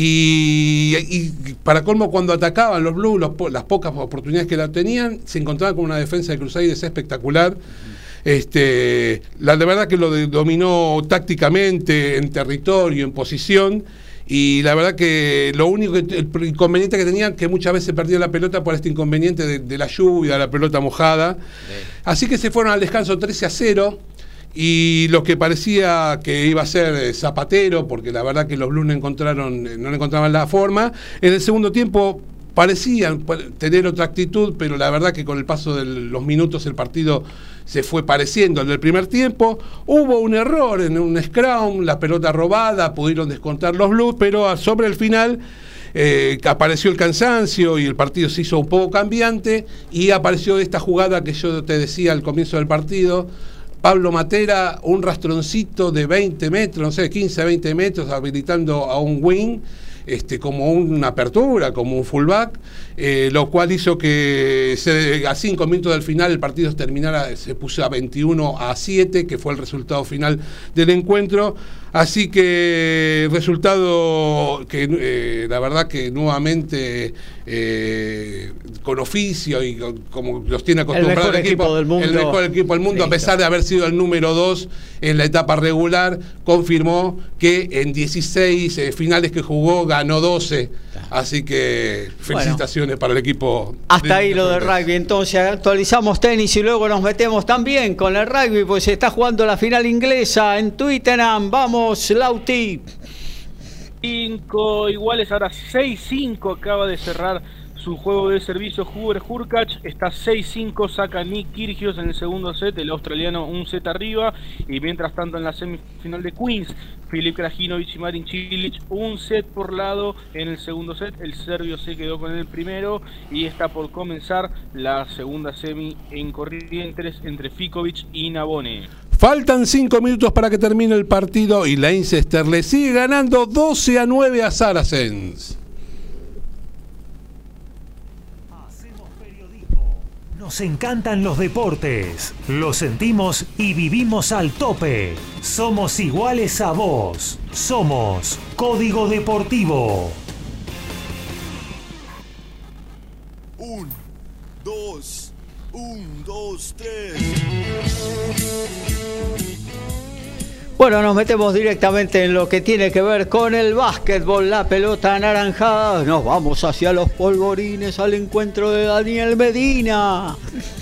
y, y para colmo, cuando atacaban los Blues, los, las pocas oportunidades que la tenían, se encontraban con una defensa de Crusaders espectacular. Este, la de verdad que lo de, dominó tácticamente, en territorio, en posición. Y la verdad que lo único que, el inconveniente que tenían, que muchas veces perdían la pelota por este inconveniente de, de la lluvia, de la pelota mojada. Sí. Así que se fueron al descanso trece a cero, y lo que parecía que iba a ser zapatero, porque la verdad que los Blues no encontraron, no le encontraban la forma. En el segundo tiempo parecían tener otra actitud, pero la verdad que con el paso de los minutos el partido se fue pareciendo al del primer tiempo. Hubo un error en un scrum, la pelota robada, pudieron descontar los Blues, pero sobre el final eh, apareció el cansancio y el partido se hizo un poco cambiante y apareció esta jugada que yo te decía al comienzo del partido. Pablo Matera, un rastroncito de veinte metros, no sé, quince a veinte metros, habilitando a un wing, este, como una apertura, como un fullback, eh, lo cual hizo que se, a cinco minutos del final el partido terminara, se puso a veintiuno a siete, que fue el resultado final del encuentro. Así que resultado que eh, la verdad que nuevamente eh, con oficio y con, como los tiene acostumbrado el mejor el equipo, equipo del mundo, el mejor equipo del mundo, a pesar de haber sido el número dos en la etapa regular, confirmó que en dieciséis eh, finales que jugó ganó doce. Así que felicitaciones bueno, para el equipo. Hasta de, ahí de lo del rugby. Entonces actualizamos tenis y luego nos metemos también con el rugby, pues se está jugando la final inglesa en Twittenham. Vamos, Lauti. Cinco iguales, ahora seis cinco acaba de cerrar su juego de servicio Hubert Hurkacz. Está seis cinco, saca Nick Kyrgios en el segundo set, el australiano un set arriba. Y mientras tanto en la semifinal de Queens, Filip Krajinovic y Marin Cilic, un set por lado en el segundo set. El serbio se quedó con el primero y está por comenzar la segunda semi en corrientes entre Fickovic y Nabone. Faltan cinco minutos para que termine el partido y Leicester le sigue ganando doce a nueve a Saracens. Hacemos periodismo. Nos encantan los deportes. Los sentimos y vivimos al tope. Somos iguales a vos. Somos Código Deportivo. Un, dos, un, dos, tres. Bueno, nos metemos directamente en lo que tiene que ver con el básquetbol, la pelota anaranjada. Nos vamos hacia los polvorines al encuentro de Daniel Medina.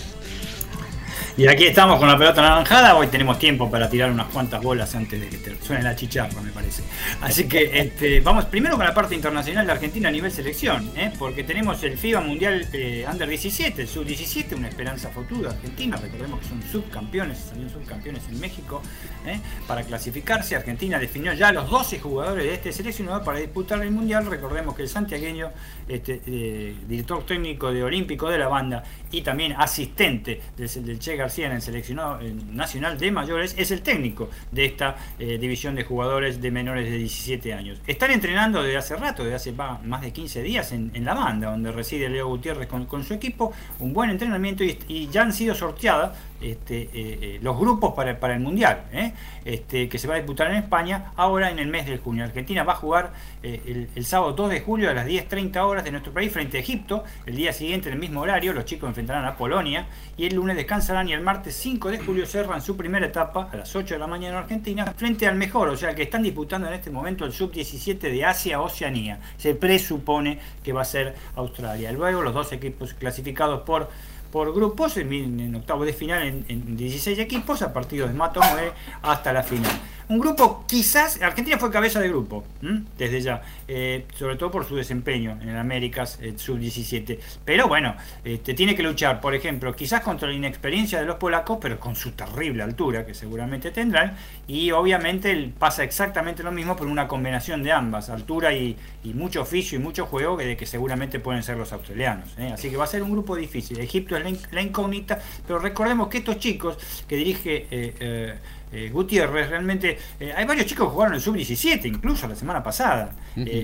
Y aquí estamos con la pelota anaranjada. Hoy tenemos tiempo para tirar unas cuantas bolas antes de que te suene la chicharra, me parece. Así que este, vamos primero con la parte internacional de Argentina a nivel selección, ¿eh? Porque tenemos el FIBA Mundial eh, Under diecisiete, el sub diecisiete, una esperanza futura Argentina. Recordemos que son subcampeones, salieron subcampeones en México, ¿eh? Para clasificarse. Argentina definió ya los doce jugadores de este seleccionado para disputar el Mundial. Recordemos que el santiagueño, este, eh, director técnico de Olímpico de la banda y también asistente del, del Che García en el seleccionado nacional de mayores, es el técnico de esta eh, división de jugadores de menores de diecisiete años. Están entrenando desde hace rato, desde hace va, más de quince días en, en la banda, donde reside Leo Gutiérrez con, con su equipo, un buen entrenamiento y, y ya han sido sorteadas este, eh, eh, los grupos para, para el Mundial, ¿eh? este, que se va a disputar en España ahora en el mes de junio. Argentina va a jugar eh, el, el sábado dos de julio a las diez treinta horas de nuestro país frente a Egipto. El día siguiente en el mismo horario los chicos enfrentarán a Polonia y el lunes descansarán y el martes cinco de julio cerran su primera etapa a las ocho de la mañana en Argentina frente al mejor, o sea que están disputando en este momento el sub diecisiete de Asia-Oceanía. Se presupone que va a ser Australia. Luego los dos equipos clasificados por por grupos en, en octavos de final en, en dieciséis equipos a partidos de mata o muere hasta la final. Un grupo, quizás, Argentina fue cabeza de grupo, ¿m? desde ya, eh, sobre todo por su desempeño en el Américas eh, sub diecisiete. Pero bueno, este, tiene que luchar, por ejemplo, quizás contra la inexperiencia de los polacos, pero con su terrible altura, que seguramente tendrán, y obviamente pasa exactamente lo mismo por una combinación de ambas, altura y, y mucho oficio y mucho juego, que, de que seguramente pueden ser los australianos. ¿eh? Así que va a ser un grupo difícil. Egipto es la, la incógnita, pero recordemos que estos chicos que dirige eh, eh, Eh, Gutiérrez, realmente eh, hay varios chicos que jugaron el sub diecisiete incluso la semana pasada, uh-huh. eh,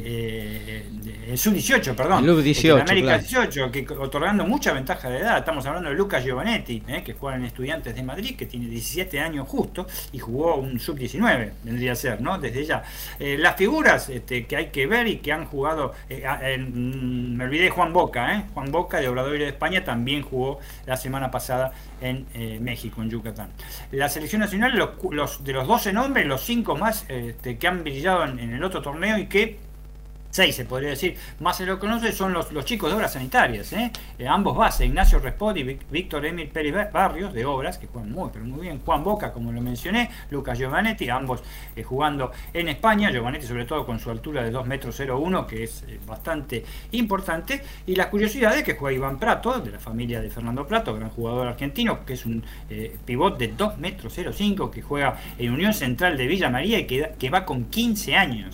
eh, el sub dieciocho, perdón, el dieciocho, América claro. dieciocho, que otorgando mucha ventaja de edad. Estamos hablando de Lucas Giovanetti, eh, que juega en Estudiantes de Madrid, que tiene diecisiete años justo y jugó un sub diecinueve, vendría a ser, ¿no? Desde ya. Eh, las figuras este, que hay que ver y que han jugado, eh, eh, me olvidé de Juan Boca, eh, Juan Boca de Obradoiro de España también jugó la semana pasada en eh, México, en Yucatán. La selección nacional, los, los de los doce nombres, los cinco más este, que han brillado en, en el otro torneo y que seis se podría decir, más se lo conoce, son los, los chicos de Obras Sanitarias, ¿eh? Eh, ambos bases, Ignacio Respot y Víctor Emil Pérez Barrios de Obras, que juegan muy, pero muy bien. Juan Boca, como lo mencioné, Lucas Giovanetti, ambos eh, jugando en España, Giovanetti sobre todo con su altura de dos metros cero uno, que es eh, bastante importante, y las curiosidades que juega Iván Prato, de la familia de Fernando Prato, gran jugador argentino, que es un eh, pivot de dos metros cero cinco, que juega en Unión Central de Villa María y que, que va con quince años.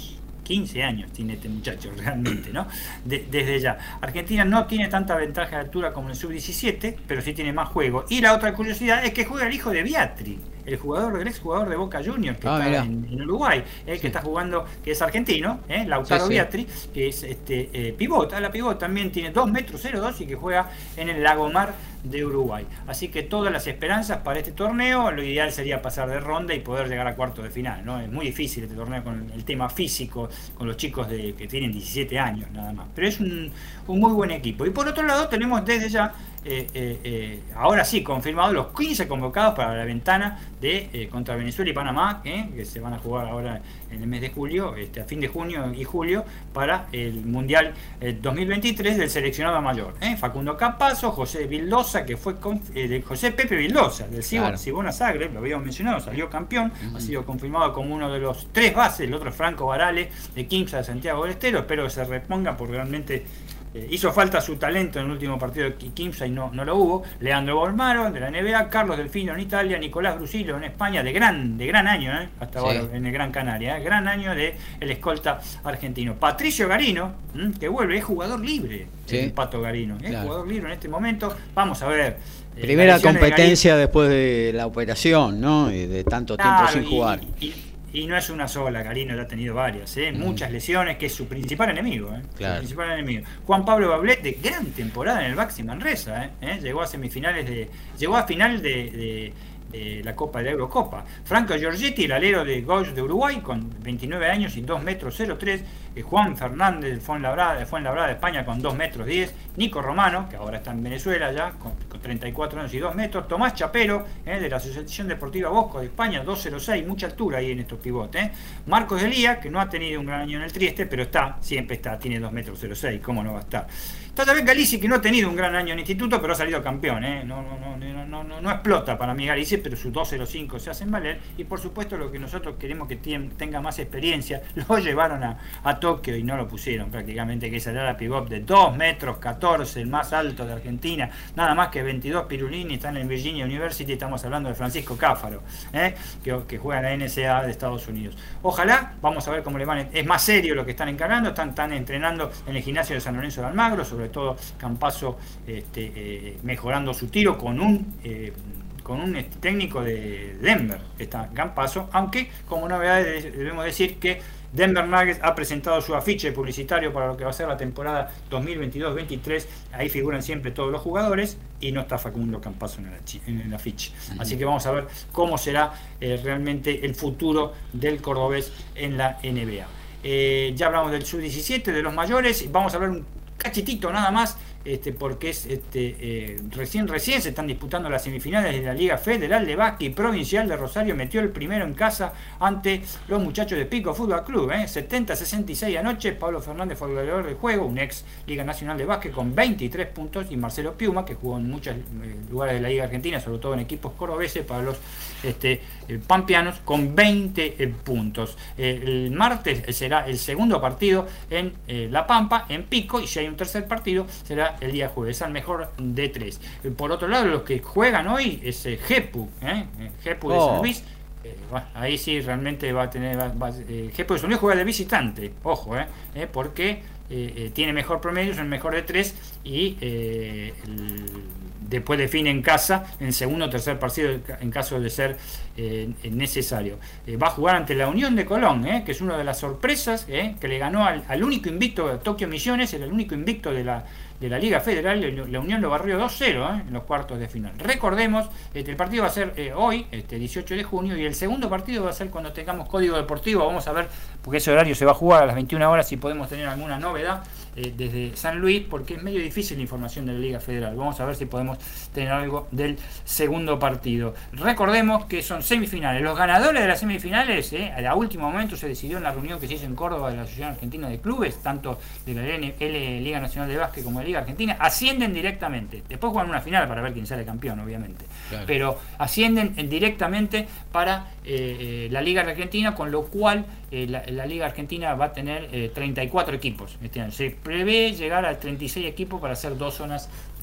quince años tiene este muchacho realmente, ¿no? De, desde ya. Argentina no tiene tanta ventaja de altura como en el sub diecisiete, pero sí tiene más juego. Y la otra curiosidad es que juega el hijo de Biatri, el jugador, el ex jugador de Boca Juniors que ah, está en, en Uruguay, eh, sí. que está jugando, que es argentino, eh, Lautaro sí, sí. Biatri, que es este eh, pivot, a la pivot también tiene dos metros cero dos y que juega en el Lagomar de Uruguay. Así que todas las esperanzas para este torneo, lo ideal sería pasar de ronda y poder llegar a cuartos de final, ¿no? Es muy difícil este torneo con el tema físico, con los chicos de, que tienen diecisiete años nada más, pero es un, un muy buen equipo. Y por otro lado tenemos desde ya Eh, eh, eh, ahora sí, confirmados los quince convocados para la ventana de eh, contra Venezuela y Panamá, eh, que se van a jugar ahora en el mes de julio, este, a fin de junio y julio, para el Mundial eh, dos mil veintitrés del seleccionado mayor. Eh. Facundo Campazzo, José Vildosa, que fue con, eh, de José Pepe Vildosa, del Cibona claro. Zagreb, lo habíamos mencionado, salió campeón, uh-huh. ha sido confirmado como uno de los tres bases, el otro es Franco Varale, de Quimsa de Santiago del Estero. Espero que se reponga porque realmente Eh, hizo falta su talento en el último partido de Quimsa y no, no lo hubo. Leandro Bolmaro de la N B A, Carlos Delfino en Italia, Nicolás Brusilo en España, de gran de gran año, ¿eh? hasta sí. ahora en el Gran Canaria, ¿eh? gran año de el escolta argentino. Patricio Garino, ¿m? que vuelve, es jugador libre, sí. el Pato Garino, es claro. jugador libre en este momento. Vamos a ver. Eh, Primera competencia de después de la operación, ¿no? Y de tanto claro, tiempo sin jugar. Y, y, Y no es una sola, Garino ya ha tenido varias, ¿eh? Mm. muchas lesiones, que es su principal enemigo. ¿eh? Claro. Su principal enemigo. Juan Pablo Bablet, de gran temporada en el Baxi Manresa, ¿eh? ¿Eh? llegó a semifinales de. Llegó a final de, de, de la Copa de la Eurocopa. Franco Giorgetti, el alero de Goiás de Uruguay, con veintinueve años y dos metros cero tres. Eh, Juan Fernández del Fuenlabrada, de Fuenlabrada de España, con dos metros diez. Nico Romano, que ahora está en Venezuela ya, con, con treinta y cuatro años y dos metros. Tomás Chapero, eh, de la Asociación Deportiva Bosco de España, dos cero seis, mucha altura ahí en estos pivotes. Eh. Marcos Elías, que no ha tenido un gran año en el Trieste, pero está, siempre está, tiene dos metros cero seis, ¿cómo no va a estar? Está también Galici, que no ha tenido un gran año en instituto, pero ha salido campeón, ¿eh? no, no, no, no, no, no, no explota para mí Galici, pero sus dos cero cinco se hacen valer. Y por supuesto lo que nosotros queremos que tenga más experiencia, lo llevaron a, a Tokio y no lo pusieron prácticamente, que es el ala pivot de dos metros catorce, el más alto de Argentina, nada más que veintidós pirulini, están en Virginia University. Estamos hablando de Francisco Cáfaro, ¿eh? que, que juega en la N C A A de Estados Unidos. Ojalá, vamos a ver cómo le van, es más serio lo que están encargando, están, están entrenando en el gimnasio de San Lorenzo de Almagro, sobre todo Campazzo este, eh, mejorando su tiro con un eh, con un este, técnico de Denver, está Campazzo, aunque como novedad debemos decir que Denver Nuggets ha presentado su afiche publicitario para lo que va a ser la temporada dos mil veintidós veintitrés. Ahí figuran siempre todos los jugadores y no está Facundo Campazzo en el, en el afiche. Así que vamos a ver cómo será eh, realmente el futuro del cordobés en la N B A. Eh, ya hablamos del sub diecisiete, de los mayores. Vamos a hablar un cachitito nada más, este, porque es este, eh, recién recién se están disputando las semifinales de la Liga Federal de Básquet y Provincial de Rosario. Metió el primero en casa ante los muchachos de Pico Fútbol Club, eh, setenta a sesenta y seis anoche. Pablo Fernández fue el goleador del juego, un ex Liga Nacional de Básquet, con veintitrés puntos, y Marcelo Piuma, que jugó en muchos eh, lugares de la Liga Argentina, sobre todo en equipos cordobeses, para los este, eh, pampeanos, con veinte eh, puntos. Eh, el martes será el segundo partido en eh, La Pampa, en Pico, y si hay un tercer partido será el día jueves, al mejor de tres. Por otro lado, los que juegan hoy es eh, Jepu, ¿eh? Jepu de oh. San Luis. Eh, bueno, ahí sí realmente va a tener. Va, va, eh, Jepu de San Luis juega de visitante, ojo, eh, eh, porque eh, eh, tiene mejor promedio, es el mejor de tres, y eh, el, después define en casa en segundo o tercer partido en caso de ser eh, necesario. Eh, va a jugar ante la Unión de Colón, eh, que es una de las sorpresas, eh, que le ganó al, al único invicto de Tokio Misiones, el único invicto de la de la Liga Federal. La Unión lo barrió dos cero eh, en los cuartos de final. Recordemos, este, el partido va a ser eh, hoy, este, dieciocho de junio, y el segundo partido va a ser cuando tengamos Código Deportivo. Vamos a ver, porque ese horario se va a jugar a las veintiuna horas, si podemos tener alguna novedad eh, desde San Luis, porque es medio difícil la información de la Liga Federal. Vamos a ver si podemos tener algo del segundo partido. Recordemos que son semifinales. Los ganadores de las semifinales, eh, a último momento se decidió en la reunión que se hizo en Córdoba de la Asociación Argentina de Clubes, tanto de la L L, Liga Nacional de Básquet, como de la Liga Argentina, ascienden directamente. Después juegan una final para ver quién sale campeón, obviamente. Claro. Pero ascienden directamente para eh, eh, la Liga Argentina, con lo cual eh, la, la Liga Argentina va a tener eh, treinta y cuatro equipos este año. Se prevé llegar a treinta y seis equipos para hacer dos zonas de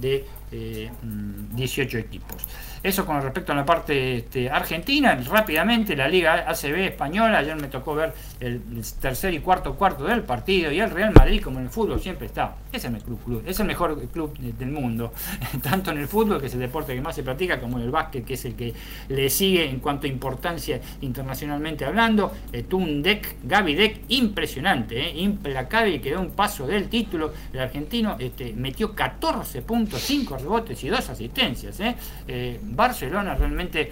eh, dieciocho equipos. Eso con respecto a la parte este, argentina. Rápidamente la Liga A C B española, ayer me tocó ver el, el tercer y cuarto cuarto del partido, y el Real Madrid, como en el fútbol siempre está, es el mejor club, es el mejor club del mundo, tanto en el fútbol, que es el deporte que más se practica, como en el básquet, que es el que le sigue en cuanto a importancia internacionalmente hablando. Eh, tuvo un deck, Gaby Deck, impresionante, eh, implacable, y quedó un paso del título. El argentino este, metió catorce puntos, cinco rebotes y dos asistencias. Eh. Eh, Barcelona realmente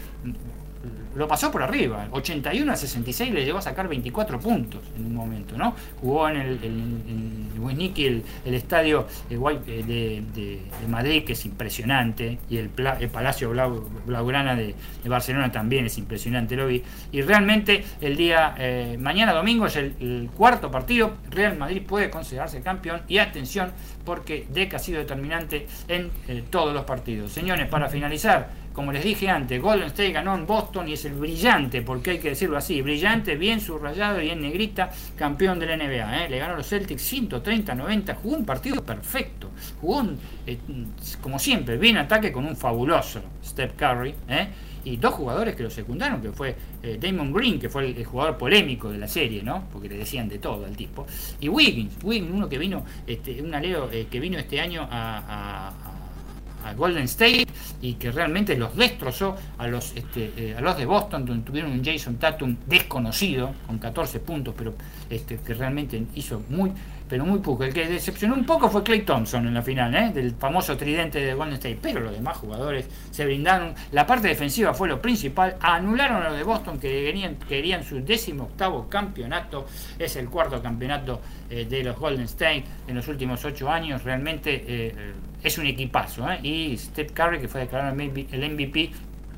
lo pasó por arriba, ochenta y uno a sesenta y seis, le llegó a sacar veinticuatro puntos en un momento, ¿no? Jugó en el, el, el Wiznicky, el, el estadio de, de, de, de Madrid, que es impresionante, y el, el Palacio Blau, Blaugrana de, de Barcelona también es impresionante, lo vi. Y realmente el día, eh, mañana domingo es el, el cuarto partido, Real Madrid puede considerarse campeón, y atención, porque Deck ha sido determinante en eh, todos los partidos. Señores, para finalizar, como les dije antes, Golden State ganó en Boston y es el brillante, porque hay que decirlo así, brillante, bien subrayado y en negrita, campeón de la N B A. ¿eh? Le ganó a los Celtics ciento treinta a noventa, jugó un partido perfecto, jugó un, eh, como siempre, bien ataque con un fabuloso Steph Curry, ¿eh? y dos jugadores que lo secundaron, que fue eh, Damon Green, que fue el, el jugador polémico de la serie, ¿no? Porque le decían de todo al tipo, y Wiggins, Wiggins uno que vino, este, un alero eh, que vino este año a, a, a a Golden State, y que realmente los destrozó a los este, eh, a los de Boston, donde tuvieron un Jason Tatum desconocido con catorce puntos, pero este, que realmente hizo muy pero muy poco. El que decepcionó un poco fue Klay Thompson en la final, ¿eh? del famoso tridente de Golden State, pero los demás jugadores se brindaron. La parte defensiva fue lo principal, anularon a los de Boston, que querían, querían su décimo octavo campeonato, es el cuarto campeonato eh, de los Golden State en los últimos ocho años. Realmente eh, es un equipazo, ¿eh? y Steph Curry, que fue declarado el M V P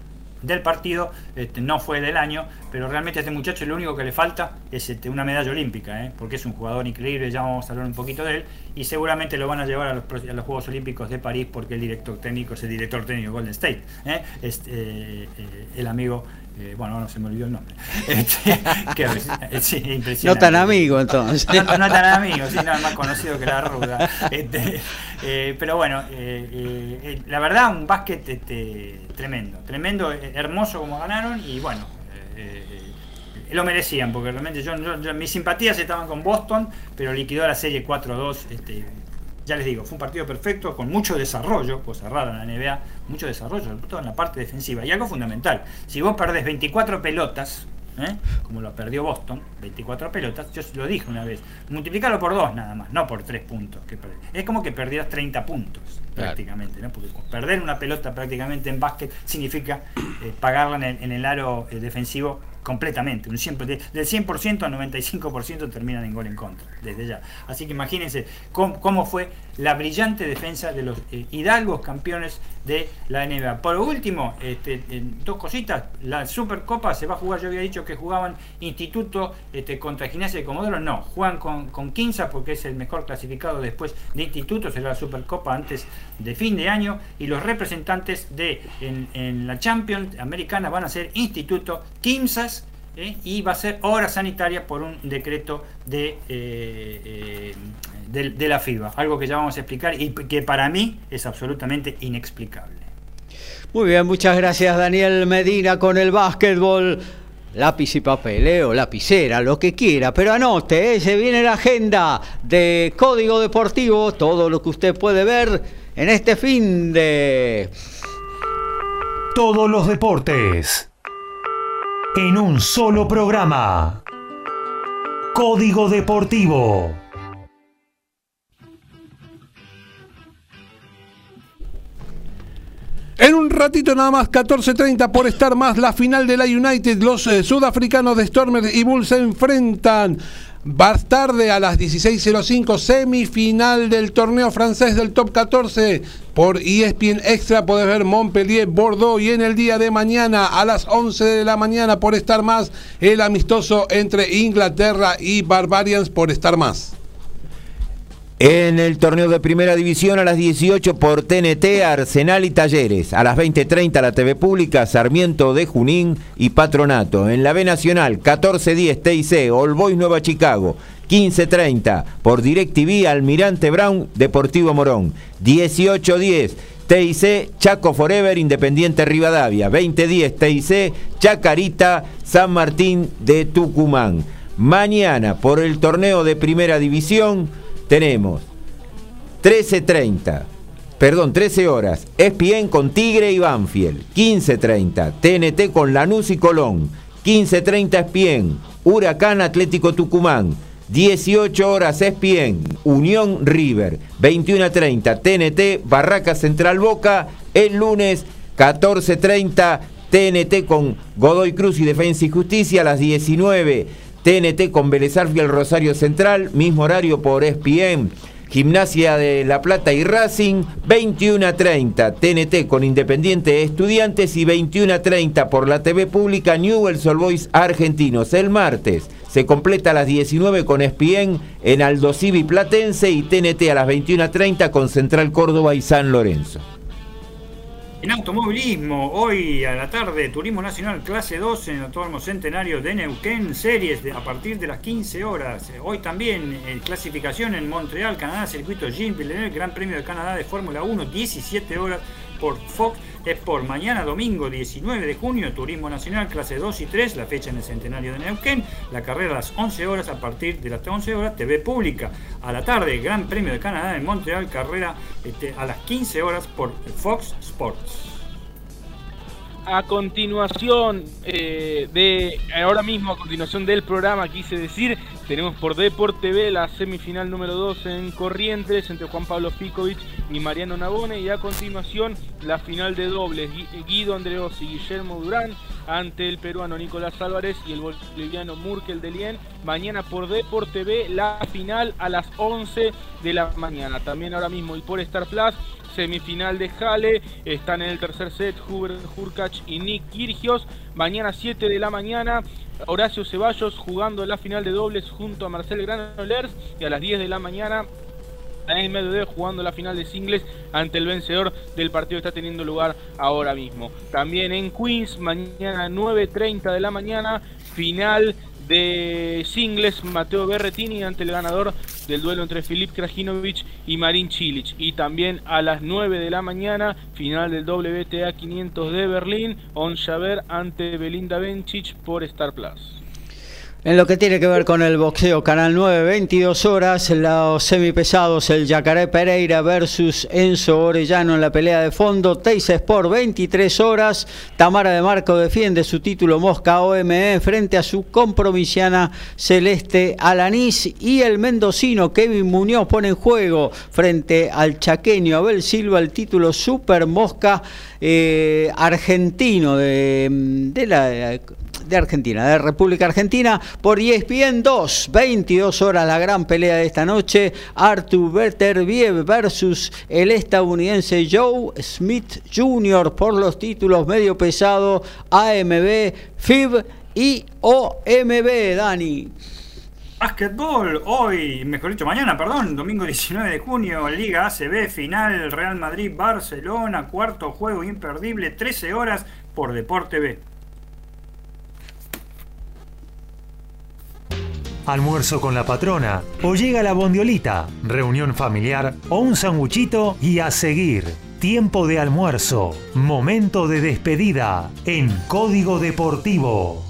del partido, este, no fue del año, pero realmente a este muchacho lo único que le falta es este, una medalla olímpica, ¿eh? porque es un jugador increíble, ya vamos a hablar un poquito de él, y seguramente lo van a llevar a los, a los Juegos Olímpicos de París, porque el director técnico es el director técnico de Golden State, ¿eh? este, eh, eh, el amigo, eh, bueno, no se me olvidó el nombre, este, que, eh, sí, impresionante. No tan amigo entonces. No, no, no tan amigo, sí, no, es más conocido que la ruda. Este, eh, pero bueno, eh, eh, la verdad, un básquet este, tremendo, tremendo, hermoso como ganaron, y bueno, eh, eh, lo merecían, porque realmente yo, yo, yo, mis simpatías estaban con Boston, pero liquidó la serie cuatro a dos. Este, ya les digo, fue un partido perfecto, con mucho desarrollo, pues raro en la N B A, mucho desarrollo, sobre todo en la parte defensiva. Y algo fundamental, si vos perdés veinticuatro pelotas, ¿eh? como lo perdió Boston, veinticuatro pelotas, yo lo dije una vez, multiplicarlo por dos nada más, no por tres puntos. Que es como que perdías treinta puntos, claro. prácticamente, ¿no? porque perder una pelota prácticamente en básquet significa eh, pagarla en el, en el aro eh, defensivo completamente, un cien por ciento, del cien por ciento al noventa y cinco por ciento terminan en gol en contra, desde ya. Así que imagínense cómo, cómo fue la brillante defensa de los eh, hidalgos campeones de la N B A. Por último, este, dos cositas, la Supercopa se va a jugar, yo había dicho que jugaban Instituto este, contra Gimnasia de Comodoro, no, juegan con, con Quinza, porque es el mejor clasificado después de Instituto, será la Supercopa antes de fin de año, y los representantes de en, en la Champions americana van a ser Instituto, Quimsas, ¿eh? y va a ser hora sanitaria por un decreto de, eh, eh, de, de la FIBA, algo que ya vamos a explicar y que para mí es absolutamente inexplicable. Muy bien, muchas gracias Daniel Medina con el básquetbol. Lápiz y papel, ¿eh? o lapicera, lo que quiera, pero anote, ¿eh? se viene la agenda de Código Deportivo, todo lo que usted puede ver en este fin de... Todos los deportes en un solo programa. Código Deportivo. En un ratito nada más, catorce treinta por Star Más, la final de la United. Los eh, sudafricanos de Stormers y Bulls se enfrentan más tarde a las dieciséis cero cinco, semifinal del torneo francés del top catorce. Por E S P N Extra podés ver Montpellier, Bordeaux, y en el día de mañana a las once de la mañana por Star Más, el amistoso entre Inglaterra y Barbarians por Star Más. En el torneo de primera división a las dieciocho por T N T, Arsenal y Talleres. A las veinte treinta la T V Pública, Sarmiento de Junín y Patronato. En la B Nacional, catorce diez T I C, All Boys Nueva Chicago. quince treinta por DirecTV, Almirante Brown, Deportivo Morón. dieciocho diez T I C, Chaco Forever, Independiente Rivadavia. veinte diez, T I C, Chacarita, San Martín de Tucumán. Mañana, por el torneo de Primera División, tenemos trece treinta, perdón, trece horas, E S P N con Tigre y Banfield. quince treinta, T N T con Lanús y Colón. quince treinta, E S P N, Huracán Atlético Tucumán. dieciocho horas, E S P N, Unión River. veintiuno treinta, T N T, Barraca Central Boca. El lunes, catorce treinta, T N T con Godoy Cruz y Defensa y Justicia. A las diecinueve, T N T con Vélez Sarsfield Rosario Central. Mismo horario por E S P N, Gimnasia de La Plata y Racing. veintiuno treinta, T N T con Independiente Estudiantes. Y veintiuno treinta por la T V pública, Newell's Old Boys Argentinos. El martes se completa a las diecinueve con E S P N en Aldosivi Platense y T N T a las veintiuno treinta con Central Córdoba y San Lorenzo. En automovilismo, hoy a la tarde, Turismo Nacional Clase dos en el Autódromo Centenario de Neuquén, series de, a partir de las quince horas. Hoy también eh, clasificación en Montreal, Canadá, circuito Jean Villeneuve, Gran Premio de Canadá de Fórmula uno, diecisiete horas por Fox Sport. Mañana domingo diecinueve de junio, Turismo Nacional Clase dos y tres, la fecha en el Centenario de Neuquén, la carrera a las once horas, a partir de las once horas, T V pública. A la tarde, Gran Premio de Canadá en Montreal, carrera este, a las quince horas por Fox Sports. A continuación eh, de ahora mismo, a continuación del programa, quise decir, tenemos por Deport T V la semifinal número dos en Corrientes entre Juan Pablo Ficovich y Mariano Navone, y a continuación la final de dobles, Guido Andreossi y Guillermo Durán ante el peruano Nicolás Álvarez y el boliviano Murkel Delien. Mañana por Deport T V la final a las once de la mañana. También ahora mismo y por Star Plus, semifinal de Halle, están en el tercer set Hubert Hurkacz y Nick Kyrgios. Mañana siete de la mañana, Horacio Ceballos jugando la final de dobles junto a Marcel Granollers, y a las diez de la mañana Daniel Medvedev jugando la final de singles ante el vencedor del partido que está teniendo lugar ahora mismo. También en Queens, mañana nueve treinta de la mañana, final de singles, Matteo Berrettini ante el ganador del duelo entre Filip Krajinovic y Marin Cilic. Y también a las nueve de la mañana, final del W T A quinientos de Berlín, On Javer ante Belinda Bencic por Star Plus. En lo que tiene que ver con el boxeo, Canal nueve, veintidós horas, los semipesados, el Yacaré Pereira versus Enzo Orellano en la pelea de fondo. Teis Sport, veintitrés horas, Tamara de Marco defiende su título Mosca O M E frente a su compromisiana Celeste Alanís, y el mendocino Kevin Muñoz pone en juego frente al chaqueño Abel Silva el título Super Mosca eh, argentino de, de la... de Argentina, de República Argentina, por E S P N dos, veintidós horas, la gran pelea de esta noche, Artur Beterbiev versus el estadounidense Joe Smith junior por los títulos medio pesado A M B, F I B y O M B, Dani. Básquetbol, hoy, mejor dicho, mañana, perdón, domingo diecinueve de junio, Liga A C B, final, Real Madrid-Barcelona, cuarto juego imperdible, trece horas por Deport T V. Almuerzo con la patrona, o llega la bondiolita, reunión familiar o un sanguchito y a seguir. Tiempo de almuerzo, momento de despedida en Código Deportivo.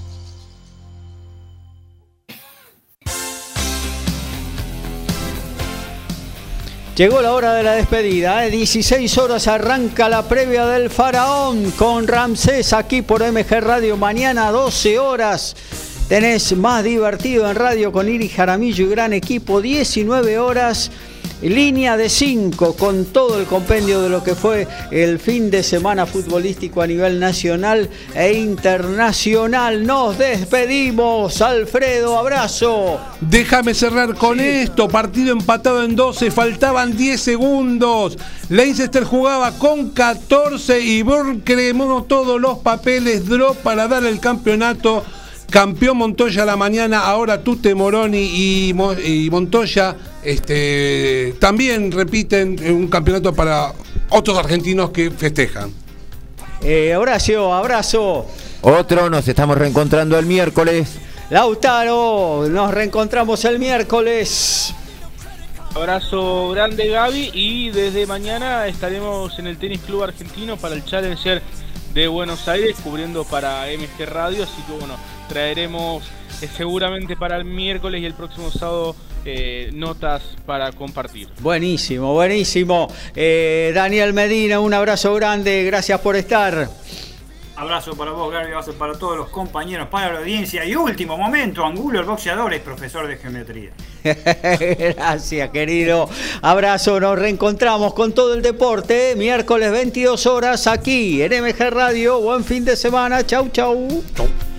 Llegó la hora de la despedida, ¿eh? dieciséis horas arranca la previa del Faraón con Ramsés aquí por M G Radio. Mañana doce horas tenés más divertido en radio con Iris Jaramillo y gran equipo. diecinueve horas, línea de cinco con todo el compendio de lo que fue el fin de semana futbolístico a nivel nacional e internacional. Nos despedimos, Alfredo, abrazo. Déjame cerrar con sí. esto, partido empatado en doce, faltaban diez segundos. Leicester jugaba con catorce y Burn cremó todos los papeles, draw para dar el campeonato. Campeón Montoya a la mañana, ahora Tute Moroni y, y Montoya este, también repiten un campeonato para otros argentinos que festejan. Eh, Horacio, abrazo. Otro, nos estamos reencontrando el miércoles. Lautaro, nos reencontramos el miércoles. Abrazo grande, Gaby, y desde mañana estaremos en el Tenis Club Argentino para el Challenger de Buenos Aires, cubriendo para M G Radio, así que bueno, traeremos eh, seguramente para el miércoles y el próximo sábado eh, notas para compartir. Buenísimo, buenísimo. Eh, Daniel Medina, un abrazo grande, gracias por estar. Abrazo para vos, Gaby, abrazo para todos los compañeros, para la audiencia. Y último momento, Angulo, el boxeador, es profesor de geometría. Gracias, querido. Abrazo, nos reencontramos con todo el deporte, miércoles veintidós horas aquí en M G Radio. Buen fin de semana. Chau, chau. Chau.